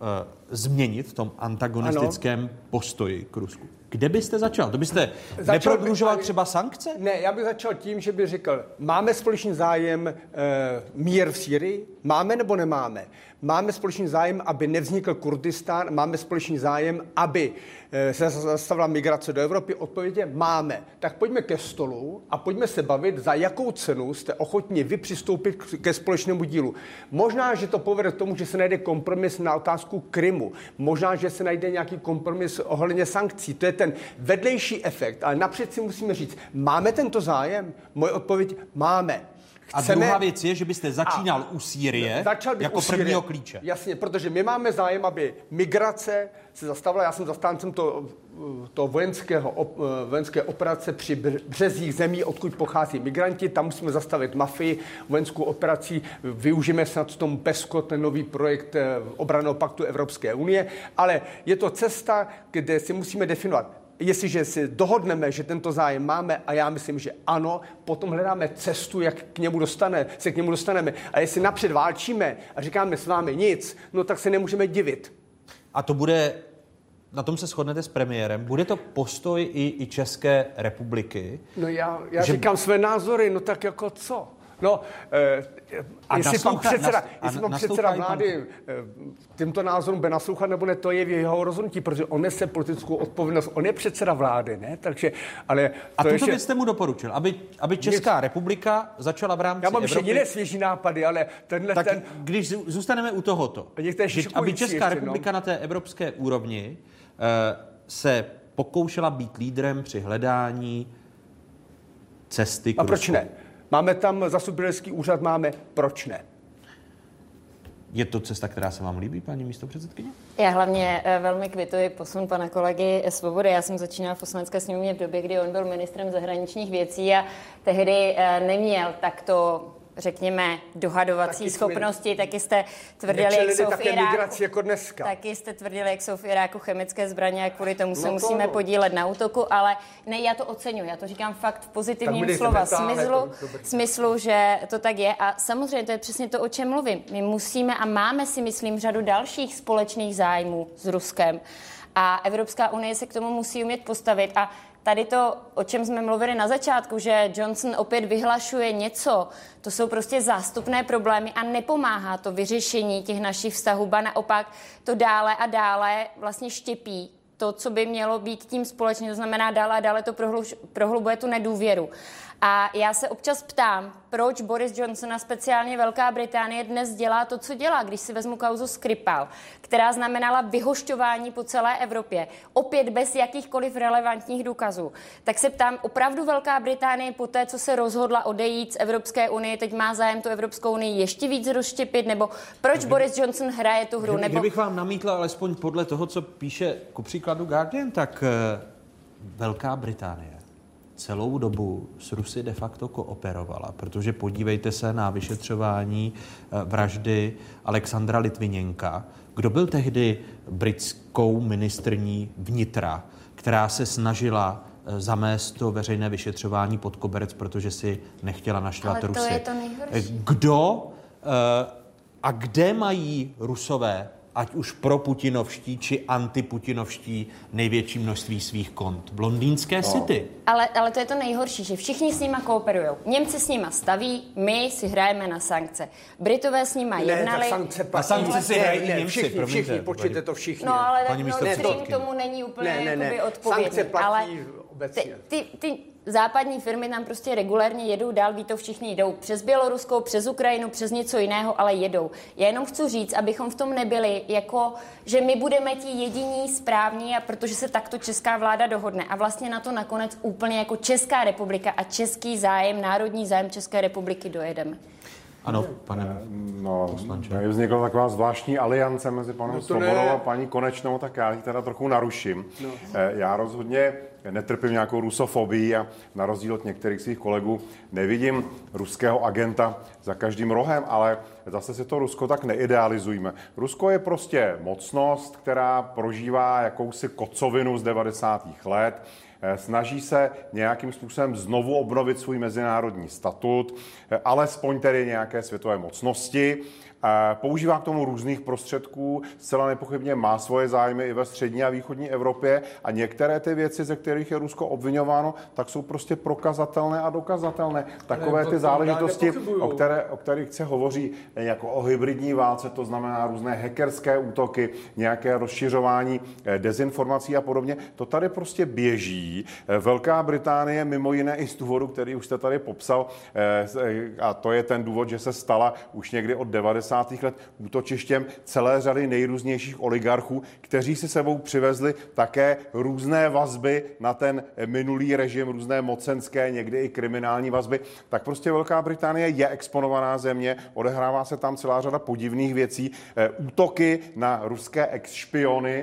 změnit v tom antagonistickém postoji k Rusku. Kde byste začal? To byste neprodlužoval třeba sankce? Ne, já bych začal tím, že bych řekl, máme společný zájem mír v Sýrii? Máme nebo nemáme? Máme společný zájem, aby nevznikl Kurdistán? Máme společný zájem, aby se zastavila migrace do Evropy? Odpovědě máme. Tak pojďme ke stolu a pojďme se bavit, za jakou cenu jste ochotni vy přistoupit ke společnému dílu. Možná, že to povede k tomu, že se najde kompromis na otázku Krymu. Možná, že se najde nějaký kompromis ohledně sankcí. To je ten vedlejší efekt. Ale napřed si musíme říct, máme tento zájem? Moje odpověď, máme. A druhá věc je, že byste začínal u Sýrie jako prvního klíče. Jasně, protože my máme zájem, aby migrace se zastavila. Já jsem zastáncem to vojenské operace při březích zemí, odkud pochází migranti. Tam musíme zastavit mafii, vojenskou operací. Využijeme snad tomu PESCO, ten nový projekt obranného paktu Evropské unie. Ale je to cesta, kde si musíme definovat. Jestliže si dohodneme, že tento zájem máme, a já myslím, že ano, potom hledáme cestu, jak se k němu dostaneme. A jestli napřed válčíme a říkáme s vámi nic, no tak se nemůžeme divit. A to bude, na tom se shodnete s premiérem, bude to postoj i České republiky? No já říkám své názory, no tak jako co? No, jestli pan předseda vlády tímto názorům bude naslouchat nebo ne, to je v jeho rozhodnutí, protože on nese politickou odpovědnost, on je předseda vlády, ne? Takže, ale a tuto věc jste mu doporučil, aby Česká republika začala v rámci Evropy... Já mám jiné svěží nápady, ale když zůstaneme u tohoto, aby Česká republika na té evropské úrovni se pokoušela být lídrem při hledání cesty k Rusku. A proč ne? Máme tam zastupitelský úřad, proč ne? Je to cesta, která se vám líbí, paní místopředsedkyně? Já hlavně velmi kvituji posun pana kolegy Svobody. Já jsem začínala v Poslanecké sněmovně v době, kdy on byl ministrem zahraničních věcí a tehdy neměl takto, řekněme, dohadovací schopnosti, taky jste tvrdili, jak jsou v Iráku. Jako dneska. Taky jste tvrdili, jak jsou v Iráku chemické zbraně a kvůli tomu se musíme podílet na útoku, ale ne, já to oceňuji, já to říkám fakt v pozitivním slova smyslu, že to tak je a samozřejmě to je přesně to, o čem mluvím. My musíme a máme si, myslím, řadu dalších společných zájmů s Ruskem a Evropská unie se k tomu musí umět postavit a tady to, o čem jsme mluvili na začátku, že Johnson opět vyhlašuje něco, to jsou prostě zástupné problémy a nepomáhá to vyřešení těch našich vztahů, ba naopak to dále a dále vlastně štěpí to, co by mělo být tím společně, to znamená dále a dále to prohlubuje tu nedůvěru. A já se občas ptám, proč Boris Johnson a speciálně Velká Británie dnes dělá to, co dělá, když si vezmu kauzu Skripal, která znamenala vyhošťování po celé Evropě, opět bez jakýchkoliv relevantních důkazů. Tak se ptám, opravdu Velká Británie po té, co se rozhodla odejít z Evropské unie, teď má zájem tu Evropskou unii ještě víc rozštěpit, nebo proč Boris Johnson hraje tu hru? Kdybych vám namítla alespoň podle toho, co píše ku příkladu Guardian, tak Velká Británie celou dobu s Rusy de facto kooperovala, protože podívejte se na vyšetřování vraždy Alexandra Litviněnka. Kdo byl tehdy britskou ministryní vnitra, která se snažila zamést to veřejné vyšetřování pod koberec, protože si nechtěla naštvat Rusy. Ale to je to nejhorší. Kdo a kde mají Rusové, ať už proputinovští či antiputinovští, největší množství svých kont? V londýnské City. Ale to je to nejhorší, že všichni s nima kooperujou. Němci s nima staví, my si hrajeme na sankce. Britové s nima jednali. Na sankce si hrají i Němci, všichni, počujte to všichni. No ale tak Nord tomu není úplně odpovědný. Sankce platí obecně. Ty západní firmy tam prostě regulérně jedou dál, ví to všichni, jdou přes Bělorusko, přes Ukrajinu, přes něco jiného, ale jedou. Já jenom chci říct, abychom v tom nebyli, jako, že my budeme ti jediní správní, a protože se takto česká vláda dohodne. A vlastně na to nakonec úplně jako Česká republika a český zájem, národní zájem České republiky dojedeme. Ano, pane poslanče. Tady vznikla taková zvláštní aliance mezi panem Svobodou a paní Konečnou, tak já ji teda trochu naruším. Já rozhodně netrpím nějakou rusofobii a na rozdíl od některých svých kolegů nevidím ruského agenta za každým rohem, ale zase si to Rusko tak neidealizujme. Rusko je prostě mocnost, která prožívá jakousi kocovinu z 90. let, snaží se nějakým způsobem znovu obnovit svůj mezinárodní statut, alespoň tedy nějaké světové mocnosti Používá k tomu různých prostředků, zcela nepochybně má svoje zájmy i ve střední a východní Evropě a některé ty věci, ze kterých je Rusko obvinováno, tak jsou prostě prokazatelné a dokazatelné. Takové ty záležitosti, o kterých se hovoří jako o hybridní válce, to znamená různé hackerské útoky, nějaké rozšiřování dezinformací a podobně, to tady prostě běží. Velká Británie mimo jiné i z důvodu, který už jste tady popsal, a to je ten důvod, že se stala už někdy od 90. let útočištěm celé řady nejrůznějších oligarchů, kteří si sebou přivezli také různé vazby na ten minulý režim, různé mocenské, někdy i kriminální vazby. Tak prostě Velká Británie je exponovaná země, odehrává se tam celá řada podivných věcí. Útoky na ruské ex-špiony,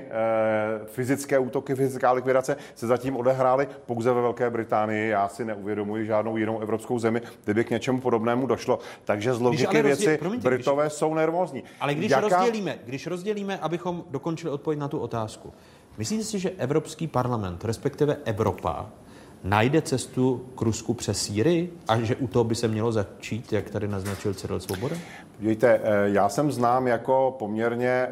fyzické útoky, fyzická likvidace se zatím odehrály pouze ve Velké Británii. Já si neuvědomuji žádnou jinou evropskou zemi, kdyby k něčemu podobnému došlo. Takže z logiky věci Britové jsou nervózní. Ale když rozdělíme, abychom dokončili odpověď na tu otázku, myslíte si, že Evropský parlament, respektive Evropa, najde cestu k Rusku přes Sýrii a že u toho by se mělo začít, jak tady naznačil Cyril Svoboda? Víte, já jsem znám jako poměrně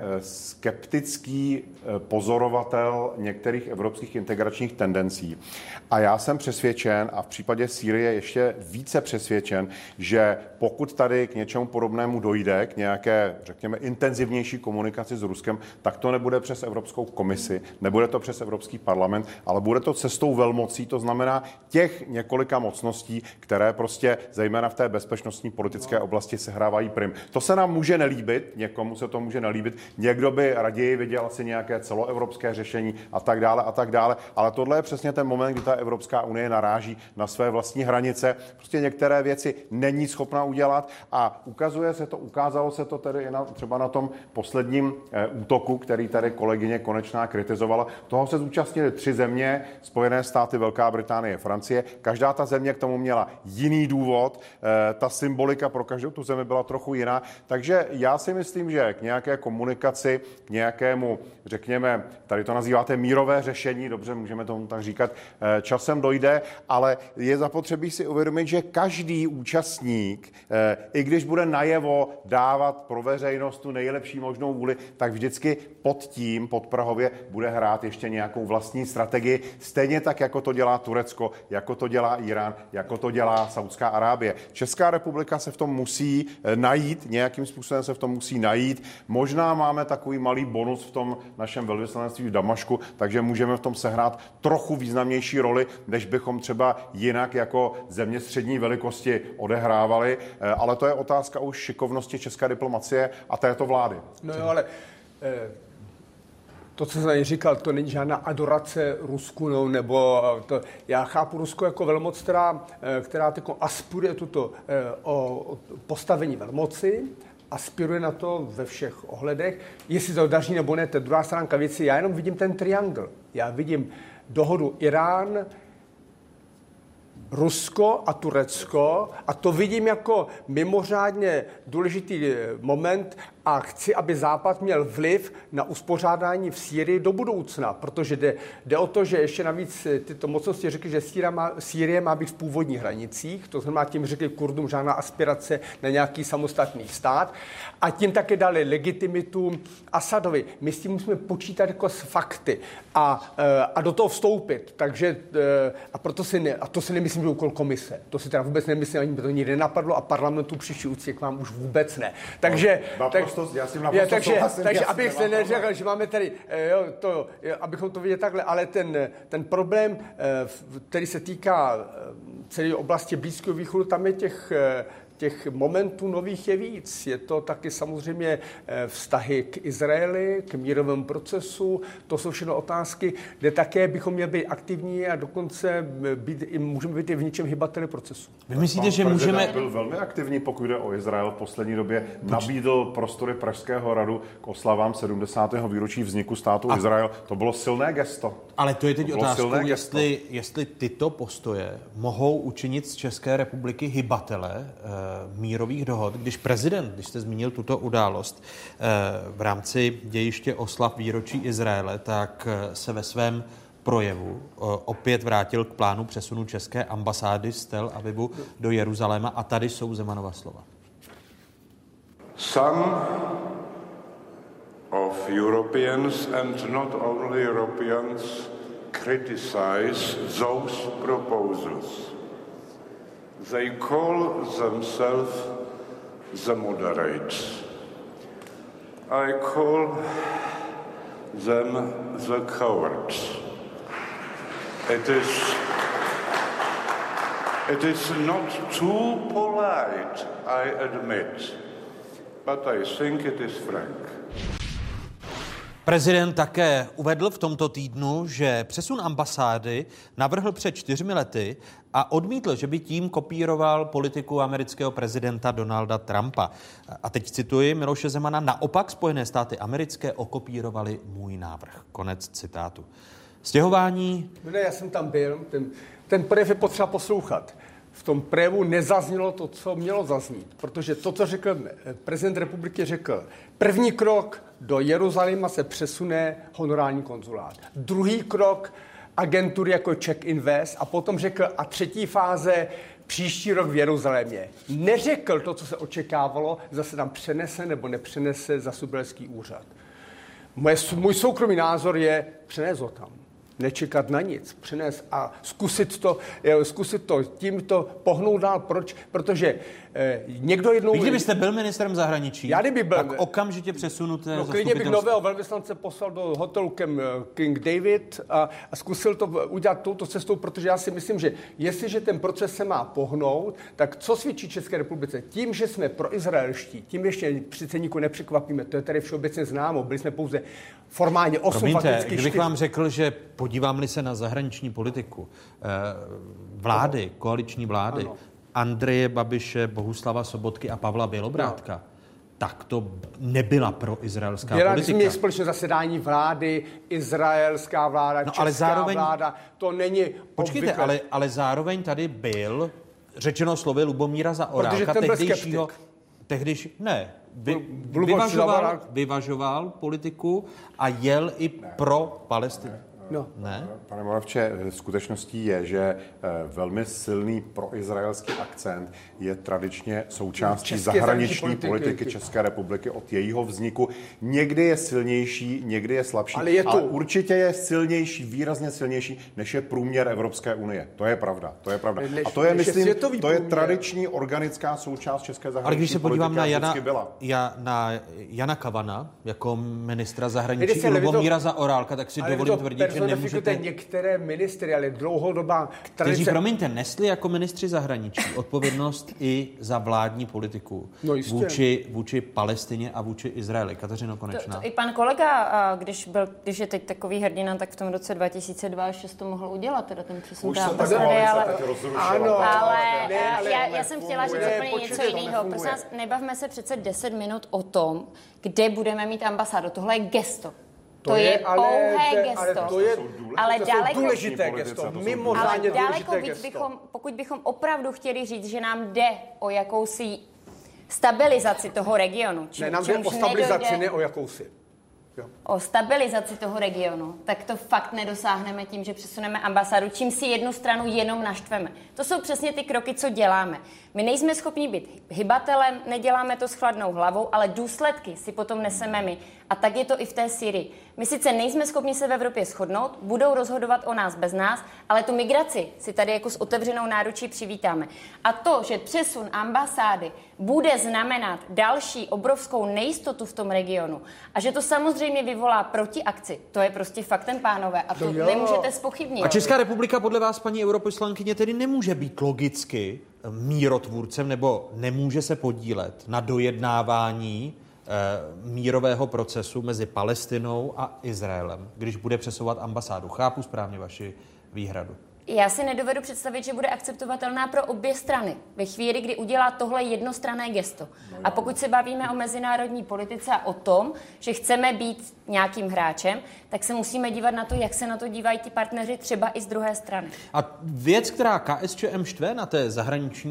skeptický pozorovatel některých evropských integračních tendencí. A já jsem přesvědčen, a v případě Sýrie ještě více přesvědčen, že pokud tady k něčemu podobnému dojde, k nějaké, řekněme, intenzivnější komunikaci s Ruskem, tak to nebude přes Evropskou komisi, nebude to přes Evropský parlament, ale bude to cestou velmocí, to znamená těch několika mocností, které prostě zejména v té bezpečnostní politické oblasti sehrávají prim. To se nám může nelíbit, někomu se to může nelíbit, někdo by raději viděl asi nějaké celoevropské řešení a tak dále, ale tohle je přesně ten moment, kdy ta Evropská unie naráží na své vlastní hranice, prostě některé věci není schopna udělat a ukázalo se to tedy i třeba na tom posledním útoku, který tady kolegyně Konečná kritizovala. Toho se zúčastnily 3 země, Spojené státy, Velká Británie, Francie. Každá ta země k tomu měla jiný důvod, ta symbolika pro každou tu zemi byla trochu jiná. Takže já si myslím, že k nějaké komunikaci, k nějakému, řekněme, tady to nazýváte mírové řešení, dobře, můžeme tomu tak říkat, časem dojde, ale je zapotřebí si uvědomit, že každý účastník, i když bude najevo dávat pro veřejnost tu nejlepší možnou vůli, tak vždycky pod prahově bude hrát ještě nějakou vlastní strategii, stejně tak, jako to dělá Turecko, jako to dělá Irán, jako to dělá Saudská Arábie. Česká republika se v tom musí najít, nějakým způsobem se v tom musí najít. Možná máme takový malý bonus v tom našem velvyslanectví v Damašku, takže můžeme v tom sehrát trochu významnější roli, než bychom třeba jinak jako země střední velikosti odehrávali, ale to je otázka už šikovnosti české diplomacie a této vlády. No jo, ale to, co jsem tady říkal, to není žádná adorace Rusku, no, nebo to, já chápu Rusko jako velmoc, která aspiruje o postavení velmoci, aspiruje na to ve všech ohledech. Jestli to daří nebo ne, to je druhá stránka věci. Já jenom vidím ten triangl. Já vidím dohodu Irán, Rusko a Turecko a to vidím jako mimořádně důležitý moment a chci, aby Západ měl vliv na uspořádání v Sýrii do budoucna, protože jde o to, že ještě navíc tyto mocnosti řekly, že Sýrie má být v původních hranicích, to znamená tím řekli Kurdům žádná aspirace na nějaký samostatný stát a tím také dali legitimitu Asadovi. My s tím musíme počítat jako s fakty a do toho vstoupit, takže a proto to si nemyslím, že úkol komise. To si teda vůbec nemyslím, ani by to nikdy nenapadlo a parlamentu příští úctě k vám už vůbec ne. Takže takže abych se neřekl, že máme tady, abychom to viděli takhle, ale ten problém, který se týká celé oblasti Blízkého východu, tam je těch momentů nových je víc. Je to taky samozřejmě vztahy k Izraeli, k mírovému procesu. To jsou všechno otázky, kde také bychom měli být aktivní a dokonce můžeme být i v něčem hybateli procesu. Vy myslíte, že můžeme... Byl velmi aktivní, pokud jde o Izrael. V poslední době nabídl prostory Pražského hradu k oslavám 70. výročí vzniku státu Izrael. To bylo silné gesto. Ale to je teď otázkou, jestli tyto postoje mohou učinit z České republiky hybatele mírových dohod, když jste zmínil tuto událost v rámci dějiště oslav výročí Izraele, tak se ve svém projevu opět vrátil k plánu přesunu české ambasády z Tel Avivu do Jeruzaléma a tady jsou Zemanova slova. Some of Europeans, and not only Europeans, criticize those proposals. They call themselves the moderates. I call them the cowards. It is not too polite, I admit, but I think it is frank. Prezident také uvedl v tomto týdnu, že přesun ambasády navrhl před 4 lety a odmítl, že by tím kopíroval politiku amerického prezidenta Donalda Trumpa. A teď cituji Miloše Zemana: naopak Spojené státy americké okopírovaly můj návrh. Konec citátu. Stěhování... Ne, já jsem tam byl. Ten projev je potřeba poslouchat. V tom projevu nezaznělo to, co mělo zaznít, protože to, co řekl prezident republiky, řekl, první krok do Jeruzaléma se přesune honorální konzulát. Druhý krok agentury jako Check Invest a potom řekl a třetí fáze příští rok v Jeruzalémě. Neřekl to, co se očekávalo, zase tam přenese nebo nepřenese zastupitelský úřad. Můj soukromý názor je přenést ho tam. Nečekat na nic, přinést a zkusit to tímto pohnout dál. Proč? Protože někdo jednou... Vy kdybyste byl ministrem zahraničí, já kdyby byl, tak okamžitě přesunuté zastupitelství. Klidně bych nového velvyslance poslal do hotelu King David a zkusil to udělat touto cestou, protože já si myslím, že jestliže ten proces se má pohnout, tak co svědčí České republice? Tím, že jsme proizraelští, tím ještě přece nikoho nepřekvapíme, to je tady všeobecně známo, byli jsme pouze formálně 8 Promiňte, fakticky kdybych vám řekl, že podívám-li se na zahraniční politiku vlády, koaliční vlády, ano. Andreje Babiše, Bohuslava Sobotky a Pavla Bělobrádka, tak to nebyla proizraelská politika. Byla společné zasedání vlády, izraelská vláda, česká ale zároveň, vláda, to není počkejte, ale zároveň tady byl, řečeno slovy Lubomíra Zaorálka, vyvažoval politiku a jel i pro Palestinu. No. Ne? Pane Moravče, skutečností je, že velmi silný proizraelský akcent je tradičně součástí zahraniční politiky České republiky od jejího vzniku. Někdy je silnější, někdy je slabší, ale určitě je silnější, výrazně silnější, než je průměr Evropské unie. To je pravda. A to je, myslím, to je tradiční organická součást české zahraniční politiky. Ale když se podívám na Jana Kavana jako ministra zahraničí i Lubomíra Zaorálka, tak si dovolím tvrdit, že nemůžete... některé ministry, ale dlouhodobá tradice... Kteří, promiňte, nesli jako ministři zahraničí odpovědnost i za vládní politiku vůči Palestině a vůči Izraeli. Kateřino Konečná. To i pan kolega, když je teď takový hrdina, tak v tom roce 2002 až to mohl udělat, teda ten přesun té ambasady, ale já jsem chtěla říct úplně něco jiného. Prosím nás, nebavme se přece 10 minut o tom, kde budeme mít ambasádu. Tohle je gesto. To je pouhé gesto. Ale daleko důležité gesto, mimořádně důležité gesto. Pokud bychom opravdu chtěli říct, že nám jde o jakousi stabilizaci toho regionu. Ne, nám jde o stabilizaci, ne o jakousi. Jo. O stabilizaci toho regionu, tak to fakt nedosáhneme tím, že přesuneme ambasádu, čím si jednu stranu jenom naštveme. To jsou přesně ty kroky, co děláme. My nejsme schopni být hybatelem, neděláme to s chladnou hlavou, ale důsledky si potom neseme my. A tak je to i v té Syrii. My sice nejsme schopni se v Evropě shodnout, budou rozhodovat o nás bez nás, ale tu migraci si tady jako s otevřenou náručí přivítáme. A to, že přesun ambasády bude znamenat další obrovskou nejistotu v tom regionu a že to samozřejmě vyvolá protiakci, to je prostě faktem, pánové, a to nemůžete zpochybnit. A Česká republika podle vás, paní europoslankyně, tedy nemůže být logicky mírotvůrcem nebo nemůže se podílet na dojednávání mírového procesu mezi Palestinou a Izraelem, když bude přesouvat ambasádu. Chápu správně vaši výhradu. Já si nedovedu představit, že bude akceptovatelná pro obě strany ve chvíli, kdy udělá tohle jednostranné gesto. A pokud se bavíme o mezinárodní politice a o tom, že chceme být nějakým hráčem, tak se musíme dívat na to, jak se na to dívají ty partneři třeba i z druhé strany. A věc, která KSČM štve na té zahraniční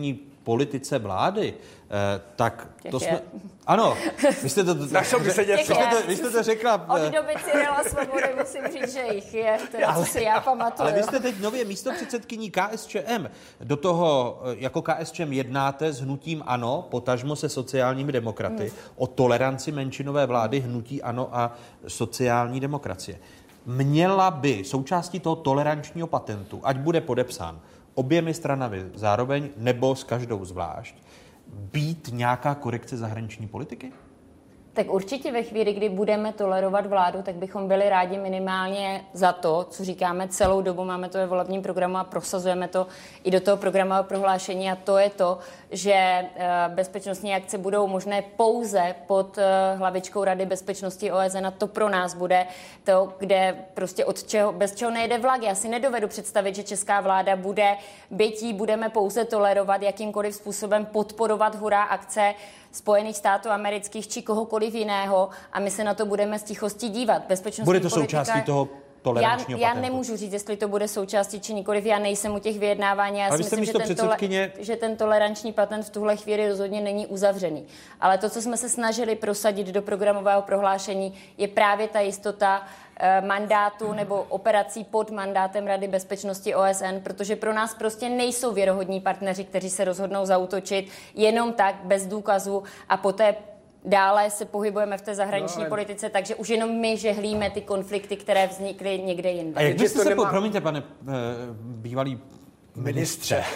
politice vlády, tak to jsme... Ano, vy jste to... Vy jste to řekla... Od doby Cyrila Svobody musím říct, že jich je, teda, co si já pamatuju. Ale vy jste teď nově místopředsedkyní KSČM. Do toho jako KSČM jednáte s hnutím ANO, potažmo se sociálními demokraty, o toleranci menšinové vlády hnutí ANO a sociální demokracie. Měla by součástí toho tolerančního patentu, ať bude podepsán oběmi stranami zároveň nebo s každou zvlášť, být nějaká korekce zahraniční politiky? Tak určitě ve chvíli, kdy budeme tolerovat vládu, tak bychom byli rádi minimálně za to, co říkáme celou dobu, máme to ve volebním programu a prosazujeme to i do toho programového prohlášení, a to je to, že bezpečnostní akce budou možné pouze pod hlavičkou Rady bezpečnosti OSN, a to pro nás bude to, kde prostě bez čeho nejde vlak. Já si nedovedu představit, že česká vláda bude, byť jí budeme pouze tolerovat, jakýmkoliv způsobem podporovat hurá akce Spojených států amerických či kohokoliv jiného, a my se na to budeme s tichostí dívat. Bude to součástí toho tolerančního já patentu? Nemůžu říct, jestli to bude součástí či nikoliv. Já nejsem u těch vyjednávání. Já si myslím, že ten toleranční patent v tuhle chvíli rozhodně není uzavřený. Ale to, co jsme se snažili prosadit do programového prohlášení, je právě ta jistota mandátu nebo operací pod mandátem Rady bezpečnosti OSN, protože pro nás prostě nejsou věrohodní partneři, kteří se rozhodnou zaútočit jenom tak, bez důkazu, a poté dále se pohybujeme v té zahraniční politice, takže už jenom my žehlíme ty konflikty, které vznikly někde jinde. A jak byste se, promiňte, pane bývalý ministře,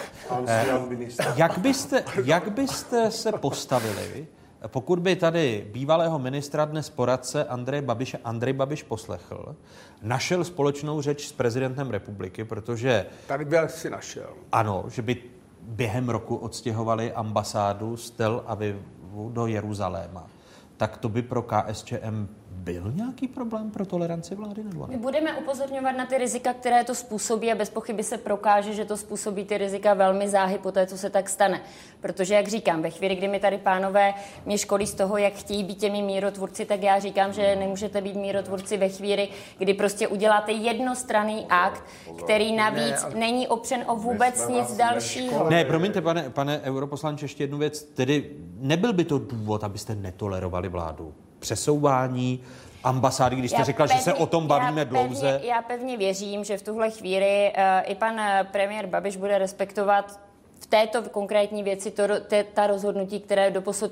jak byste se postavili, pokud by tady bývalého ministra, dnes poradce Andrej Babiš poslechl, našel společnou řeč s prezidentem republiky, protože... Tady by si našel. Ano, že by během roku odstěhovali ambasádu z Tel Avivu do Jeruzaléma. Tak to by pro KSČM byl nějaký problém pro toleranci vlády? Nebo ne? My budeme upozorňovat na ty rizika, které to způsobí, a bez pochyby se prokáže, že to způsobí ty rizika velmi záhy po té, co se tak stane. Protože, jak říkám, ve chvíli, kdy mi tady pánové mě školí z toho, jak chtějí být těmi mírotvůrci, tak já říkám, že nemůžete být mírotvůrci ve chvíli, kdy prostě uděláte jednostranný akt, který navíc není opřen o vůbec nic dalšího. Ne, promiňte, pane europoslanče, ještě jednu věc. Tedy nebyl by to důvod, abyste netolerovali vládu? Přesouvání ambasády, když jste řekla, že se o tom bavíme dlouze. Já pevně věřím, že v tuhle chvíli i pan premiér Babiš bude respektovat v této konkrétní věci ta rozhodnutí, které doposud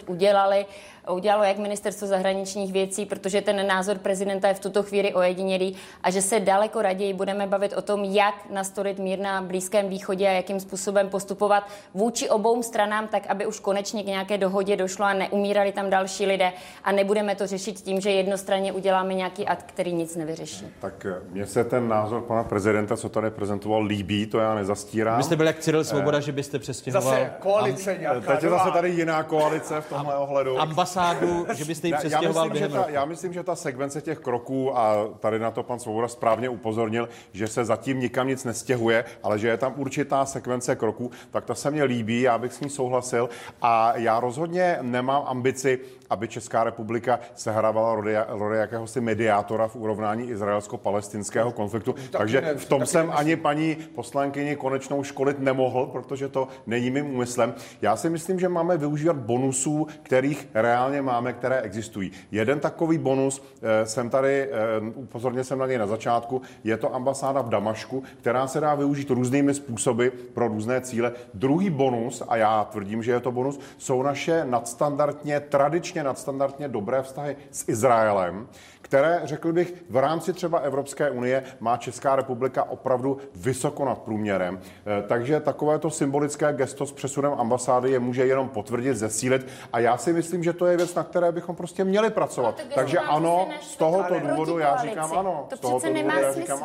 udělalo jak ministerstvo zahraničních věcí, protože ten názor prezidenta je v tuto chvíli ojedinělý, a že se daleko raději budeme bavit o tom, jak nastolit mír na Blízkém východě a jakým způsobem postupovat vůči obou stranám, tak aby už konečně k nějaké dohodě došlo a neumírali tam další lidé, a nebudeme to řešit tím, že jednostranně uděláme nějaký akt, který nic nevyřeší. Tak mně se ten názor pana prezidenta, co tady prezentoval, líbí, to já nezastírám. Vy jste byl jak Cyril Svoboda, že byste přestěhoval... Zase koalice nějaká. Teď je zase tady jiná koalice v tomhle ohledu. Že byste ji přestěhoval během roku. Já myslím, že ta sekvence těch kroků, a tady na to pan Svoboda správně upozornil, že se zatím nikam nic nestěhuje, ale že je tam určitá sekvence kroků, tak ta se mně líbí, já bych s ní souhlasil, a já rozhodně nemám ambici, aby Česká republika sehrávala roli jakéhosi mediátora v urovnání izraelsko-palestinského konfliktu. Takže v tom jsem ani paní poslankyni Konečnou školit nemohl, protože to není mým úmyslem. Já si myslím, že máme využívat bonusů, kterých reálně máme, které existují. Jeden takový bonus upozornil jsem na něj na začátku, je to ambasáda v Damašku, která se dá využít různými způsoby pro různé cíle. Druhý bonus, a já tvrdím, že je to bonus, jsou naše tradičně nadstandardně dobré vztahy s Izraelem, které, řekl bych, v rámci třeba Evropské unie má Česká republika opravdu vysoko nad průměrem. Takže takovéto symbolické gesto s přesunem ambasády je může jenom potvrdit, zesílit, a já si myslím, že to je věc, na které bychom prostě měli pracovat. Takže ano, z tohoto důvodu já říkám ano. To přece nemá smysl.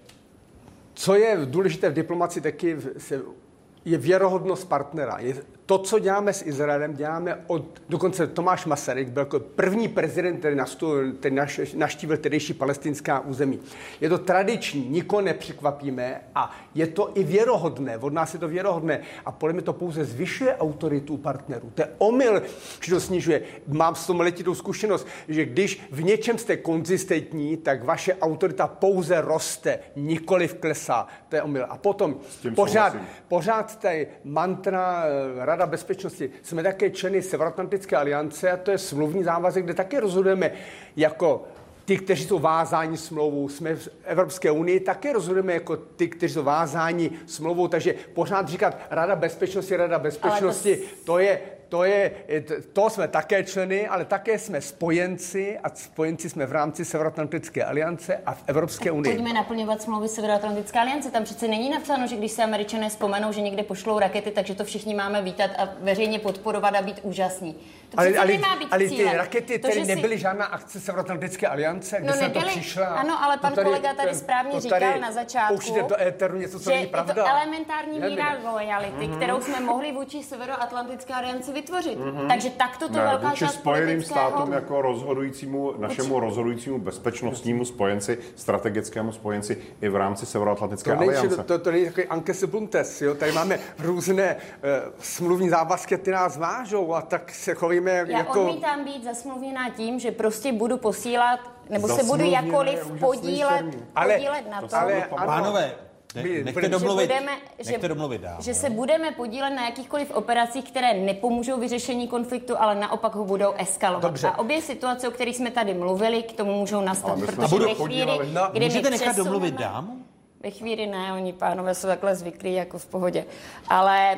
Co je důležité v diplomaci taky, je věrohodnost partnera. to, co děláme s Izraelem, děláme dokonce Tomáš Masaryk byl jako první prezident, který navštívil tehdejší palestinská území. Je to tradiční, nikoho nepřekvapíme a je to i věrohodné, od nás je to věrohodné a podle mě to pouze zvyšuje autoritu partnerů. To je omyl, že to snižuje. Mám s tom letitou zkušenost, že když v něčem jste konzistentní, tak vaše autorita pouze roste, nikoliv klesá. To je omyl. A potom pořád tady mantra Rada bezpečnosti. Jsme také členy Severoatlantické aliance a to je smluvní závazek, kde také rozhodujeme jako ty, kteří jsou vázáni smlouvou. Jsme v Evropské unii, také rozhodujeme jako ty, kteří jsou vázáni smlouvou. Takže pořád říkat Rada bezpečnosti, to jsme také členy, ale také jsme spojenci a spojenci jsme v rámci Severoatlantické aliance a v Evropské unii. Pojďme naplňovat smlouvy Severoatlantické aliance. Tam přece není napsáno, že když se Američané vzpomenou, že někde pošlou rakety, takže to všichni máme vítat a veřejně podporovat a být úžasní. To nemá být ale cílem. Ty rakety tady nebyly žádná akce Severoatlantické aliance, kde jsem to přišla. Ano, ale pan kolega tady správně říkal na začátku, pouštíte do éteru něco, co není pravda. Je to elementární míra lojality, kterou jsme mohli vůči Severoatlantické alianci vytvořit. Takže takto to velká část Spojeným státům jako našemu rozhodujícímu bezpečnostnímu spojenci, strategickému spojenci i v rámci Severoatlantické aliance. To není takový Ankes buntes, jo? Tady máme různé smluvní závazky, ty nás vážou a tak se chovíme jako... Já odmítám být zasmluvněná tím, že prostě budu posílat, nebo se budu jakkoliv podílet na tom. Pánové, nechte domluvit dál. Že se budeme podílet na jakýchkoliv operacích, které nepomůžou vyřešení konfliktu, ale naopak ho budou eskalovat. Dobře. A obě situace, o kterých jsme tady mluvili, k tomu můžou nastat. Protože ve chvíli, kdy můžete nechat domluvit dámu? Ve chvíli ne, oni pánové jsou takhle zvyklí jako v pohodě. Ale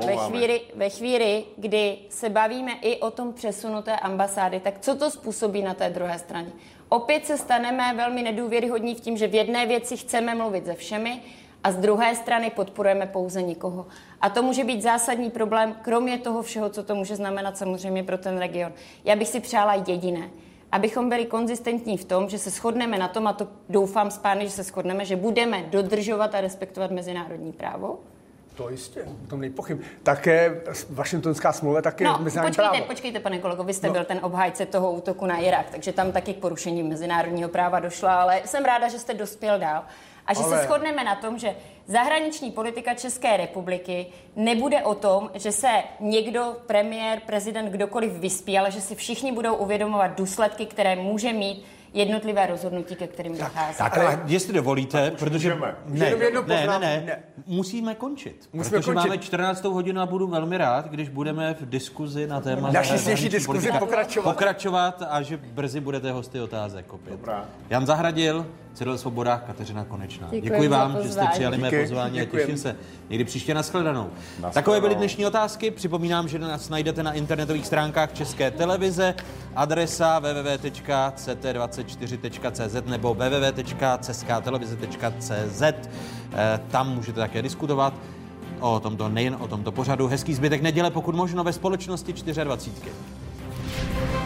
ve chvíli, kdy se bavíme i o tom přesunu té ambasády, tak co to způsobí na té druhé straně? Opět se staneme velmi nedůvěryhodní v tím, že v jedné věci chceme mluvit se všemi a z druhé strany podporujeme pouze nikoho. A to může být zásadní problém, kromě toho všeho, co to může znamenat samozřejmě pro ten region. Já bych si přála jediné, abychom byli konzistentní v tom, že se shodneme na tom, a to doufám s pány, že se shodneme, že budeme dodržovat a respektovat mezinárodní právo. To jistě, o tom nejpochyb. Také Washingtonská smlouva, také mezinárodní právo. Počkejte, pane kolego, vy jste byl ten obhájce toho útoku na Irák, takže tam taky k porušení mezinárodního práva došlo, ale jsem ráda, že jste dospěl dál. A že se shodneme na tom, že zahraniční politika České republiky nebude o tom, že se někdo, premiér, prezident, kdokoliv vyspí, ale že si všichni budou uvědomovat důsledky, které může mít jednotlivé rozhodnutí, ke kterým dochází. Tak, ale jestli dovolíte, protože... Ne, musíme končit. Protože máme 14. hodinu a budu velmi rád, když budeme v diskuzi na téma... Naši diskuzi pokračovat a že brzy budete hosty otázek opět. Dobrá. Jan Zahradil, Cyril Svoboda, Kateřina Konečná. Děkuji vám, že jste přijali mé pozvání a těším se. Někdy příště nashledanou. Takové byly dnešní otázky. Připomínám, že nás najdete na internetových stránkách České televize. Adresa www.ct24.cz nebo www.ceskatelevize.cz. Tam můžete také diskutovat o tomto, nejen o tomto pořadu. Hezký zbytek neděle, pokud možno ve společnosti 24.